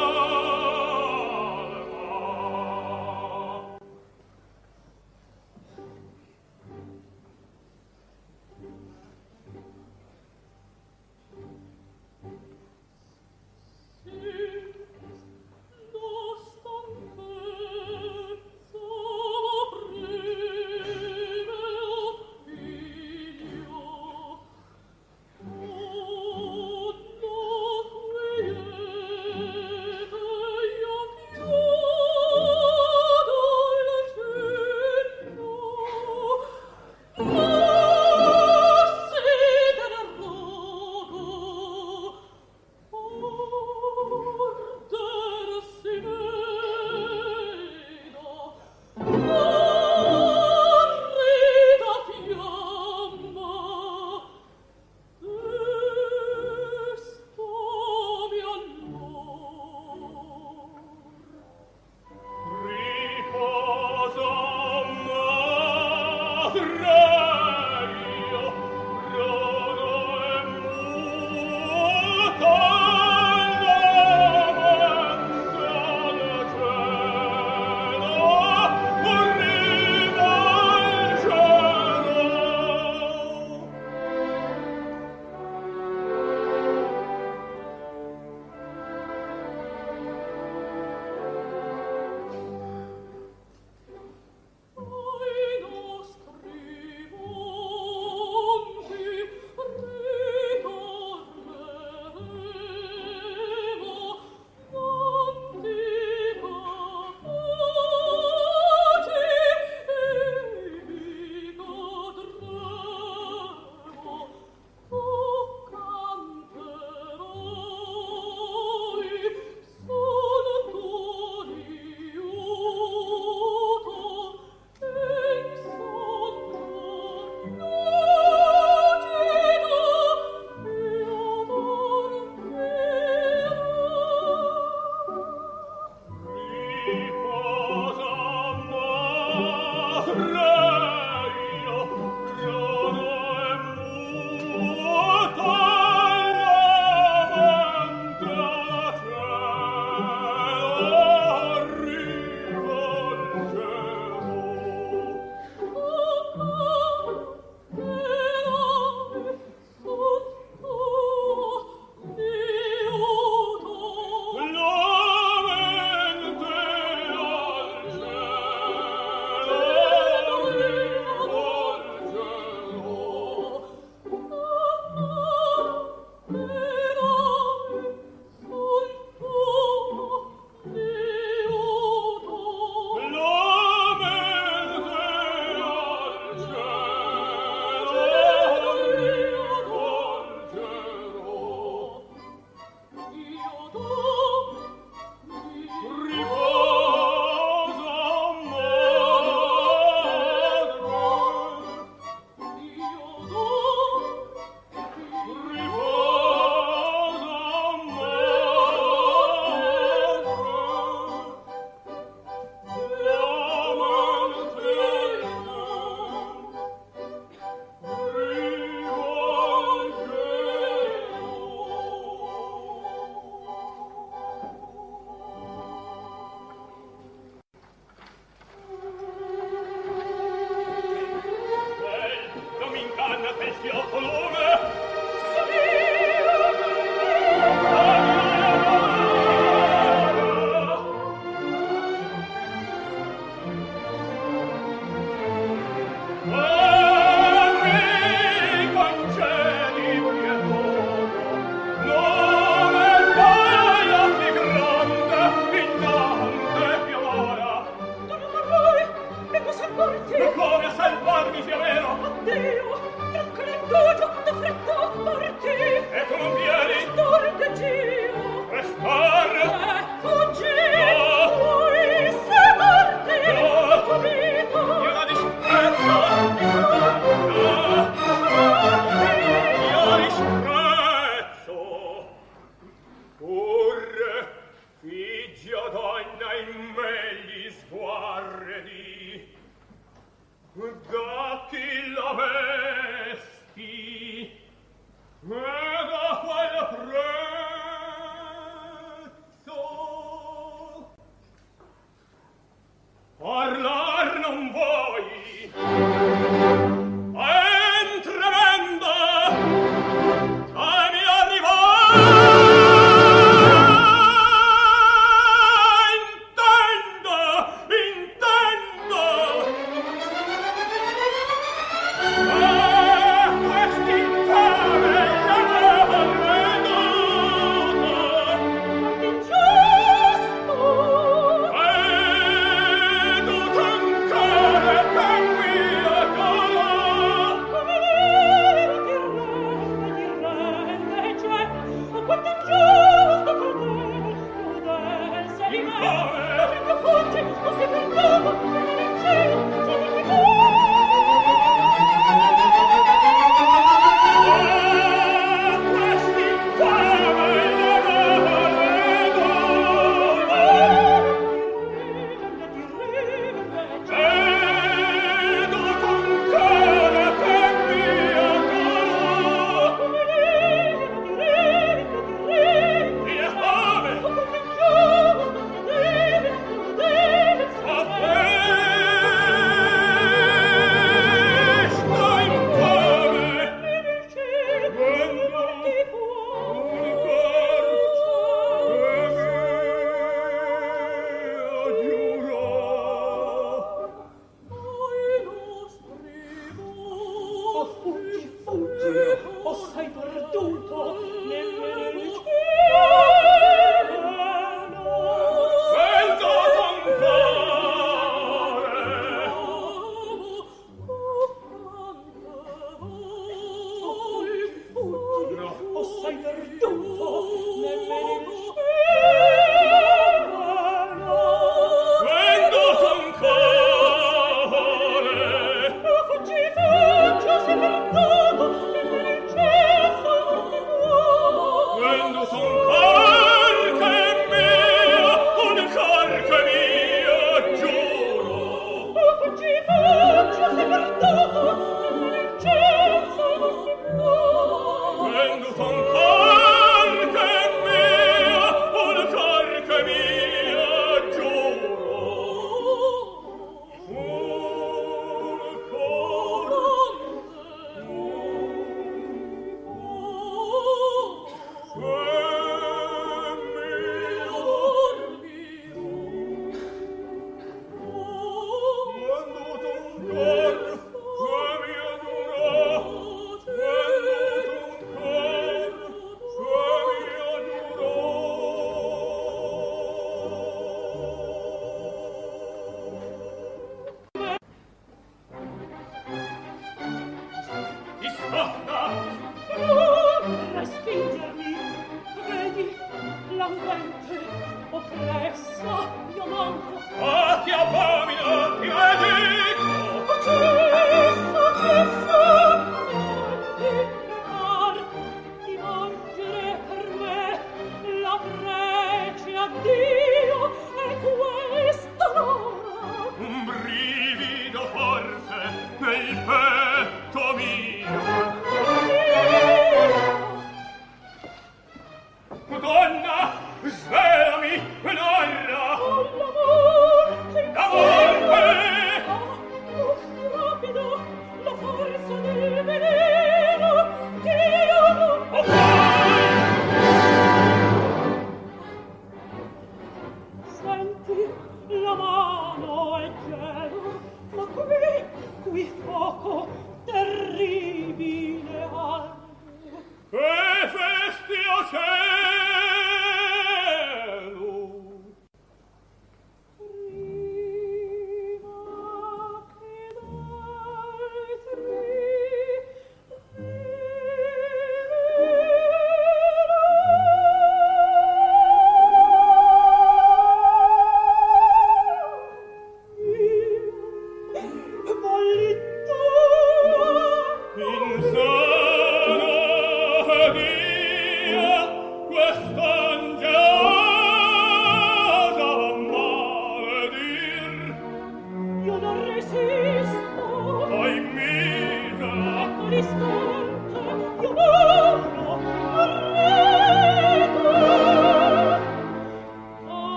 Bollito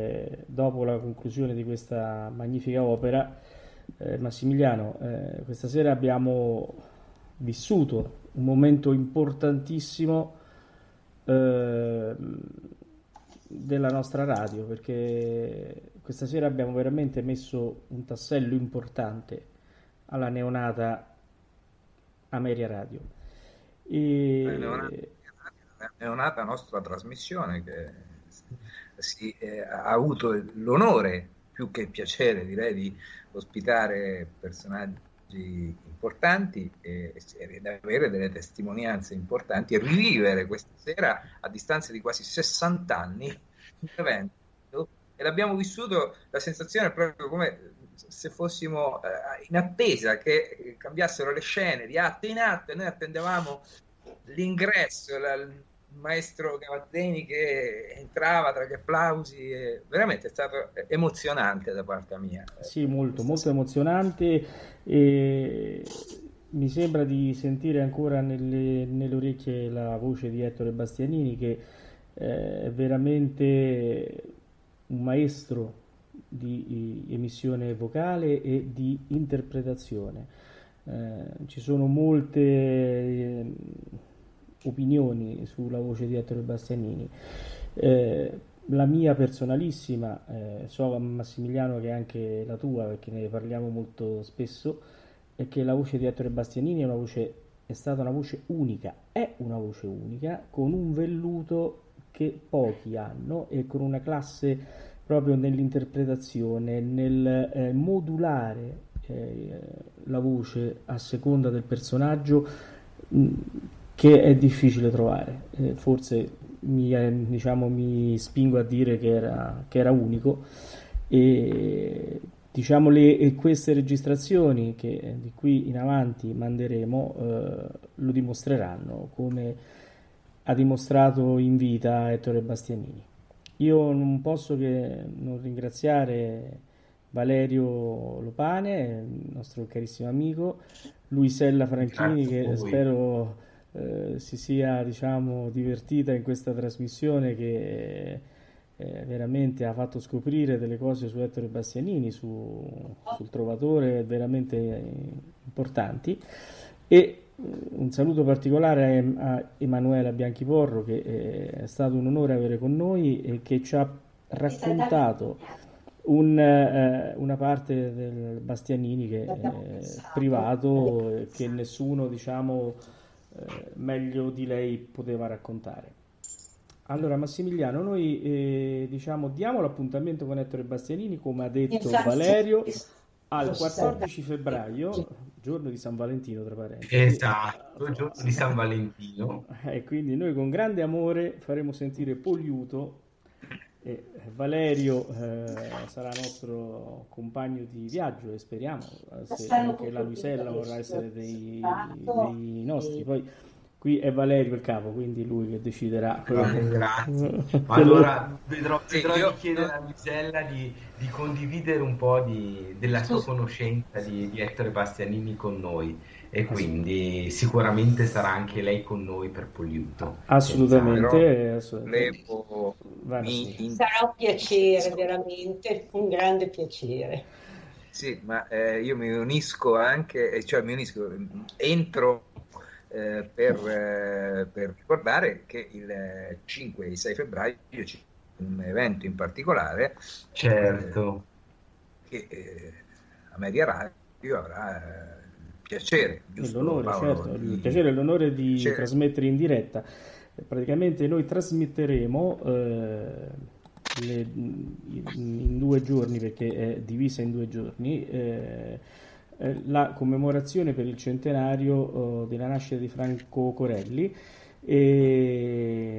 eh, dopo la conclusione di questa magnifica opera, eh, Massimiliano, eh, questa sera abbiamo vissuto un momento importantissimo eh, della nostra radio, perché questa sera abbiamo veramente messo un tassello importante alla neonata Ameria Radio. E... La neonata, la neonata nostra trasmissione che si, eh, ha avuto l'onore, più che il piacere direi, di ospitare personaggi importanti e, e avere delle testimonianze importanti e rivivere questa sera a distanza di quasi sessanta anni un evento, e l'abbiamo vissuto, la sensazione è proprio come se fossimo eh, in attesa che cambiassero le scene di atto in atto, e noi attendevamo l'ingresso, la, il maestro Gavazzeni che entrava tra gli applausi, e veramente è stato emozionante da parte mia. Sì, molto, molto emozionante, e mi sembra di sentire ancora nelle, nelle orecchie la voce di Ettore Bastianini, che eh, è veramente un maestro di emissione vocale e di interpretazione. Eh, ci sono molte eh, opinioni sulla voce di Ettore Bastianini. Eh, la mia personalissima, eh, so Massimiliano che è anche la tua, perché ne parliamo molto spesso, è che la voce di Ettore Bastianini è una voce, è stata una voce unica, è una voce unica, con un velluto che pochi hanno e con una classe proprio nell'interpretazione, nel eh, modulare eh, la voce a seconda del personaggio, mh, che è difficile trovare. Eh, forse mi, eh, diciamo, mi spingo a dire che era, che era unico, e diciamo le, e queste registrazioni che di qui in avanti manderemo eh, lo dimostreranno, come ha dimostrato in vita Ettore Bastianini. Io non posso che non ringraziare Valerio Lopane, il nostro carissimo amico, Luisella Franchini, che spero eh, si sia, diciamo, divertita in questa trasmissione, che eh, veramente ha fatto scoprire delle cose su Ettore Bastianini, su, sul Trovatore, veramente importanti. E un saluto particolare a Emanuela Bianchiporro, che è stato un onore avere con noi e che ci ha raccontato un, eh, una parte del Bastianini che è privato, e che nessuno, diciamo, eh, meglio di lei poteva raccontare. Allora Massimiliano, noi eh, diciamo diamo l'appuntamento con Ettore Bastianini, come ha detto Valerio, al quattordici febbraio, giorno di San Valentino, tra parentesi. Esatto, giorno di San Valentino. E quindi noi con grande amore faremo sentire Poliuto, e Valerio eh, sarà nostro compagno di viaggio, e speriamo se anche la Luisella vorrà essere dei, dei nostri. Poi qui è Valerio il capo, quindi lui che deciderà. Grazie, grazie. Ma allora vedrò, vedrò io... di chiedere a Luisella di, di condividere un po' di, della sua conoscenza di, di Ettore Bastianini con noi, e quindi sicuramente sarà anche lei con noi per Poliuto. Assolutamente, assolutamente. Mi... Sarà un piacere, veramente un grande piacere. Sì, ma eh, io mi unisco anche, cioè mi unisco, entro Eh, per, eh, per ricordare che il cinque e sei febbraio c'è un evento in particolare, certo, eh, che eh, a Media Radio avrà eh, il piacere, giusto, l'onore, Paolo, certo, di... il piacere e l'onore di piacere. trasmettere in diretta. Praticamente noi trasmetteremo eh, le, in due giorni, perché è divisa in due giorni, eh, la commemorazione per il centenario uh, della nascita di Franco Corelli, e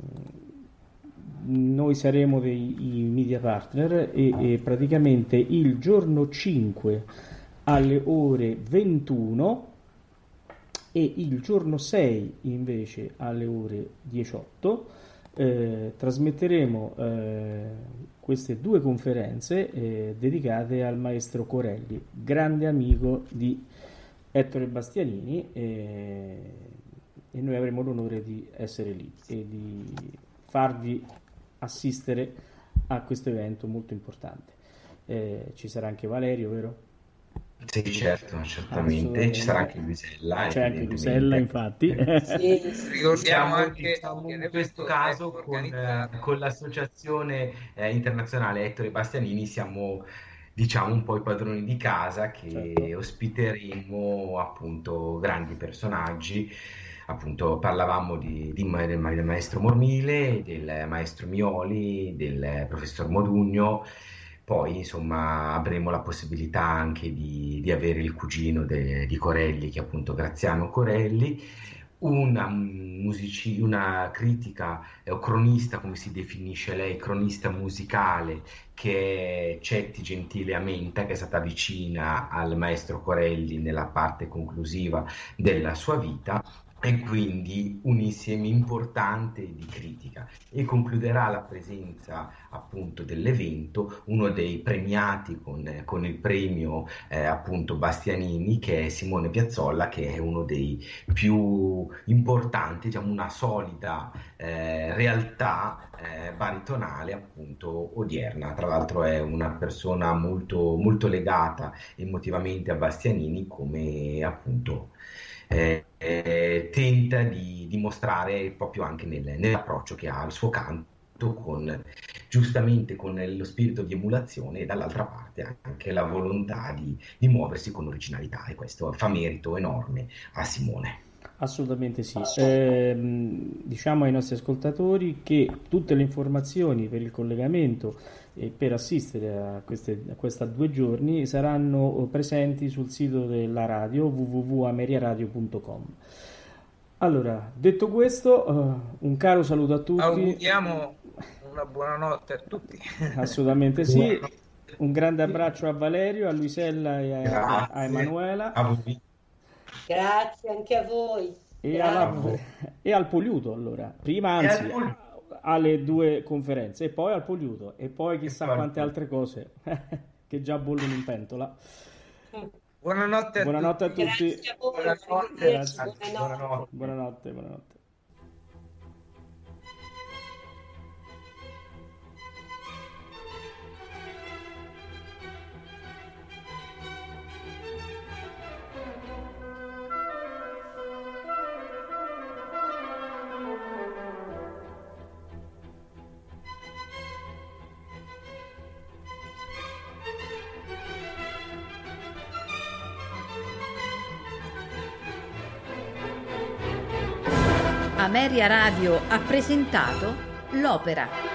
noi saremo dei media partner, e, e praticamente il giorno cinque alle ore ventuno e il giorno sei invece alle ore diciotto eh, trasmetteremo eh, queste due conferenze eh, dedicate al maestro Corelli, grande amico di Ettore Bastianini, eh, e noi avremo l'onore di essere lì e di farvi assistere a questo evento molto importante. Eh, ci sarà anche Valerio, vero? Sì, certo, certamente. Ci sarà anche Luisella. C'è anche Luisella, infatti. Sì. Ricordiamo anche diciamo, che in questo caso con, eh, con l'associazione eh, internazionale Ettore Bastianini siamo, diciamo, un po' i padroni di casa, che Certo. ospiteremo appunto grandi personaggi. Appunto parlavamo di, di ma- del ma- del maestro Mormile, del maestro Mioli, del professor Modugno. Poi, insomma, avremo la possibilità anche di, di avere il cugino de- di Corelli, che è appunto Graziano Corelli, una, musici- una critica eh, o cronista, come si definisce lei, cronista musicale, che è Cetti Gentile Amenta, che è stata vicina al maestro Corelli nella parte conclusiva della sua vita, e quindi un insieme importante di critica. E concluderà la presenza appunto dell'evento uno dei premiati con, con il premio eh, appunto Bastianini, che è Simone Piazzolla, che è uno dei più importanti, diciamo una solida eh, realtà eh, baritonale appunto odierna. Tra l'altro è una persona molto, molto legata emotivamente a Bastianini, come appunto Eh, eh, tenta di dimostrare proprio anche nel, nell'approccio che ha al suo canto, con, giustamente con lo spirito di emulazione, e dall'altra parte anche la volontà di, di muoversi con originalità, e questo fa merito enorme a Simone. Assolutamente sì. Eh, diciamo ai nostri ascoltatori che tutte le informazioni per il collegamento e per assistere a, queste, a questa due giorni saranno presenti sul sito della radio w w w punto ameriaradio punto com. Allora, detto questo, uh, un caro saluto a tutti. Auguriamo una buonanotte a tutti. Assolutamente sì. Un grande abbraccio a Valerio, a Luisella e a, a Emanuela. A voi. Grazie anche a voi. E, alla, e al Poliuto, allora. Prima, anzi, alle due conferenze, e poi al Poliuto, e poi chissà quante altre cose che già bollono in pentola. Buonanotte a buonanotte tutti. A tutti. Grazie a voi. Buonanotte. Grazie. Buonanotte. Buonanotte, buonanotte. Ameria Radio ha presentato l'opera.